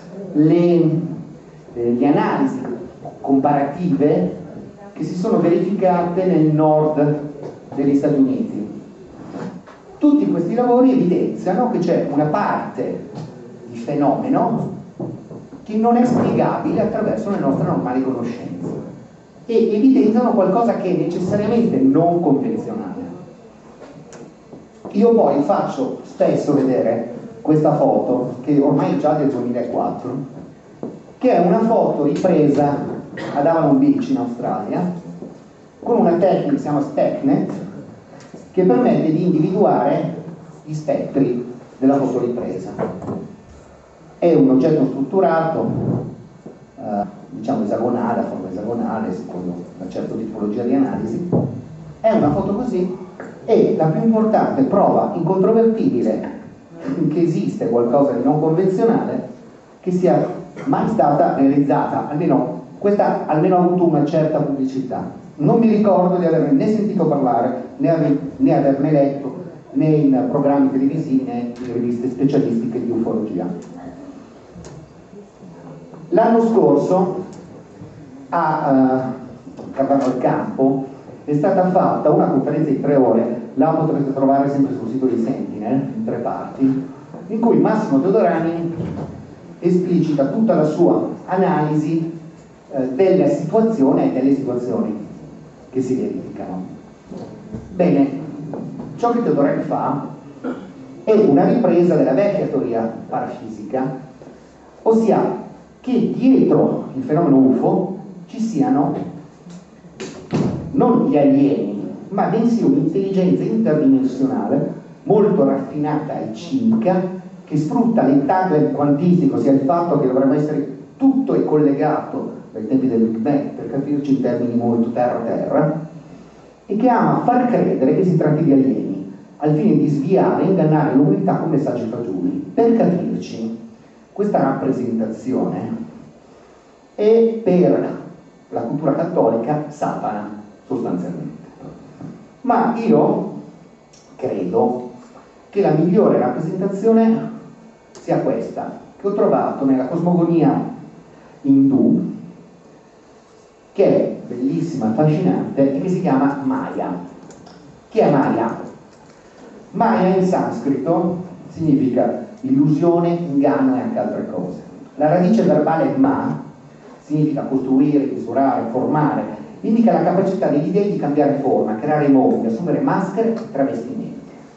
eh, analisi comparative che si sono verificate nel nord degli Stati Uniti. Tutti questi lavori evidenziano che c'è una parte di fenomeno che non è spiegabile attraverso le nostre normali conoscenze e evidenziano qualcosa che è necessariamente non convenzionale. Io poi faccio spesso vedere questa foto, che ormai è già del duemilaquattro, che è una foto ripresa ad Avalon Beach in Australia con una tecnica che si chiama SpeckNet, che permette di individuare gli spettri della foto ripresa. È un oggetto strutturato, eh, diciamo esagonale, a forma esagonale, secondo una certa tipologia di analisi. È una foto così, e la più importante prova incontrovertibile che esiste qualcosa di non convenzionale che sia mai stata realizzata, almeno questa almeno ha avuto una certa pubblicità. Non mi ricordo di averne né sentito parlare, né, ave, né averne letto, né in programmi televisivi, né in riviste specialistiche di ufologia. L'anno scorso a uh, Cavalcampo è stata fatta una conferenza di tre ore, la potrete trovare sempre sul sito di Sentinel, in tre parti, in cui Massimo Teodorani esplicita tutta la sua analisi eh, della situazione e delle situazioni che si verificano. Bene, ciò che Teodorani fa è una ripresa della vecchia teoria parafisica, ossia che dietro il fenomeno U F O ci siano non gli alieni, ma bensì un'intelligenza interdimensionale molto raffinata e cinica che sfrutta l'entanglement quantistico, ossia il fatto che dovrebbe essere tutto è collegato dai tempi del Big Bang, per capirci in termini molto terra-terra, e che ama far credere che si tratti di alieni, al fine di sviare e ingannare l'umanità con messaggi fagioli. Per capirci, questa rappresentazione è per la cultura cattolica Satana, sostanzialmente. Ma io credo che la migliore rappresentazione sia questa, che ho trovato nella cosmogonia indù, che è bellissima, affascinante, e che si chiama Maya. Chi è Maya? Maya in sanscrito significa illusione, inganno e anche altre cose. La radice verbale ma significa costruire, misurare, formare, indica la capacità degli dei di cambiare forma, creare mondi, assumere maschere e travestimenti.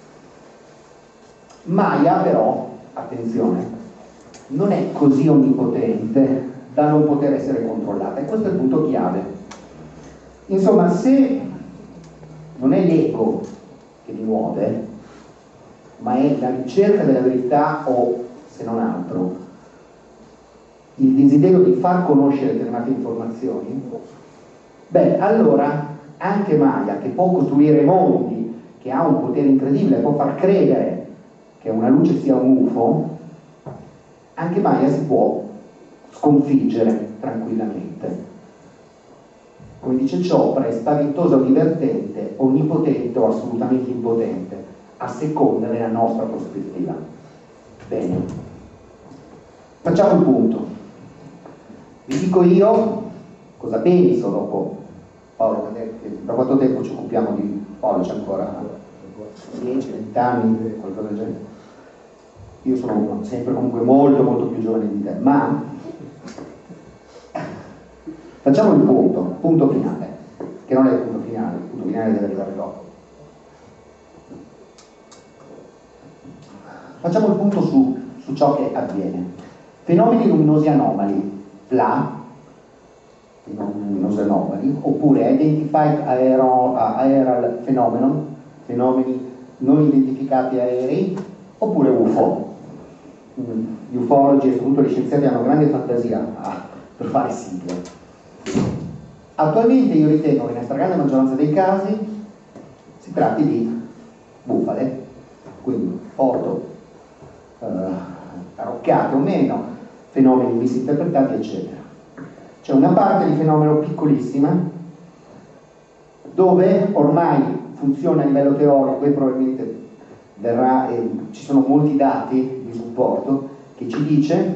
Maya però, attenzione, non è così onnipotente da non poter essere controllata, e questo è il punto chiave. Insomma, se non è l'ego che li muove, ma è la ricerca della verità o, se non altro, il desiderio di far conoscere determinate informazioni, beh, allora anche Maya, che può costruire mondi, che ha un potere incredibile, può far credere che una luce sia un U F O, anche Maya si può sconfiggere tranquillamente. Come dice Chopra, è spaventosa o divertente, onnipotente o assolutamente impotente, a seconda della nostra prospettiva. Bene, facciamo il punto. Vi dico io cosa penso dopo. Paolo, da quanto tempo ci occupiamo di Paolo? C'è ancora dieci venti anni, qualcosa del genere. Io sono sempre comunque molto molto più giovane di te, ma facciamo il punto, punto finale, che non è il punto finale, il punto finale deve arrivare dopo. Facciamo il punto su, su ciò che avviene. Fenomeni luminosi anomali, F L A, fenomeni luminosi anomali, oppure Identified Aero, Aerial Phenomenon, fenomeni non identificati aerei, oppure U F O. Gli ufologi e soprattutto gli scienziati hanno grande fantasia ah, per fare sigle. Attualmente io ritengo che nella stragrande maggioranza dei casi si tratti di bufale, quindi foto eh, tarocchiate o meno, fenomeni misinterpretati, eccetera. C'è una parte di fenomeno piccolissima dove ormai funziona a livello teorico e probabilmente verrà, eh, ci sono molti dati di supporto che ci dice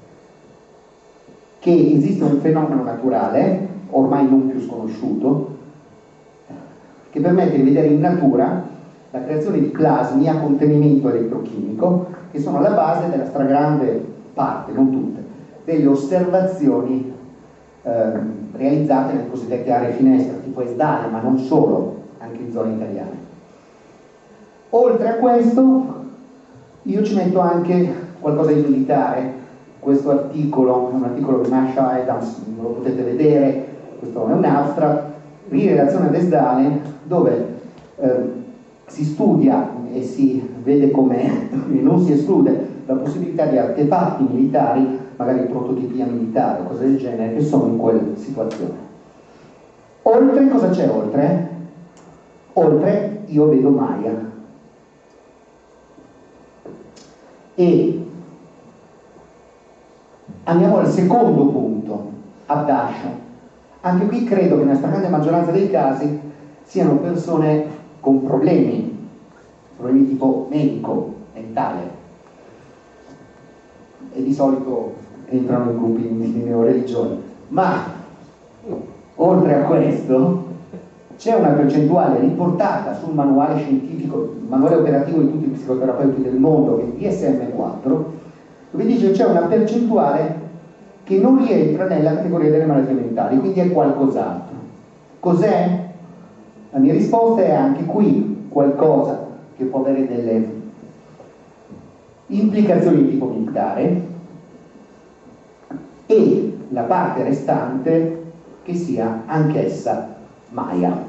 che esiste un fenomeno naturale ormai non più sconosciuto che permette di vedere in natura la creazione di plasmi a contenimento elettrochimico che sono alla base della stragrande parte, non tutte, delle osservazioni eh, realizzate nelle cosiddette aree finestra tipo Esdale, ma non solo, anche in zone italiane. Oltre a questo io ci metto anche qualcosa di militare. Questo articolo è un articolo di Marshall Adams, non lo potete vedere, questo è un abstract in relazione ad Esdale dove eh, si studia e si vede come non si esclude la possibilità di artefatti militari, magari prototipia militare o cose del genere, che sono in quella situazione. Oltre, cosa c'è oltre? Oltre io vedo Maya. E andiamo al secondo punto, abduction. Anche qui credo che nella stragrande maggioranza dei casi siano persone con problemi, problemi tipo medico, mentale, e di solito entrano in gruppi di neoreligione. Ma oltre a questo c'è una percentuale riportata sul manuale scientifico, il manuale operativo di tutti i psicoterapeuti del mondo, che è D S M quattro, dove dice che c'è una percentuale che non rientra nella categoria delle malattie mentali, quindi è qualcos'altro. Cos'è? La mia risposta è anche qui qualcosa che può avere delle implicazioni di tipo militare e la parte restante che sia anch'essa Maya.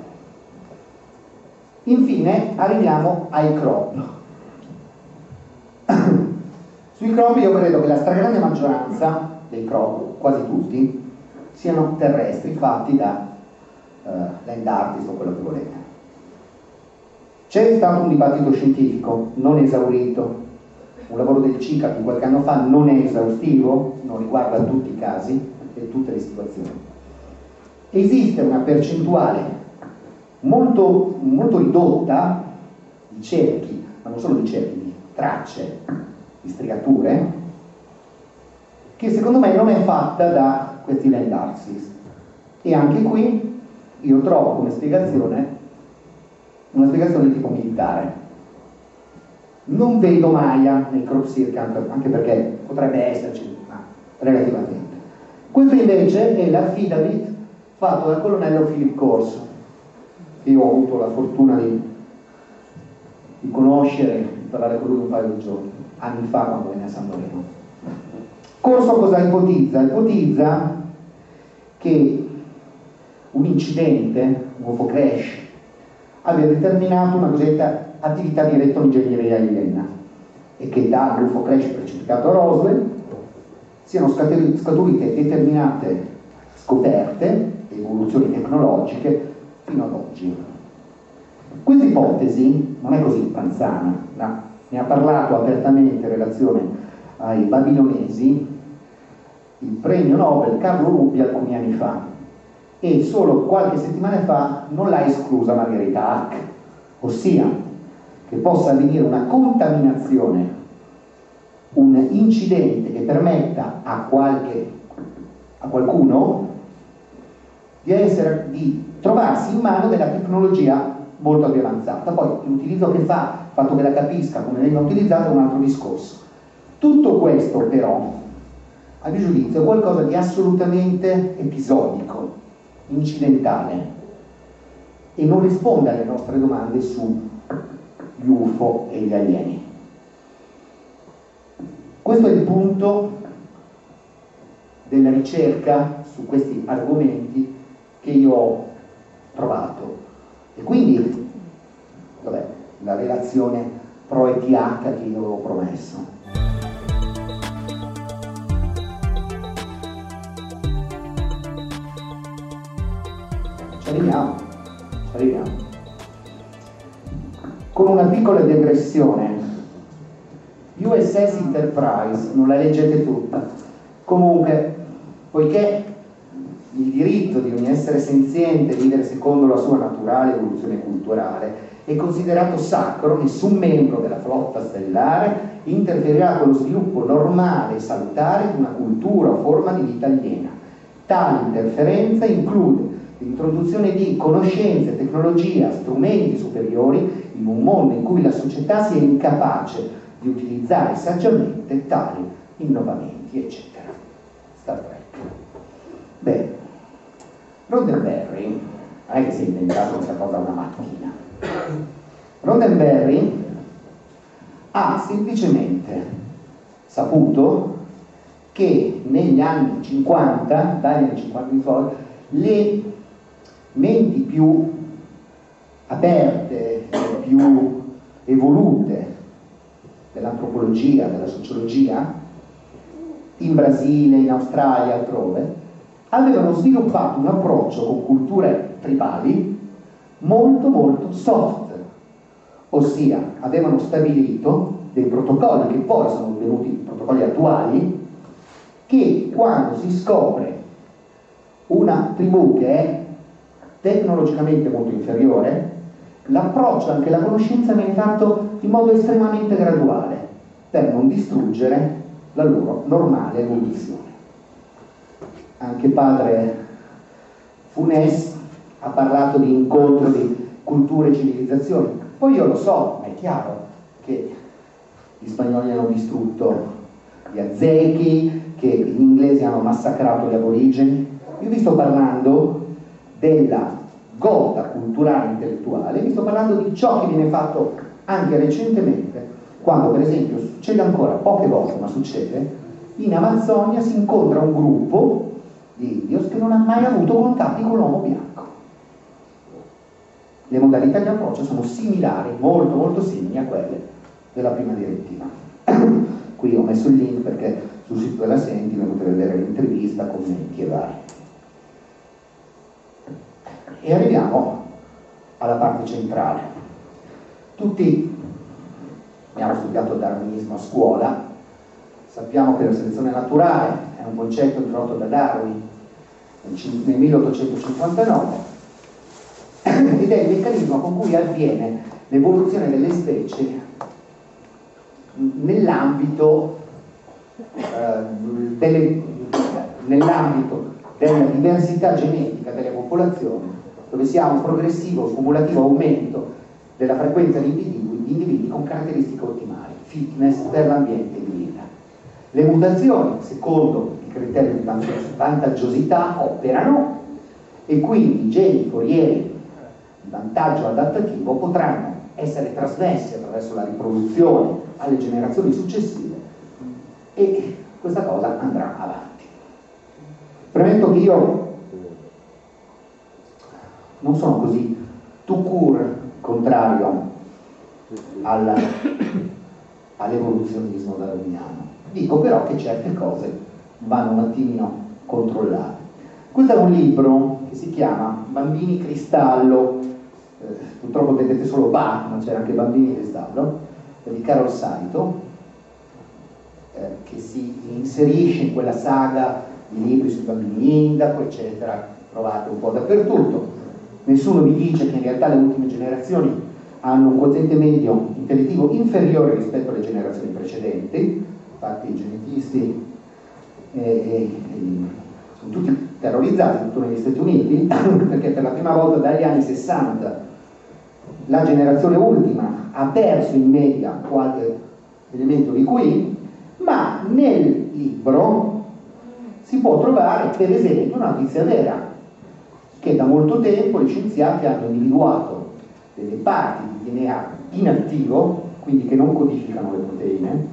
Infine arriviamo ai crop. Sui crop io credo che la stragrande maggioranza dei crop, quasi tutti, siano terrestri, fatti da uh, land artist o quello che volete. C'è stato un dibattito scientifico non esaurito, un lavoro del C I C A P di qualche anno fa, non è esaustivo, non riguarda tutti i casi e tutte le situazioni. Esiste una percentuale molto, molto ridotta di cerchi, ma non solo di cerchi, di tracce, di striature, che secondo me non è fatta da questi land artist. E anche qui io trovo come spiegazione una spiegazione di tipo militare. Non vedo Maya nei crop circle, anche perché potrebbe esserci, ma relativamente. Questo invece è l'affidavit fatto dal colonnello Philip Corso. Io ho avuto la fortuna di, di conoscere, di parlare con lui un paio di giorni, anni fa quando venne a San Marino. Corso cosa ipotizza? Ipotizza che un incidente, un U F O crash, abbia determinato una cosiddetta attività di elettroingegneria aliena e che dall'U F O crash precipitato a Roswell siano scaturite determinate scoperte, evoluzioni tecnologiche fino ad oggi. Questa ipotesi non è così panzana, no? Ne ha parlato apertamente in relazione ai babilonesi il premio Nobel Carlo Rubbia alcuni anni fa, e solo qualche settimana fa non l'ha esclusa Margherita Hack, ossia che possa avvenire una contaminazione, un incidente che permetta a, qualche, a qualcuno di, essere, di trovarsi in mano della tecnologia molto più avanzata. Poi l'utilizzo che fa, il fatto che la capisca come venga utilizzata, è un altro discorso. Tutto questo però, a mio giudizio, è qualcosa di assolutamente episodico, incidentale, e non risponde alle nostre domande sugli U F O e gli alieni. Questo è il punto della ricerca su questi argomenti che io ho trovato, e quindi vabbè, la relazione pro E T H che io avevo promesso. Ci arriviamo, ci arriviamo. Con una piccola digressione, U S S Enterprise, non la leggete tutta, comunque, poiché il diritto di ogni essere senziente vivere secondo la sua naturale evoluzione culturale è considerato sacro, nessun membro della flotta stellare interferirà con lo sviluppo normale e salutare di una cultura o forma di vita aliena. Tale interferenza include l'introduzione di conoscenze, tecnologia, strumenti superiori in un mondo in cui la società sia incapace di utilizzare saggiamente tali innovamenti, eccetera. Star Trek. Beh, Roddenberry, non è che si è inventato questa cosa una mattina. Roddenberry ha semplicemente saputo che negli anni cinquanta, dagli anni cinquanta in poi, le menti più aperte, più evolute dell'antropologia, della sociologia, in Brasile, in Australia, altrove, avevano sviluppato un approccio con culture tribali molto molto soft, ossia avevano stabilito dei protocolli che poi sono divenuti protocolli attuali, che quando si scopre una tribù che è tecnologicamente molto inferiore, l'approccio, anche la conoscenza, viene fatto in modo estremamente graduale per non distruggere la loro normale evoluzione. Anche padre Funes ha parlato di incontro di culture e civilizzazioni. Poi io lo so, ma è chiaro che gli spagnoli hanno distrutto gli Aztechi, che gli inglesi hanno massacrato gli aborigeni. Io vi sto parlando della gota culturale e intellettuale, vi sto parlando di ciò che viene fatto anche recentemente, quando per esempio succede ancora poche volte, ma succede, in Amazzonia si incontra un gruppo di indios che non ha mai avuto contatti con l'uomo bianco. Le modalità di approccio sono similari, molto molto simili a quelle della prima direttiva. Qui ho messo il link perché sul sito della Sentinel potete vedere l'intervista, commenti e vari. E arriviamo alla parte centrale. Tutti abbiamo studiato darwinismo a scuola, sappiamo che la selezione naturale è un concetto introdotto da Darwin nel milleottocentocinquantanove ed è il meccanismo con cui avviene l'evoluzione delle specie nell'ambito eh, delle, nell'ambito della diversità genetica delle popolazioni, dove si ha un progressivo cumulativo aumento della frequenza di individui, di individui con caratteristiche ottimali, fitness per l'ambiente di vita. Le mutazioni, secondo il criterio di vantaggiosità, operano e quindi i geni forieri di vantaggio adattativo potranno essere trasmessi attraverso la riproduzione alle generazioni successive e questa cosa andrà avanti. Premetto che io non sono così tout court contrario alla, all'evoluzionismo darwiniano. Dico però che certe cose vanno un attimino controllate. Questo è un libro che si chiama Bambini Cristallo, eh, purtroppo vedete solo Bach, ma c'era anche Bambini del Stablo, di Carol Saito, eh, che si inserisce in quella saga di libri sui bambini indaco, eccetera, trovate un po' dappertutto. Nessuno vi dice che in realtà le ultime generazioni hanno un quoziente medio intellettivo inferiore rispetto alle generazioni precedenti. Infatti i genetisti eh, eh, sono tutti terrorizzati, soprattutto negli Stati Uniti, perché per la prima volta dagli anni sessanta la generazione ultima ha perso in media qualche elemento di Q I, ma nel libro si può trovare per esempio una notizia vera, che da molto tempo gli scienziati hanno individuato delle parti di D N A inattivo, quindi che non codificano le proteine,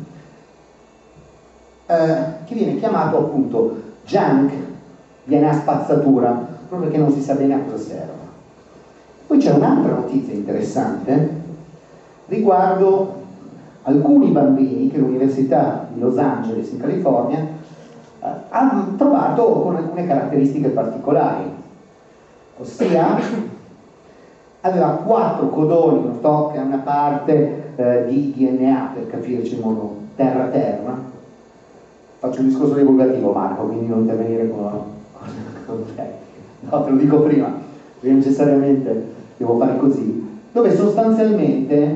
eh, che viene chiamato appunto junk, D N A spazzatura, proprio perché non si sa bene a cosa serve. Poi c'è un'altra notizia interessante riguardo alcuni bambini che l'Università di Los Angeles in California eh, ha trovato con alcune caratteristiche particolari, ossia aveva quattro codoni, non so che è una parte eh, di D N A, per capirci in modo terra-terra. Faccio un discorso divulgativo, Marco, quindi non intervenire con, con, con te. No, te lo dico prima, perché necessariamente devo fare così, dove sostanzialmente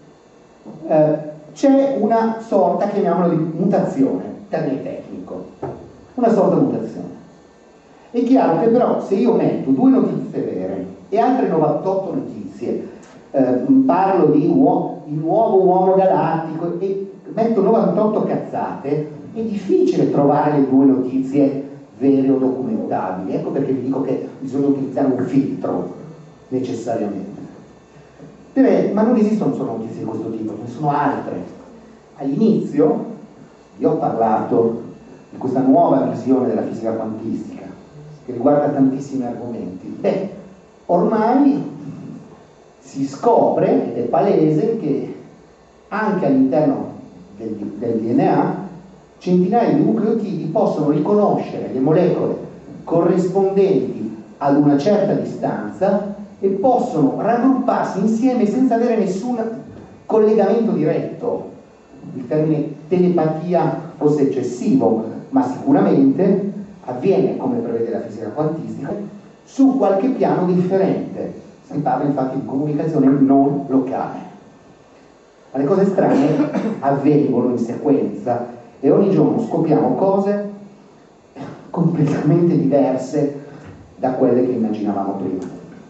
eh, c'è una sorta, chiamiamola di mutazione, termine tecnico, una sorta di mutazione. È chiaro che però se io metto due notizie vere e altre novantotto notizie, eh, parlo di uo- il nuovo uomo galattico e metto novantotto cazzate, è difficile trovare le due notizie vere o documentabili. Ecco perché vi dico che bisogna utilizzare un filtro necessariamente. Beh, ma non esistono solo notizie di questo tipo, ne sono altre. All'inizio vi ho parlato di questa nuova visione della fisica quantistica che riguarda tantissimi argomenti. Beh, ormai si scopre, ed è palese, che anche all'interno del, del D N A centinaia di nucleotidi possono riconoscere le molecole corrispondenti ad una certa distanza e possono raggrupparsi insieme senza avere nessun collegamento diretto. Il termine telepatia forse è eccessivo, ma sicuramente avviene, come prevede la fisica quantistica, su qualche piano differente. Si parla infatti di comunicazione non locale. Ma le cose strane avvengono in sequenza e ogni giorno scopriamo cose completamente diverse da quelle che immaginavamo prima.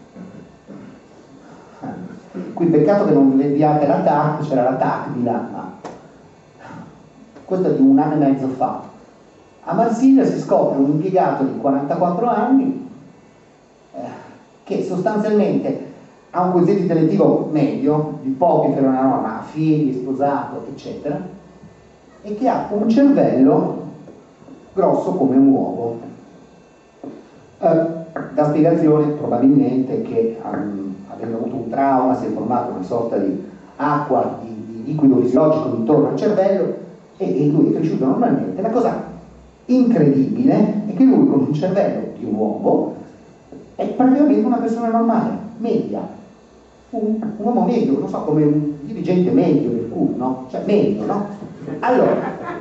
Qui peccato che non vediate la T A C, c'era la T A C di là, ma questo è di un anno e mezzo fa. A Marsiglia si scopre un impiegato di quarantaquattro anni eh, che sostanzialmente ha un quoziente intellettivo medio, di pochi per una norma, ha figli, sposato, eccetera, e che ha un cervello grosso come un uovo. Eh, la spiegazione probabilmente che um, avendo avuto un trauma si è formato una sorta di acqua, di, di liquido fisiologico intorno al cervello e, e lui è cresciuto normalmente. La cosa incredibile è che lui con un cervello di un uovo è praticamente una persona normale, media, un, un uomo medio, non so, come un dirigente medio del C U, no? Cioè medio, no? Allora,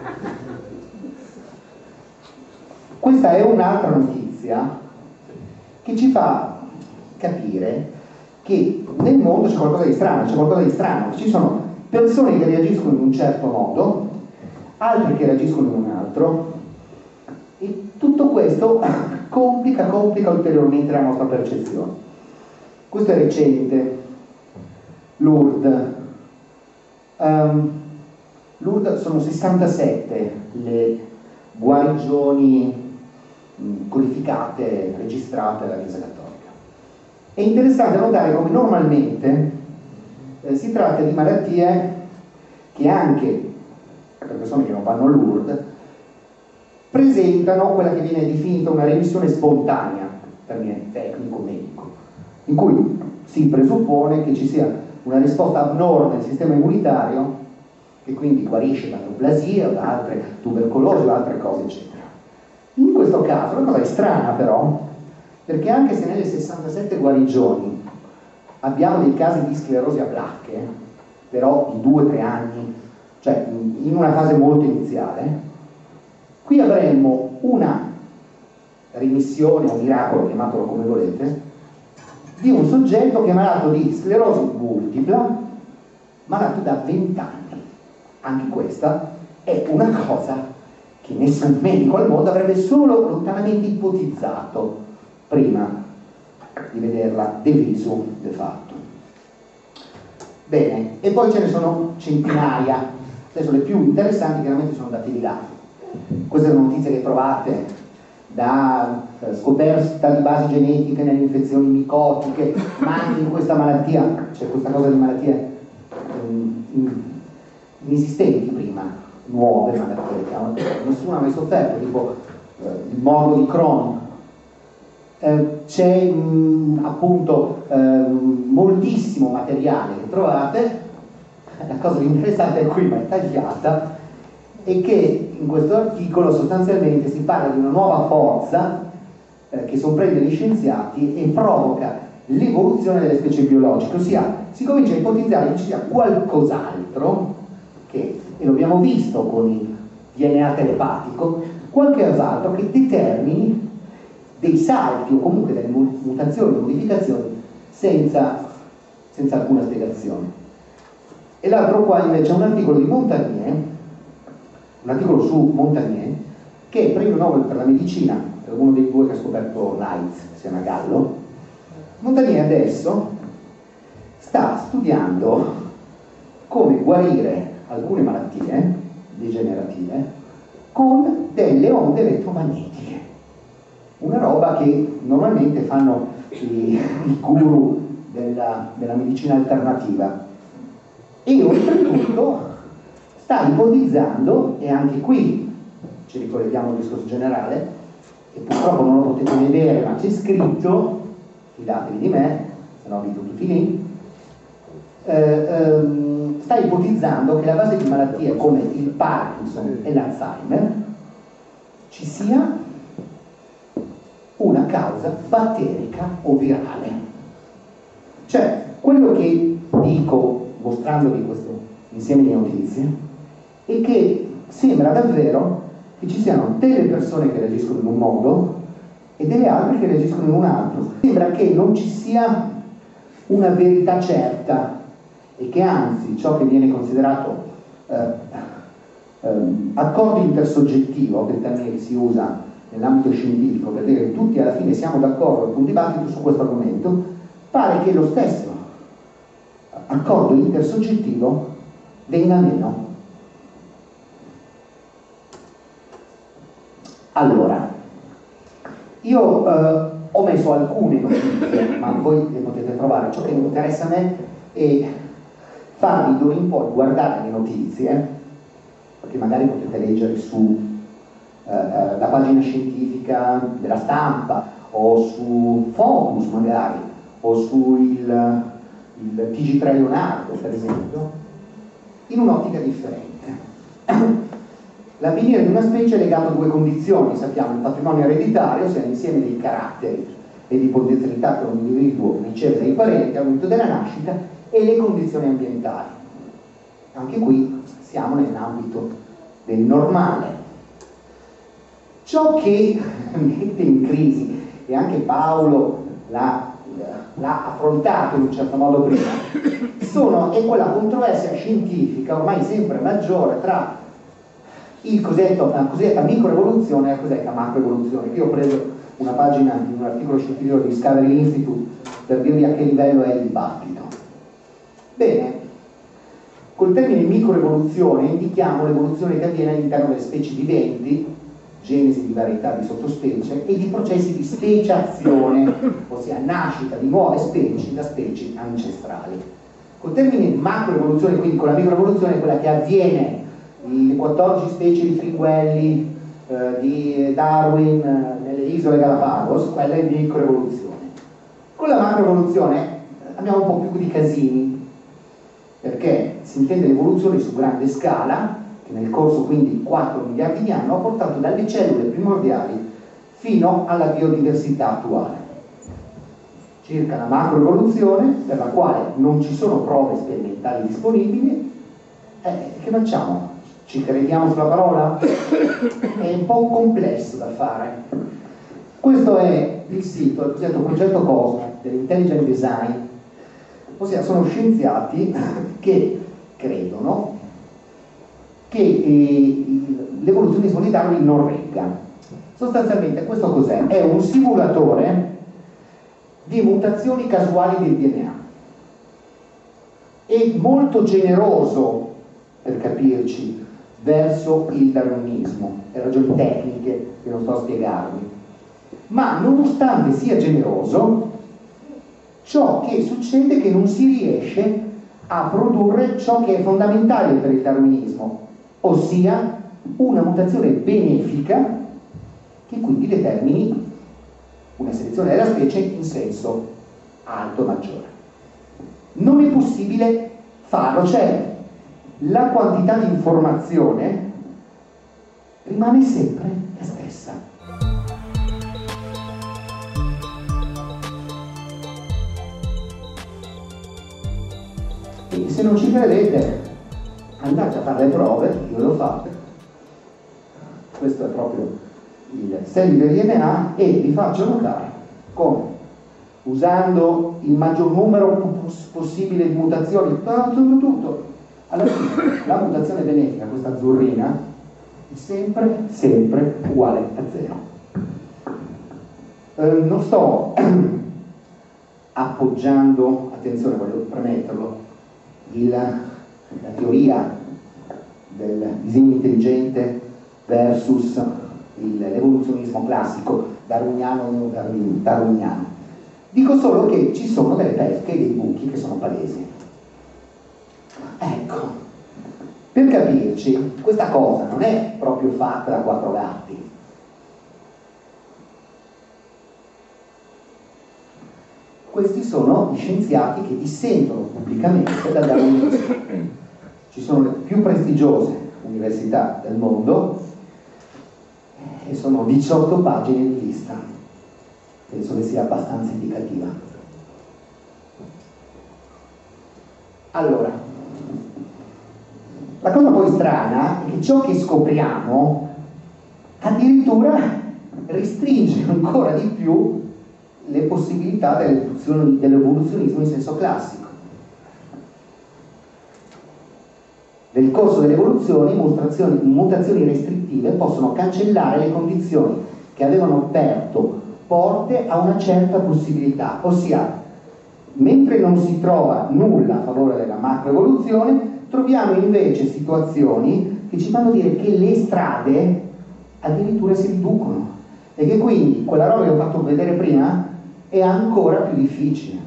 questa è un'altra notizia che ci fa capire che nel mondo c'è qualcosa di strano, c'è qualcosa di strano, ci sono persone che reagiscono in un certo modo, altre che reagiscono in un altro, e tutto questo complica, complica ulteriormente la nostra percezione. Questo è recente, Lourdes. Um, Lourdes sono sessantasette le guarigioni mh, codificate, registrate dalla Chiesa Cattolica. È interessante notare come normalmente eh, si tratta di malattie che anche per persone che non vanno a Lourdes presentano quella che viene definita una remissione spontanea, termine tecnico medico, in cui si presuppone che ci sia una risposta abnorme del sistema immunitario che quindi guarisce da neoplasia, da altre tubercolosi, da altre cose eccetera. In questo caso la cosa è strana però, perché anche se nelle sessantasette guarigioni abbiamo dei casi di sclerosi a placche, però di due o tre anni, cioè in una fase molto iniziale. Qui avremmo una rimissione o miracolo, chiamatelo come volete, di un soggetto che è malato di sclerosi multipla, malato da venti anni. Anche questa è una cosa che nessun medico al mondo avrebbe solo lontanamente ipotizzato prima di vederla de visu, de fatto. Bene, e poi ce ne sono centinaia. Adesso le più interessanti chiaramente sono date di là. Queste sono notizie che trovate da eh, scoperta di basi genetiche nelle infezioni micotiche, ma anche in questa malattia, c'è questa cosa di malattie um, inesistenti prima, nuove malattie, che nessuno ha mai sofferto, tipo eh, il morbo di Crohn. Eh, c'è mh, appunto eh, moltissimo materiale che trovate. La cosa interessante è qui, ma è tagliata, e che in questo articolo sostanzialmente si parla di una nuova forza eh, che sorprende gli scienziati e provoca l'evoluzione delle specie biologiche, ossia si comincia a ipotizzare che ci sia qualcos'altro che, e lo abbiamo visto con il D N A telepatico, qualcos'altro che determini dei salti o comunque delle mutazioni, modificazioni senza, senza alcuna spiegazione. E l'altro qua invece è un articolo di Montagnier, un articolo su Montagnier, che è premio Nobel per la medicina, è uno dei due che ha scoperto l'AIDS insieme a Gallo. Montagnier adesso sta studiando come guarire alcune malattie degenerative con delle onde elettromagnetiche, una roba che normalmente fanno i, i guru della, della medicina alternativa. E oltretutto sta ipotizzando, e anche qui ci ricolleghiamo al discorso generale, e purtroppo non lo potete vedere ma c'è scritto, fidatevi di me, se no vi do tutti lì, eh, ehm, sta ipotizzando che la base di malattie come il Parkinson e l'Alzheimer ci sia una causa batterica o virale. Cioè, quello che dico mostrandovi questo insieme di notizie è che sembra davvero che ci siano delle persone che reagiscono in un modo e delle altre che reagiscono in un altro. Sembra che non ci sia una verità certa e che anzi ciò che viene considerato eh, eh, accordo intersoggettivo, che è il termine che si usa nell'ambito scientifico per dire che tutti alla fine siamo d'accordo con un dibattito su questo argomento, pare che lo stesso accordo intersoggettivo venga meno. Allora, io eh, ho messo alcune notizie, ma voi le potete trovare. Ciò che mi interessa a me è farvi d'ora in poi guardare le notizie, perché magari potete leggere su eh, la pagina scientifica della Stampa o su Focus magari o su il il T G tre Leonardo per esempio, in un'ottica differente. L'avvenire di una specie è legato a due condizioni, sappiamo, il patrimonio ereditario, ossia l'insieme dei caratteri e di potenzialità che un individuo riceve dai parenti al momento della nascita, e le condizioni ambientali. Anche qui siamo nell'ambito del normale. Ciò che mette in crisi, e anche Paolo l'ha l'ha affrontato in un certo modo prima, sono, è quella controversia scientifica ormai sempre maggiore tra il cosiddetto, la cosiddetta microevoluzione e la cosiddetta macroevoluzione. Io ho preso una pagina di un articolo scientifico di Discovery Institute per dirvi a che livello è il dibattito. Bene, col termine microevoluzione indichiamo l'evoluzione che avviene all'interno delle specie viventi, genesi di varietà di sottospecie, e di processi di speciazione, ossia nascita di nuove specie da specie ancestrali. Col termine macroevoluzione, quindi con la microevoluzione, è quella che avviene le quattordici specie di fringuelli eh, di Darwin eh, nelle isole Galapagos, quella è microevoluzione. Con la macroevoluzione eh, abbiamo un po' più di casini, perché si intende l'evoluzione su grande scala, che nel corso quindi di quattro miliardi di anni ha portato dalle cellule primordiali fino alla biodiversità attuale. circa la macroevoluzione, per la quale non ci sono prove sperimentali disponibili. Eh, che facciamo? Ci crediamo sulla parola? È un po' complesso da fare. Questo è il sito, il cosiddetto progetto Cosmo dell'Intelligent Design, ossia sono scienziati che credono che eh, l'evoluzionismo di Darwin non regga. Sostanzialmente questo cos'è? È un simulatore di mutazioni casuali del D N A. È molto generoso, per capirci, verso il darwinismo, per ragioni tecniche che non sto a spiegarvi. Ma nonostante sia generoso, ciò che succede è che non si riesce a produrre ciò che è fondamentale per il darwinismo, ossia una mutazione benefica che quindi determini una selezione della specie in senso alto e maggiore. Non è possibile farlo, cioè la quantità di informazione rimane sempre la stessa. E se non ci credete, andate a fare le prove, io le ho fatte. Questo è proprio il segno del D N A e vi faccio notare come, usando il maggior numero possibile di mutazioni, tutto, tutto, tutto, alla fine la mutazione benefica, questa azzurrina, è sempre, sempre uguale a zero. Eh, non sto appoggiando, attenzione, voglio premetterlo, il, la teoria del disegno intelligente versus l'evoluzionismo classico darwiniano o neodarwiniano. Dico solo che ci sono delle pesche e dei buchi che sono palesi. Ecco, per capirci, questa cosa non è proprio fatta da quattro gatti. Questi sono gli scienziati che dissentono pubblicamente dal darwinismo. Ci sono le più prestigiose università del mondo e sono diciotto pagine di lista. Penso che sia abbastanza indicativa. Allora, la cosa poi strana è che ciò che scopriamo addirittura restringe ancora di più le possibilità dell'evoluzionismo in senso classico. Nel corso delle evoluzioni, mutazioni, mutazioni restrittive possono cancellare le condizioni che avevano aperto porte a una certa possibilità, ossia, mentre non si trova nulla a favore della macroevoluzione, troviamo invece situazioni che ci fanno dire che le strade addirittura si riducono e che quindi quella roba che ho fatto vedere prima è ancora più difficile.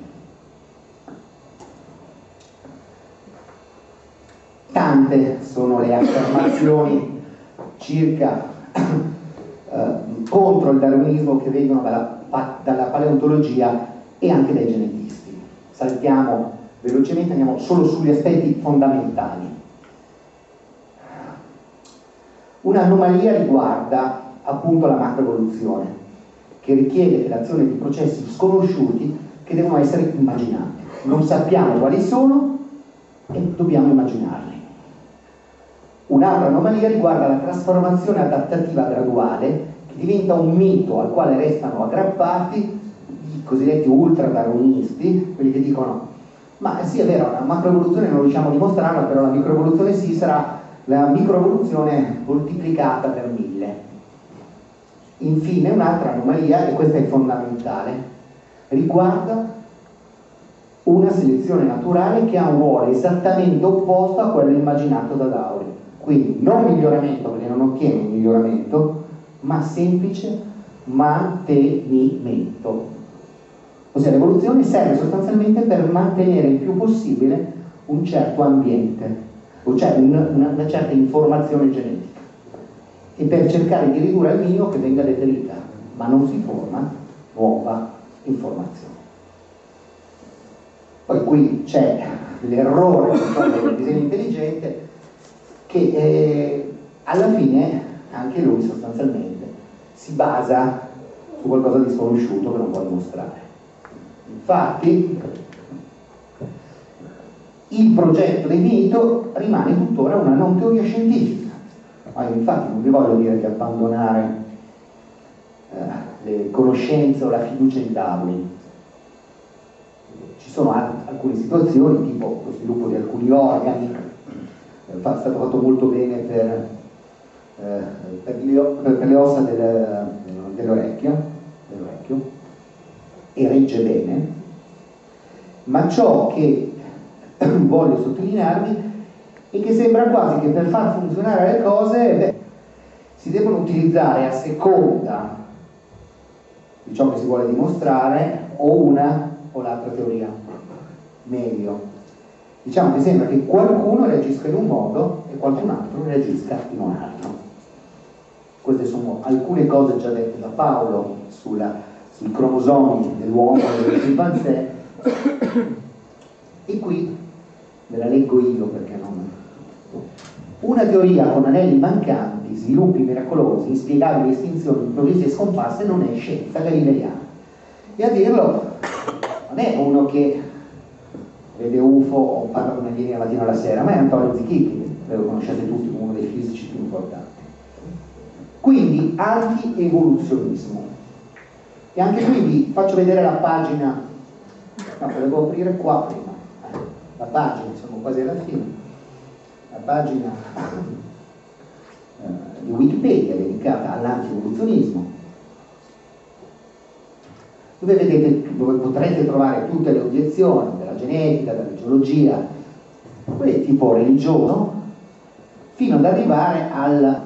Tante sono le affermazioni circa eh, contro il darwinismo che vengono dalla, dalla paleontologia e anche dai genetisti. Saltiamo velocemente, andiamo solo sugli aspetti fondamentali. Un'anomalia riguarda appunto la macroevoluzione, che richiede l'azione di processi sconosciuti che devono essere immaginati. Non sappiamo quali sono e dobbiamo immaginarli. Un'altra anomalia riguarda la trasformazione adattativa graduale, che diventa un mito al quale restano aggrappati i cosiddetti ultradarwinisti, quelli che dicono ma sì, è vero, la macroevoluzione non riusciamo a dimostrarla, però la microevoluzione sì, sarà la microevoluzione moltiplicata per mille. Infine un'altra anomalia, e questa è fondamentale, riguarda una selezione naturale che ha un ruolo esattamente opposto a quello immaginato da Darwin. Quindi non miglioramento, perché non ottiene un miglioramento, ma semplice mantenimento. Ossia l'evoluzione serve sostanzialmente per mantenere il più possibile un certo ambiente, o cioè una, una, una certa informazione genetica, e per cercare di ridurre al minimo che venga deperita, ma non si forma nuova informazione. Poi qui c'è l'errore del disegno intelligente che eh, alla fine anche lui sostanzialmente si basa su qualcosa di sconosciuto che non può dimostrare. Infatti il progetto definito rimane tuttora una non teoria scientifica. Ma io infatti non vi voglio dire che abbandonare eh, le conoscenze o la fiducia in Darwin. Ci sono alcune situazioni, tipo lo sviluppo di alcuni organi, è stato fatto molto bene per, eh, per, le, per le ossa del, dell'orecchio, dell'orecchio, e regge bene, ma ciò che voglio sottolinearvi è che sembra quasi che per far funzionare le cose beh, si devono utilizzare a seconda di ciò che si vuole dimostrare o una o l'altra teoria, meglio. Diciamo che sembra che qualcuno reagisca in un modo e qualcun altro reagisca in un altro. Queste sono alcune cose già dette da Paolo sulla, sui cromosomi dell'uomo e del scimpanzé, e qui ve la leggo io perché non... Una teoria con anelli mancanti, sviluppi miracolosi, inspiegabili estinzioni improvvise e scomparse non è scienza galileiana. E a dirlo non è uno che vede U F O o parla con alieni la mattina alla sera, ma è Antonio Zichichi, lo conoscete tutti come uno dei fisici più importanti. Quindi anti-evoluzionismo. E anche qui vi faccio vedere la pagina, no, la devo aprire qua prima, eh, la pagina, siamo quasi alla fine, la pagina eh, di Wikipedia dedicata all'anti-evoluzionismo, dove vedete, dove potrete trovare tutte le obiezioni della genetica, della geologia, quelle tipo religioso, fino ad arrivare al,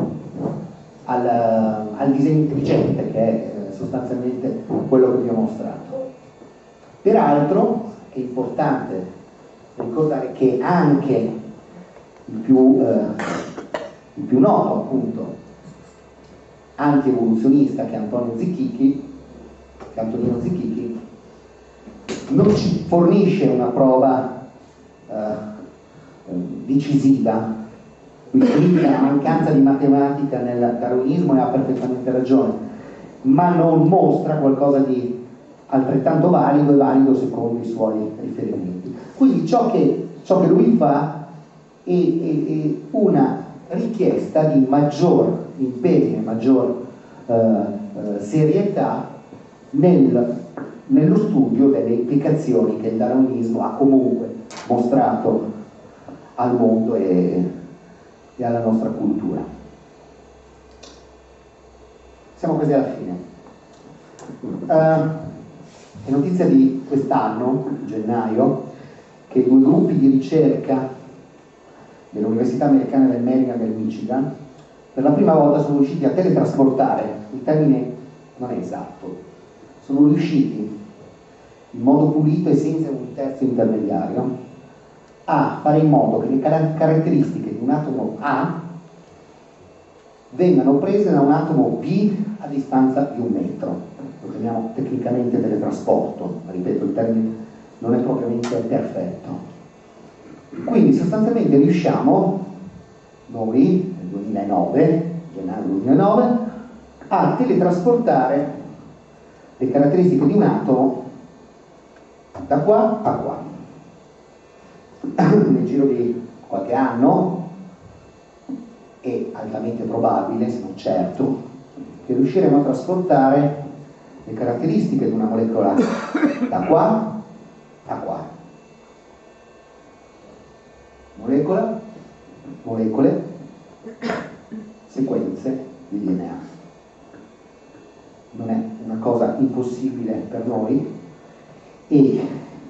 al, al disegno intelligente, che è eh, sostanzialmente quello che vi ho mostrato. Peraltro è importante ricordare che anche il più, eh, il più noto, appunto, anti-evoluzionista, che è Antonio Zichichi, che Antonino Zichichi, non ci fornisce una prova eh, decisiva, quindi la mancanza di matematica nel darwinismo, e ha perfettamente ragione, ma non mostra qualcosa di altrettanto valido e valido secondo i suoi riferimenti. Quindi ciò che, ciò che lui fa è, è, è una richiesta di maggior impegno, maggior eh, eh, serietà nel, nello studio delle implicazioni che il darwinismo ha comunque mostrato al mondo e, e alla nostra cultura. Siamo quasi alla fine. Uh, è notizia di quest'anno, gennaio, che due gruppi di ricerca dell'Università Americana del Maryland e del Michigan per la prima volta sono riusciti a teletrasportare, il termine non è esatto, sono riusciti in modo pulito e senza un terzo intermediario a fare in modo che le car- caratteristiche di un atomo A vengano prese da un atomo B a distanza di un metro. Lo chiamiamo tecnicamente teletrasporto, ma ripeto, il termine non è propriamente perfetto. Quindi sostanzialmente riusciamo, noi nel duemilanove, gennaio duemilanove, a teletrasportare le caratteristiche di un atomo da qua a qua. Nel giro di qualche anno è altamente probabile, se non certo, che riusciremo a trasportare le caratteristiche di una molecola da qua a qua. Molecola, molecole, sequenze di D N A. Non è una cosa impossibile per noi e,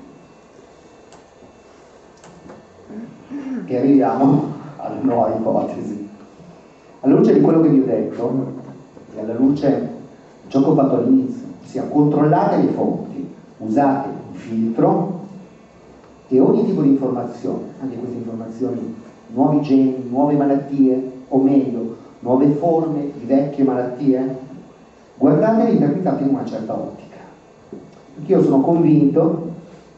e arriviamo alla nuova ipotesi. Alla luce di quello che vi ho detto e alla luce di ciò che ho fatto all'inizio, sia controllate le fonti, usate un filtro e ogni tipo di informazione, anche queste informazioni, nuovi geni, nuove malattie, o meglio, nuove forme di vecchie malattie, guardatele e interpretate in una certa ottica. Perché io sono convinto,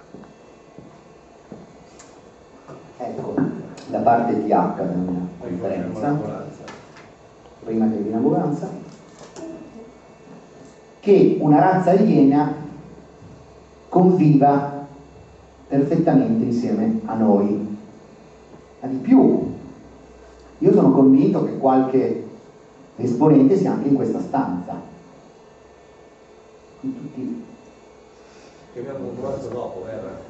ecco, la parte T H della mia conferenza, prima che l'inaugurazione, che una razza aliena conviva perfettamente insieme a noi. Ma di più, io sono convinto che qualche esponente sia anche in questa stanza. Qui tutti. Che mi hanno trovato dopo, vero?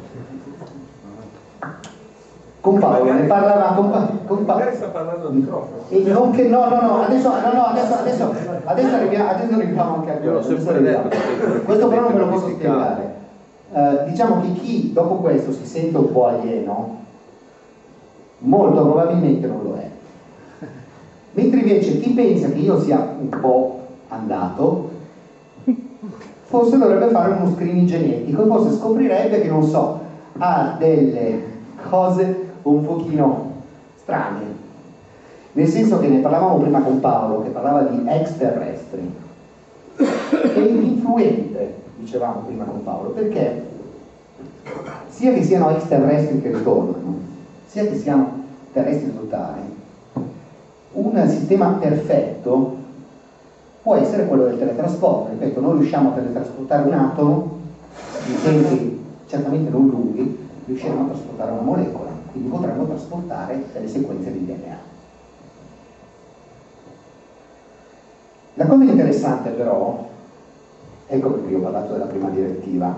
Con Paolo ne parlava con, pa- con Paolo. Magari sta parlando al microfono. E non che no, no, no, adesso, no, no, adesso, adesso, adesso arriviamo, adesso arriviamo anche a Io l'ho questo. sempre Adesso detto arriviamo. che Questo però non me lo posso mistificare. spiegare. Eh, diciamo che chi dopo questo si sente un po' alieno, molto probabilmente non lo è. Mentre invece chi pensa che io sia un po' andato, forse dovrebbe fare uno screening genetico e forse scoprirebbe che, non so, ha delle cose un pochino strane. Nel senso che ne parlavamo prima con Paolo, che parlava di extraterrestri. È influente, dicevamo prima con Paolo, perché sia che siano extraterrestri che ritornano, sia che siano terrestri totali, un sistema perfetto può essere quello del teletrasporto. Ripeto, noi riusciamo a teletrasportare un atomo in tempi certamente non lunghi, riusciremo a trasportare una molecola, quindi potremmo trasportare delle sequenze di D N A. La cosa interessante però, ecco perché io ho parlato della prima direttiva,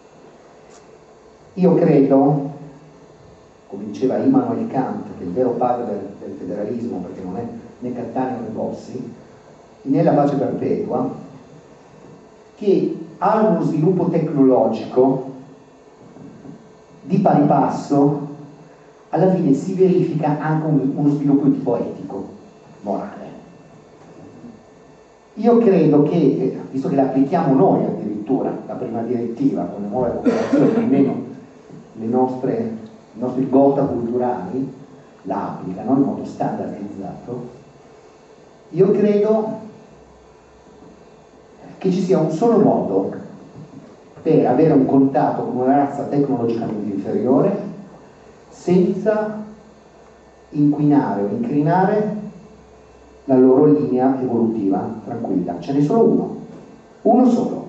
io credo, come diceva Immanuel Kant, che è il vero padre del, del federalismo, perché non è né Cattaneo né Bossi, nella pace perpetua, che ha uno sviluppo tecnologico di pari passo, alla fine si verifica anche un, uno sviluppo di tipo etico, morale. Io credo che, visto che la applichiamo noi addirittura, la prima direttiva, con le nuove popolazioni, almeno le nostre, i nostri gotha culturali la applicano in modo standardizzato, io credo che ci sia un solo modo per avere un contatto con una razza tecnologicamente inferiore senza inquinare o incrinare la loro linea evolutiva tranquilla. Ce n'è solo uno, uno solo,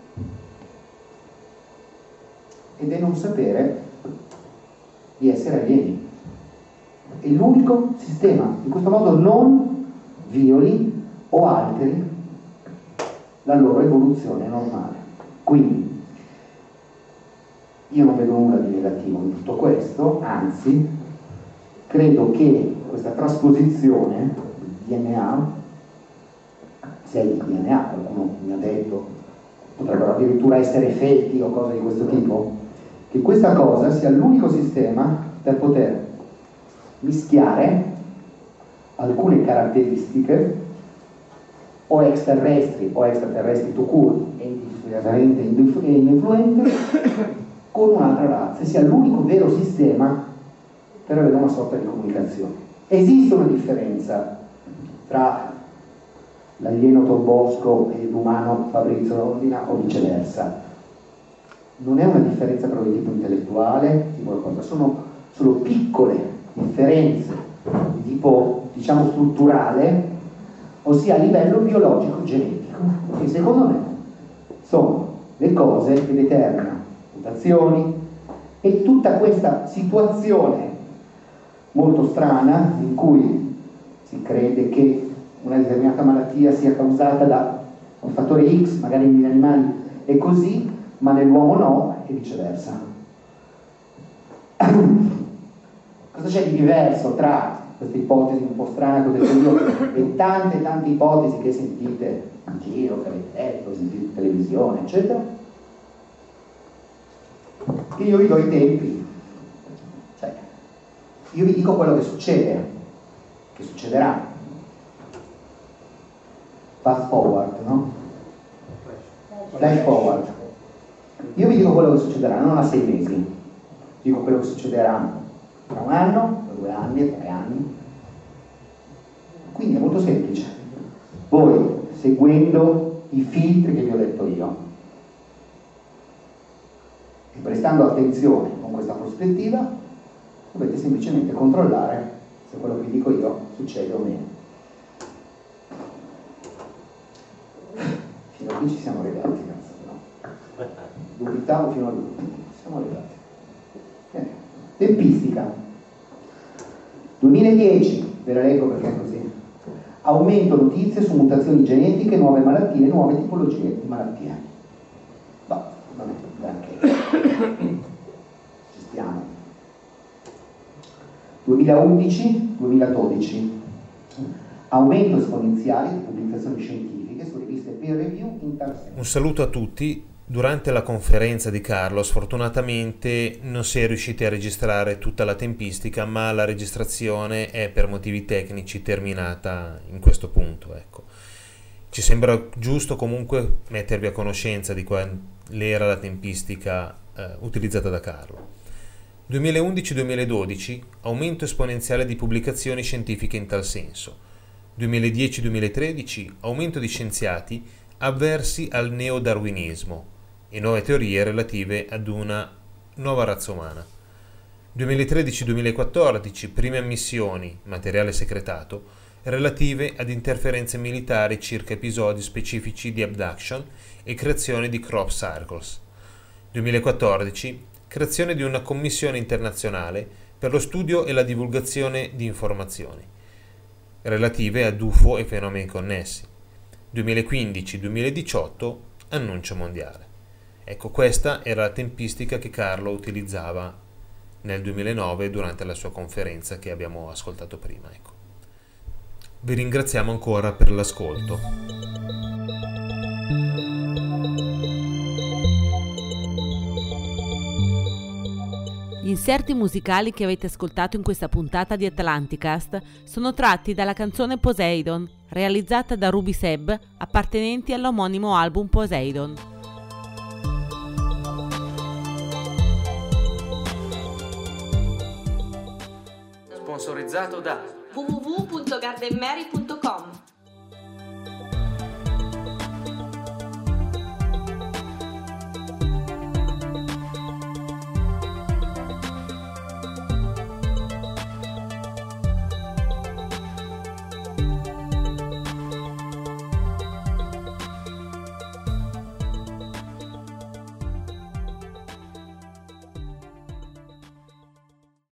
ed è non sapere di essere alieni. È l'unico sistema, in questo modo non violi o alteri la loro evoluzione normale. Quindi io non vedo nulla di negativo in tutto questo, anzi credo che questa trasposizione del D N A, se è il D N A, qualcuno mi ha detto potrebbero addirittura essere effetti o cose di questo tipo, che questa cosa sia l'unico sistema per poter mischiare alcune caratteristiche o extraterrestri o extraterrestri to court e indifferentemente ininfluente con un'altra razza, sia l'unico vero sistema per avere una sorta di comunicazione. Esiste una differenza tra l'alieno Don Bosco e l'umano Fabrizio Rondina o viceversa. Non è una differenza però di tipo intellettuale, di qualcosa, sono solo piccole differenze di tipo, diciamo, strutturale, ossia a livello biologico-genetico, che secondo me sono le cose che determinano mutazioni e tutta questa situazione molto strana in cui si crede che una determinata malattia sia causata da un fattore X, magari negli animali è così, ma nell'uomo no, e viceversa. Cosa c'è di diverso tra questa ipotesi un po' strana che ho detto io e tante tante ipotesi che sentite in giro, che avete letto, sentite in televisione, eccetera? Che io vi do i tempi, cioè io vi dico quello che succede, che succederà. Fast forward, no? Flash forward. Io vi dico quello che succederà, non a sei mesi, dico quello che succederà tra un anno, tra due anni, tre anni. Quindi è molto semplice. Voi, seguendo i filtri che vi ho detto io e prestando attenzione con questa prospettiva, dovete semplicemente controllare se quello che vi dico io succede o meno. Fino a qui ci siamo arrivati, cazzo, no? dubitavo fino all'ultimo, siamo arrivati. Bene. Tempistica. duemiladieci, ve la leggo perché è così. Aumento notizie su mutazioni genetiche, nuove malattie, nuove tipologie di malattie. No, non è granché. Ci stiamo. duemilaundici duemiladodici. Aumento esponenziale di pubblicazioni scientifiche su riviste peer review in tal senso. Un saluto a tutti. Durante la conferenza di Carlo sfortunatamente non si è riusciti a registrare tutta la tempistica, ma la registrazione è per motivi tecnici terminata in questo punto. Ecco. Ci sembra giusto comunque mettervi a conoscenza di qual era la tempistica eh, utilizzata da Carlo. duemilaundici duemiladodici, aumento esponenziale di pubblicazioni scientifiche in tal senso. duemiladieci duemilatredici, aumento di scienziati avversi al neodarwinismo e nuove teorie relative ad una nuova razza umana. duemilatredici duemilaquattordici, prime ammissioni, materiale segretato, relative ad interferenze militari circa episodi specifici di abduction e creazione di crop circles. duemilaquattordici, creazione di una commissione internazionale per lo studio e la divulgazione di informazioni relative ad U F O e fenomeni connessi. duemilaquindici duemiladiciotto, annuncio mondiale. Ecco, questa era la tempistica che Carlo utilizzava nel duemilanove durante la sua conferenza che abbiamo ascoltato prima. Ecco. Vi ringraziamo ancora per l'ascolto. Gli inserti musicali che avete ascoltato in questa puntata di Atlanticast sono tratti dalla canzone Poseidon, realizzata da Ruby Seb, appartenenti all'omonimo album Poseidon. Sponsorizzato da w w w punto gardenmary punto com